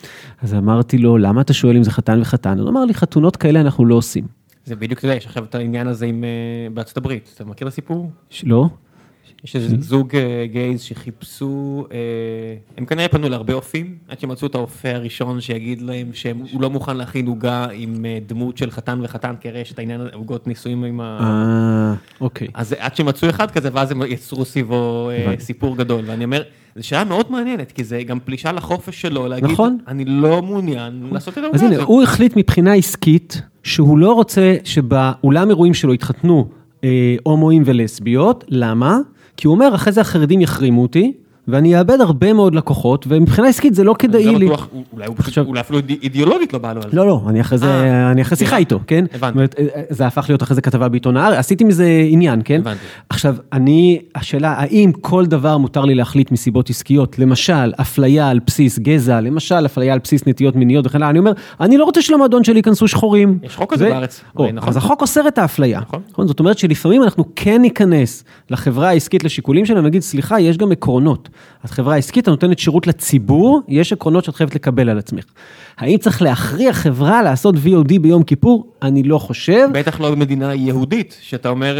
אז אמרתי לו, למה אתה שואל אם זה חתן וחתן? הוא אמר לי, חתונות כאלה אנחנו לא עושים. זה בדיוק, אתה יודע, יש עכשיו את העניין הזה בארצות הברית, אתה מכיר את הסיפור? לא. יש איזה זוג גייז שחיפשו, הם כנראה פנו להרבה אופים, עד שמצאו את האופה הראשון שיגיד להם שהוא לא מוכן להכין עוגה עם דמות של חתן וחתן, כי הרי יש את העניין עוגות נישואים עם אוקיי. אז עד שמצאו אחד כזה, ואז הם יצרו סביבו סיפור גדול, ואני אומר, זו שאלה מאוד מעניינת, כי זה גם פלישה לחופש שלו, להגיד, אני לא מעוניין לעשות את העוגה הזאת. אז הנה, הוא החליט מבחינה עסקית, שהוא לא רוצה שבאולם אירועים שלו יתחתנו הומואים ולסביות, למה? כי הוא אומר, אחרי זה החרדים יחרימו אותי, ואני אאבד הרבה מאוד לקוחות, ומבחינה עסקית זה לא כדאי לי. אולי אפילו אידיאולוגית לא בא לו על זה. לא, אני אחרי שיחה איתו, כן? הבנתי. זה הפך להיות אחרי זה כתבה בעיתון הארץ, עשיתי מזה עניין, כן? הבנתי. עכשיו, השאלה, האם כל דבר מותר לי להחליט מסיבות עסקיות, למשל, אפליה על בסיס גזע, למשל, אפליה על בסיס נטיות מיניות וכן, אני אומר, אני לא רוצה שלמועדון שלי ייכנסו שחורים. יש חוק כזה בארץ. אז החוק אוסר את האפליה. נכון? זאת אומרת שלפעמים אנחנו כן ניכנס לחברה העסקית לשיקולים שלנו, ונגיד, סליחה, יש גם עקרונות. אז חברה עסקית נותנת שירות לציבור, יש עקרונות שאת חייבת לקבל על עצמך. האם צריך להכריח חברה לעשות VOD ביום כיפור? אני לא חושב. בטח לא במדינה יהודית, שאתה אומר,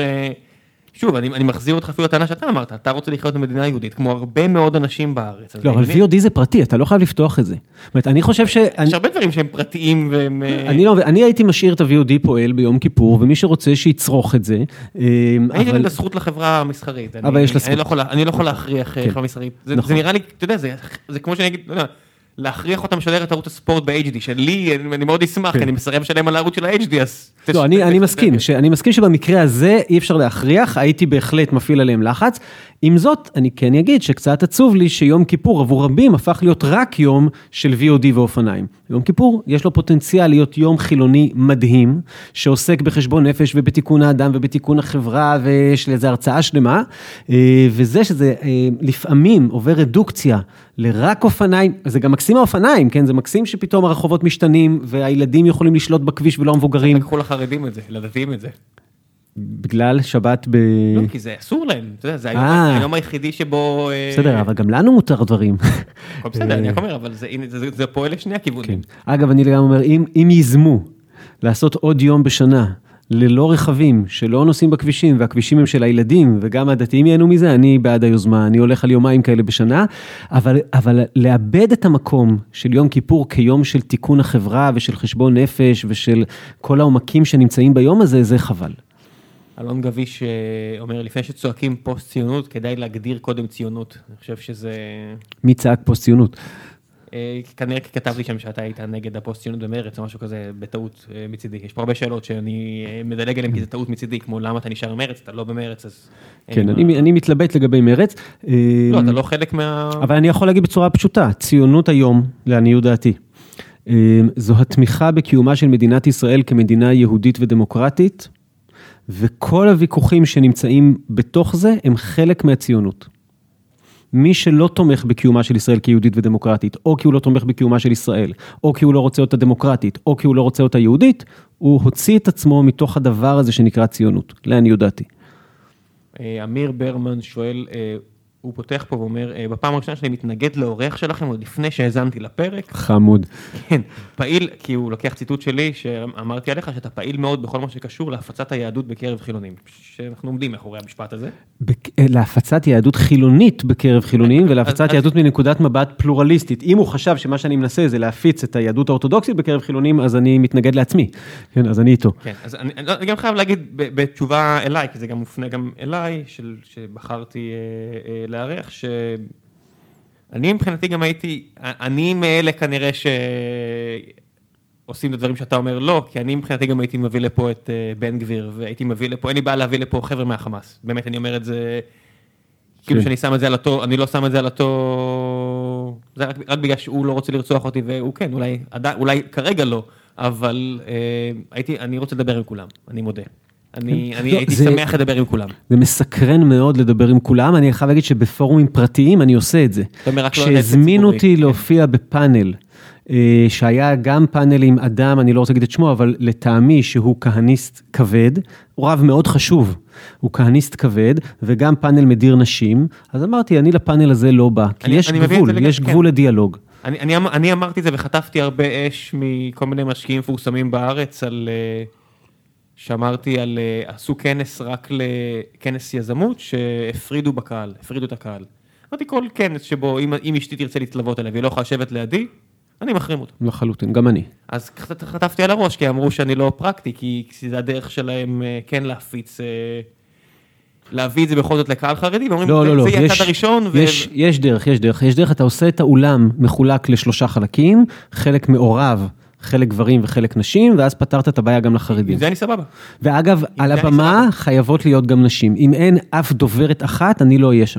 שוב, אני מחזיר אותך אפילו לטענה שאתה אמרת, אתה רוצה לחיות במדינה יהודית, כמו הרבה מאוד אנשים בארץ. לא, אבל VOD זה פרטי, אתה לא חייב לפתוח את זה. זאת אומרת, אני חושב יש הרבה דברים שהם פרטיים והם... אני הייתי משאיר את ה-VOD פועל ביום כיפור, ומי שרוצה שיצרוך את זה. הייתי לי לזכות לחברה המסחרית. אבל יש לה זכות. אני לא יכול להכריח חברה מסחרית. זה נראה לי, אתה יודע, זה כמו שאני אגיד, להכריח אותם לשדר את ערוץ הספורט ב-HD, שלי, אני מאוד אשמח, כי אני מסרב לשלם על הערוץ של ה-HD, אז... לא, אני מסכים שבמקרה הזה אי אפשר להכריח, הייתי בהחלט מפעיל עליהם לחץ, עם זאת, אני כן אגיד שקצת עצוב לי שיום כיפור עבור רבים הפך להיות רק יום של VOD ואופניים. יום כיפור יש לו פוטנציאל להיות יום חילוני מדהים, שעוסק בחשבון נפש ובתיקון האדם ובתיקון החברה, ויש לזה הרצאה שלמה, וזה שזה לפעמים עובר רדוקציה לרק אופניים, זה גם מקסים האופניים, כן? זה מקסים שפתאום הרחובות משתנים, והילדים יכולים לשלוט בכביש ולא המבוגרים. לקחו לחרדים את זה, לדתיים את זה. בגלל שבת לא, כי זה אסור להם, אתה יודע, זה היום היחידי שבו... בסדר, אבל גם לנו מותר דברים. הכל בסדר, אני אומר, אבל זה פועל לשני הכיוונים. אגב, אני גם אומר, אם יזמו לעשות עוד יום בשנה, ללא רכבים, שלא נוסעים בכבישים, והכבישים הם של הילדים, וגם הדתיים ייהנו מזה, אני בעד היוזמה, אני הולך על יומיים כאלה בשנה, אבל לאבד את המקום של יום כיפור כיום של תיקון החברה, ושל חשבון נפש, ושל כל העומקים שנמצאים ביום הזה, זה חבל. אלון גביש אומר, לפני שצועקים פוסט ציונות, כדאי להגדיר קודם ציונות. אני חושב שזה... מי צעק פוסט ציונות? כנראה כתבתי שם שאתה היית נגד הפוסט ציונות במרץ, או משהו כזה בטעות מצידי. יש פה הרבה שאלות שאני מדלג עליהן, כי זה טעות מצידי, כמו למה אתה נשאר במרץ, אתה לא במרץ, אז... כן, אני מתלבט לגבי מרץ. לא, אתה לא חלק מה... אבל אני יכול להגיד בצורה פשוטה, ציונות היום, לעניות דעתי, זו התמיכה בקיומה של מדינת ישראל כמדינה יהודית ודמוקרטית, וכל הוויכוחים שנמצאים בתוך זה הם חלק מהציונות. מי שלא תומך בקיומה של ישראל כיהודית ודמוקרטית, או כי הוא לא תומך בקיומה של ישראל, או כי הוא לא רוצה אותה דמוקרטית, או כי הוא לא רוצה אותה יהודית, הוא הוציא את עצמו מתוך הדבר הזה שנקרא ציונות. לעניות דעתי. אמיר ברמן שואל, הוא פותח פה ואומר, בפעם הראשונה שאני מתנגד לאורח שלכם, עוד לפני שהאזנתי לפרק. חמוד. כן, פעיל, כי הוא לוקח ציטוט שלי, שאמרתי עליך שאתה פעיל מאוד בכל מה שקשור להפצת היהדות בקרב חילונים, שאנחנו עומדים מאחורי המשפט הזה. להפצת יהדות חילונית בקרב חילונים, ולהפצת יהדות מנקודת מבט פלורליסטית. אם הוא חשב שמה שאני מנסה זה להפיץ את היהדות האורתודוקסית בקרב חילונים, אז אני מתנגד לעצמי. כן, אז אני איתו. כן, אז אני גם חייב להגיד בתשובה אליי, כי זה גם מופנה גם אליי, שבחרתי להערך, שאני מבחינתי גם הייתי, אני מאלה כנראה שעושים את הדברים שאתה אומר לא, כי אני מבחינתי גם הייתי מביא לפה את בן גביר, והייתי מביא לפה, אין לי בעיה להביא לפה חבר'ה מהחמאס, באמת אני אומר את זה, כאילו שאני שם את זה על אותו, אני לא שם את זה על אותו, זה רק בגלל שהוא לא רוצה לרצוח אותי, והוא כן, אולי כרגע לא, אבל אני רוצה לדבר עם כולם, אני מודה. אני הייתי שמח לדבר עם כולם. זה מסקרן מאוד לדבר עם כולם, אני חייב להגיד שבפורומים פרטיים אני עושה את זה. כשהזמינו אותי להופיע בפאנל, שהיה גם פאנל עם אדם, אני לא רוצה להגיד את שמו, אבל לטעמי שהוא כהניסט כבד, הוא רב מאוד חשוב, הוא כהניסט כבד, וגם פאנל מדיר נשים, אז אמרתי, אני לפאנל הזה לא בא, כי יש גבול לדיאלוג. אני אמרתי את זה וחטפתי הרבה אש מכל מיני משקיעים מפורסמים בארץ על... שאמרתי על, עשו כנס רק לכנס יזמות, שהפרידו בקהל, הפרידו את הקהל. אמרתי כל כנס שבו, אם אשתי תרצה להתלוות אליי, והיא לא יכולה לשבת לידי, אני מחרים אותו. לחלוטין, גם אני. אז חטפתי על הראש, כי אמרו שאני לא פרקטי, כי זה הדרך שלהם כן להפיץ, להביא את זה בכל זאת לקהל חרדי, ואומרים, זה יהיה הצד הראשון. יש דרך, אתה עושה את האולם מחולק ל3 חלקים, חלק מעורב, חלק גברים וחלק נשים, ואז פתרת את הבעיה גם לחרדים. זה אני סבבה. ואגב, על הבמה חייבות להיות גם נשים. אם אין אף דוברת אחת, אני לא אהיה שם.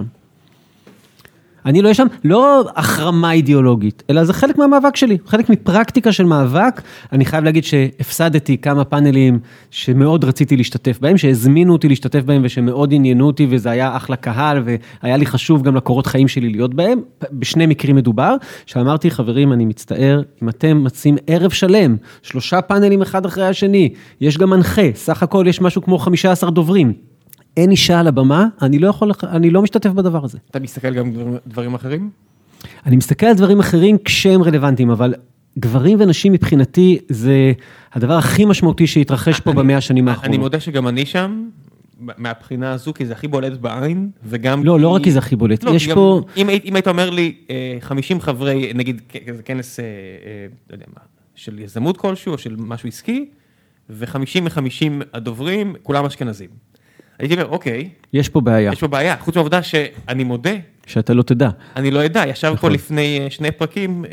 אני לא אהיה שם, לא החרמה אידיאולוגית, אלא זה חלק מהמאבק שלי, חלק מפרקטיקה של מאבק. אני חייב להגיד שהפסדתי כמה פאנלים שמאוד רציתי להשתתף בהם, שהזמינו אותי להשתתף בהם ושמאוד עניינו אותי, וזה היה אחלה קהל, והיה לי חשוב גם לקורות חיים שלי להיות בהם. בשני מקרים מדובר, שאמרתי, חברים, אני מצטער, אם אתם מציעים ערב שלם, 3 פאנלים אחד אחרי השני, יש גם מנחה, סך הכל יש משהו כמו 15 דוברים. אין אישה על הבמה, אני לא משתתף בדבר הזה. אתה מסתכל גם דברים אחרים? אני מסתכל על דברים אחרים כשהם רלוונטיים, אבל גברים ונשים מבחינתי זה הדבר הכי משמעותי שהתרחש פה ב100 השנים האחרונות. אני מודה שגם אני שם, מהבחינה הזו, כי זה הכי בולט בעין, וגם... לא רק כי זה הכי בולט, יש פה... אם היית אומר לי 50 חברי, נגיד כנס, לא יודע מה, של יזמות כלשהו, או של משהו עסקי, ו50 מ50 הדוברים, כולם אשכנזים. הייתי אומר, אוקיי. יש פה בעיה. יש פה בעיה, חוץ מהעובדה שאני מודה. שאתה לא תדע. אני לא ידע, ישב פה לפני 2 פרקים,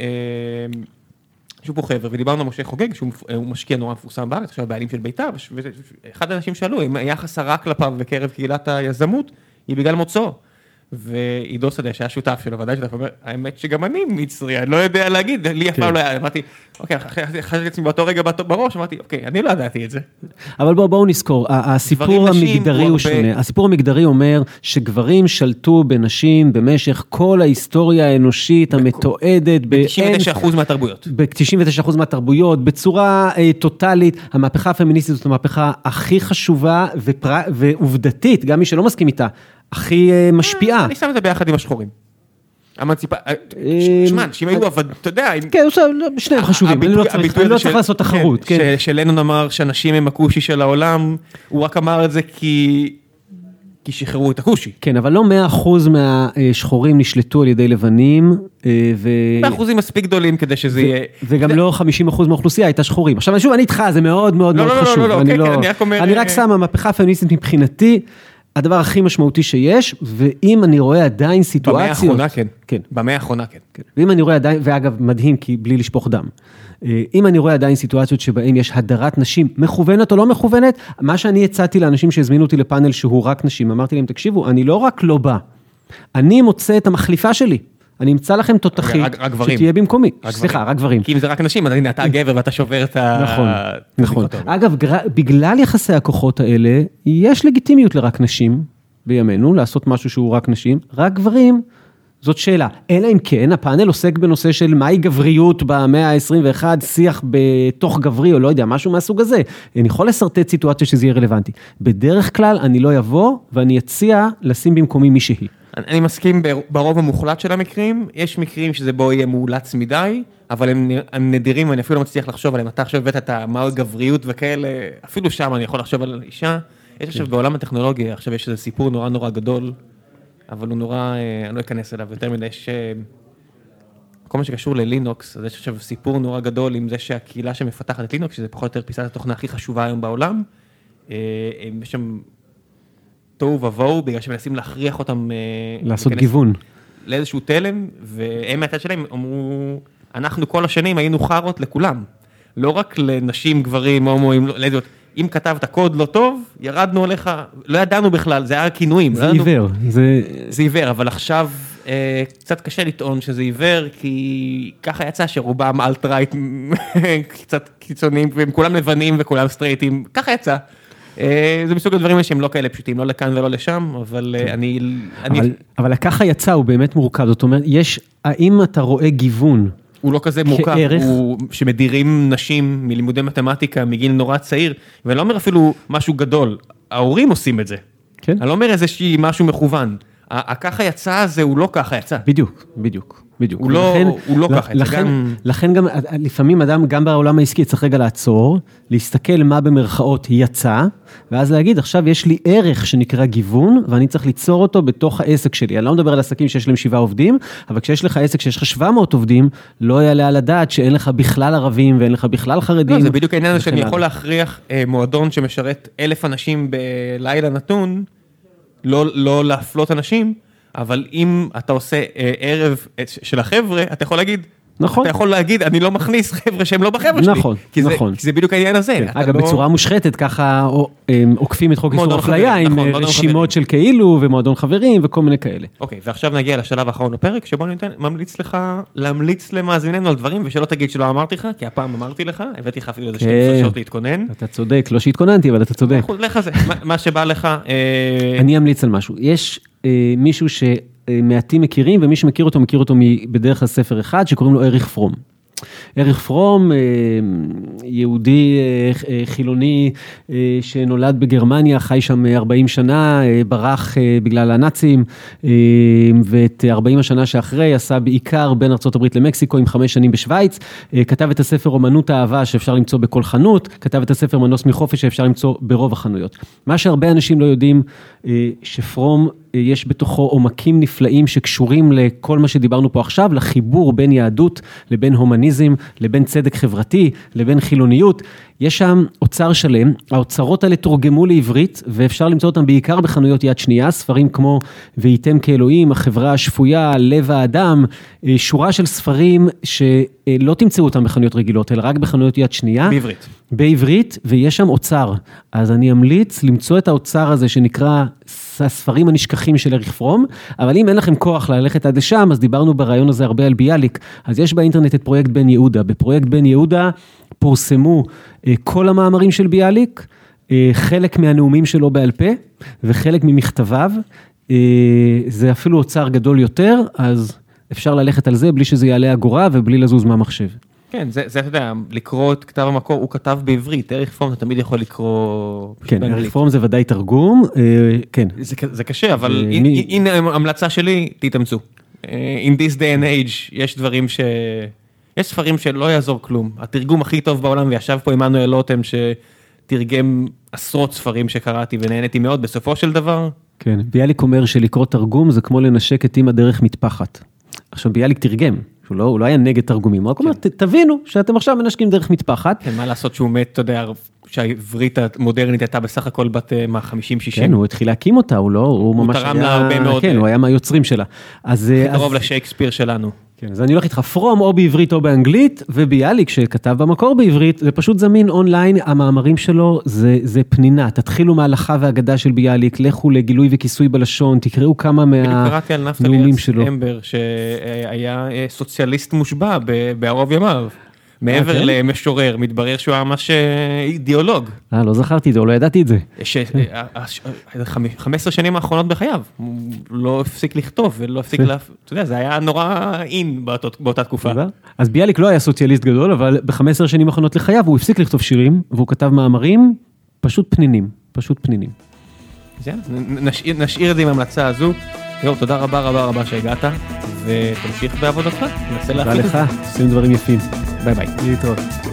שהוא פה חבר, ודיברנו על משה חוגג, שהוא משקיע נורא מפורסם בארץ, עכשיו הבעלים של בית"ר, ואחד האנשים שאלו, אם היחס הרע כלפיו בקרב קהילת היזמות, היא בגלל מוצאו. ועידו שדה, שהיה שותף שלו, ודאי שותף, אומר, האמת שגם אני מצרי, אני לא יודע להגיד, לי אף פעם לא היה, אמרתי, אוקיי, חשבתי לעצמי באותו רגע בראש, אמרתי, אוקיי, אני לא ידעתי את זה. אבל בואו נזכור, הסיפור המגדרי הוא שונה, הסיפור המגדרי אומר שגברים שלטו בנשים במשך כל ההיסטוריה האנושית המתועדת, ב-99% מהתרבויות. ב-99% מהתרבויות, בצורה טוטלית, המהפכה הפמיניסטית זאת המהפכה הכי חשובה ועובדתית, גם מי שלא מסכים איתה, הכי משפיעה. אני שם את זה ביחד עם השחורים. שמע, אנשים היו עבד, אתה יודע. כן, שניהם חשובים, אני לא צריך לעשות תחרות. שלנון אמר שאנשים הם הקושי של העולם, הוא רק אמר את זה כי שחררו את הקושי. כן, אבל לא 100% מהשחורים נשלטו על ידי לבנים. 100% מספיק גדולים כדי שזה יהיה. וגם לא 50% מהאוכלוסייה הייתה שחורים. עכשיו, שוב, אני איתך, זה מאוד מאוד מאוד חשוב. אני רק שם, המהפכה הפמיניסטית מבחינתי, הדבר הכי משמעותי שיש, ואם אני רואה עדיין סיטואציות... במאה האחרונה כן. כן. במאה האחרונה כן. ואם אני רואה עדיין, ואגב מדהים כי בלי לשפוך דם, אם אני רואה עדיין סיטואציות שבהן יש הדרת נשים, מכוונת או לא מכוונת, מה שאני הצעתי לאנשים שהזמינו אותי לפאנל שהוא רק נשים, אמרתי להם, תקשיבו, אני לא רק לא בא, אני מוצא את המחליפה שלי. אני אמצא לכם תותחית שתהיה במקומי. סליחה, רק גברים. כי אם זה רק נשים, אז אתה גבר ואתה שובר את ה... נכון, נכון. אגב, בגלל יחסי הכוחות האלה, יש לגיטימיות לרק נשים בימינו, לעשות משהו שהוא רק נשים, רק גברים, זאת שאלה. אלא אם כן, הפאנל עוסק בנושא של מהי גבריות במאה ה-21, שיח בתוך גברי או לא יודע, משהו מהסוג הזה. אני יכול לסרטט סיטואציה שזה יהיה רלוונטי. בדרך כלל אני לא יבוא ואני אציע לשים במקומי מישהי. אני מסכים ברוב המוחלט של המקרים, יש מקרים שזה בו יהיה מאולץ מדי, אבל הם נדירים ואני אפילו לא מצליח לחשוב עליהם, אתה עכשיו הבאת את המהות גבריות וכאלה, אפילו שם אני יכול לחשוב על אישה, יש עכשיו בעולם הטכנולוגיה, עכשיו יש איזה סיפור נורא נורא גדול, אבל הוא נורא, אני לא אכנס אליו יותר מדי, כל מה שקשור ללינוקס, אז יש עכשיו סיפור נורא גדול עם זה שהקהילה שמפתחת את לינוקס, שזה פחות או יותר פיסת התוכנה הכי חשובה היום בעולם, יש שם תוהו ובוהו, בגלל שמנסים להכריח אותם לעשות גיוון. לאיזשהו תלם, והם מהצד שלהם אמרו, אנחנו כל השנים היינו חרות לכולם, לא רק לנשים, גברים, הומואים, אם כתבת קוד לא טוב, ירדנו עליך, לא ידענו בכלל, זה היה כינויים. זה עיוור. זה עיוור, אבל עכשיו קצת קשה לטעון שזה עיוור, כי ככה יצא שרובם אלט-רייט קצת קיצוניים, והם כולם לבנים וכולם סטרייטים, ככה יצא. זה מסוג הדברים שהם לא כאלה פשוטים, לא לכאן ולא לשם, אבל אבל ככה יצא, הוא באמת מורכב, זאת אומרת, האם אתה רואה גיוון, הוא לא כזה מורכב, הוא שמדירים נשים מלימודי מתמטיקה מגיל נורא צעיר, ואני לא אומר אפילו משהו גדול, ההורים עושים את זה. כן? אני לא אומר איזושהי משהו מכוון. הככה יצא הזה הוא לא ככה יצא. בדיוק. הוא לא ככה. לכן גם, לפעמים אדם, גם בעולם העסקי, צריך רגע לעצור, להסתכל מה במרכאות יצא, ואז להגיד, עכשיו יש לי ערך שנקרא גיוון, ואני צריך ליצור אותו בתוך העסק שלי. אני לא מדבר על עסקים שיש להם 7 עובדים, אבל כשיש לך עסק שיש לך 700 עובדים, לא יעלה על הדעת שאין לך בכלל ערבים, ואין לך בכלל חרדים. לא, זה בדיוק העניין הזה שאני יכול להכריח מועדון שמשרת 1,000 אנשים בלילה נתון, לא להפלות אנשים, אבל אם אתה עושה ערב של החבר'ה, אתה יכול להגיד, נכון. אתה יכול להגיד, אני לא מכניס חבר'ה שהם לא בחבר'ה שלי. נכון, נכון. כי זה בדיוק העניין הזה. כן, אגב, בצורה מושחתת, ככה עוקפים את חוק איסור אפליה, עם רשימות של כאילו, ומועדון חברים, וכל מיני כאלה. אוקיי, ועכשיו נגיע לשלב האחרון בפרק, שבו אני ממליץ לך, להמליץ למאזיננו על דברים, ושלא תגיד שלא אמרתי לך, כי הפעם אמרתי לך, הבאתי לך אפילו איזה 12 שעות להתכונן. אתה צודק, לא שהתכוננתי, אבל אתה צודק. לך זה, מה שבא לך. אני אמליץ על משהו. יש מישהו מעטים מכירים, ומי שמכיר אותו בדרך כלל ספר אחד, שקוראים לו אריך פרום. אריך פרום, יהודי חילוני שנולד בגרמניה, חי שם 40 שנה, ברח בגלל הנאצים, ואת 40 השנה שאחרי עשה בעיקר בין ארצות הברית למקסיקו, עם 5 שנים בשוויץ, כתב את הספר אומנות האהבה שאפשר למצוא בכל חנות, כתב את הספר מנוס מחופש שאפשר למצוא ברוב החנויות. מה שהרבה אנשים לא יודעים, שפרום יש בתוכו עומקים נפלאים שקשורים לכל מה שדיברנו פה עכשיו, לחיבור בין יהדות לבין הומניזם, לבין צדק חברתי, לבין חילוניות. יש שם אוצר שלם, האוצרות האלה תורגמו לעברית, ואפשר למצוא אותם בעיקר בחנויות יד שנייה, ספרים כמו והייתם כאלוהים, החברה השפויה, לב האדם, שורה של ספרים שלא תמצאו אותם בחנויות רגילות, אלא רק בחנויות יד שנייה. בעברית. בעברית, ויש שם אוצר. אז אני אמליץ למצוא את האוצר הזה שנקרא הספרים הנשכחים של אריך פרום, אבל אם אין לכם כוח ללכת עד לשם, אז דיברנו ברעיון הזה הרבה על ביאליק, אז יש באינטרנט את פרויקט בן יהודה. בפרויקט בן יהודה פורסמו כל המאמרים של ביאליק, חלק מהנאומים שלו בעל פה, וחלק ממכתביו, זה אפילו אוצר גדול יותר, אז אפשר ללכת על זה בלי שזה יעלה אגורה ובלי לזוז מהמחשב. כן, זה אתה יודע, לקרוא את כתב המקור, הוא כתב בעברית, אריך פרום אתה תמיד יכול לקרוא כן, אריך פרום זה ודאי תרגום, כן. זה קשה, אבל הנה המלצה שלי, תתאמצו. In this day and age, יש דברים יש ספרים שלא יעזור כלום. התרגום הכי טוב בעולם, וישב פה עמנואל לוטם, שתרגם עשרות ספרים שקראתי ונהניתי מאוד, בסופו של דבר. כן, ביאליק אומר שלקרוא תרגום זה כמו לנשק את אמא דרך מטפחת. עכשיו ביאליק תרגם. הוא לא היה נגד תרגומים, הוא רק אומר, תבינו שאתם עכשיו מנשקים דרך מטפחת. כן, מה לעשות שהוא מת, אתה יודע, שהעברית המודרנית הייתה בסך הכל בת 50-60. כן, הוא התחיל להקים אותה, הוא ממש תרם לה הרבה מאוד. כן, הוא היה מהיוצרים שלה. הכי קרוב לשייקספיר שלנו. כן, אז אני הולך איתך פרום או בעברית או באנגלית, וביאליק שכתב במקור בעברית, זה פשוט זמין אונליין, המאמרים שלו זה פנינה, תתחילו מההלכה והאגדה של ביאליק, לכו לגילוי וכיסוי בלשון, תקראו כמה מהנאומים שלו. אמבר, שהיה סוציאליסט מושבע בערוב ימיו, מעבר למשורר, מתברר שהוא היה ממש אידיאולוג. לא זכרתי את זה, או לא ידעתי את זה. 15 שנים האחרונות בחייו, הוא לא הפסיק לכתוב, ולא הפסיק אתה יודע, זה היה נורא אין באותה תקופה. אז ביאליק לא היה סוציאליסט גדול, אבל ב-15 שנים האחרונות לחייו, הוא הפסיק לכתוב שירים, והוא כתב מאמרים, פשוט פנינים. נשאיר את זה עם ההמלצה הזו. תודה רבה שהגעת, ותמשיך בעבודתך. תודה לך, עושים דברים יפים. ביי ביי. להתראות.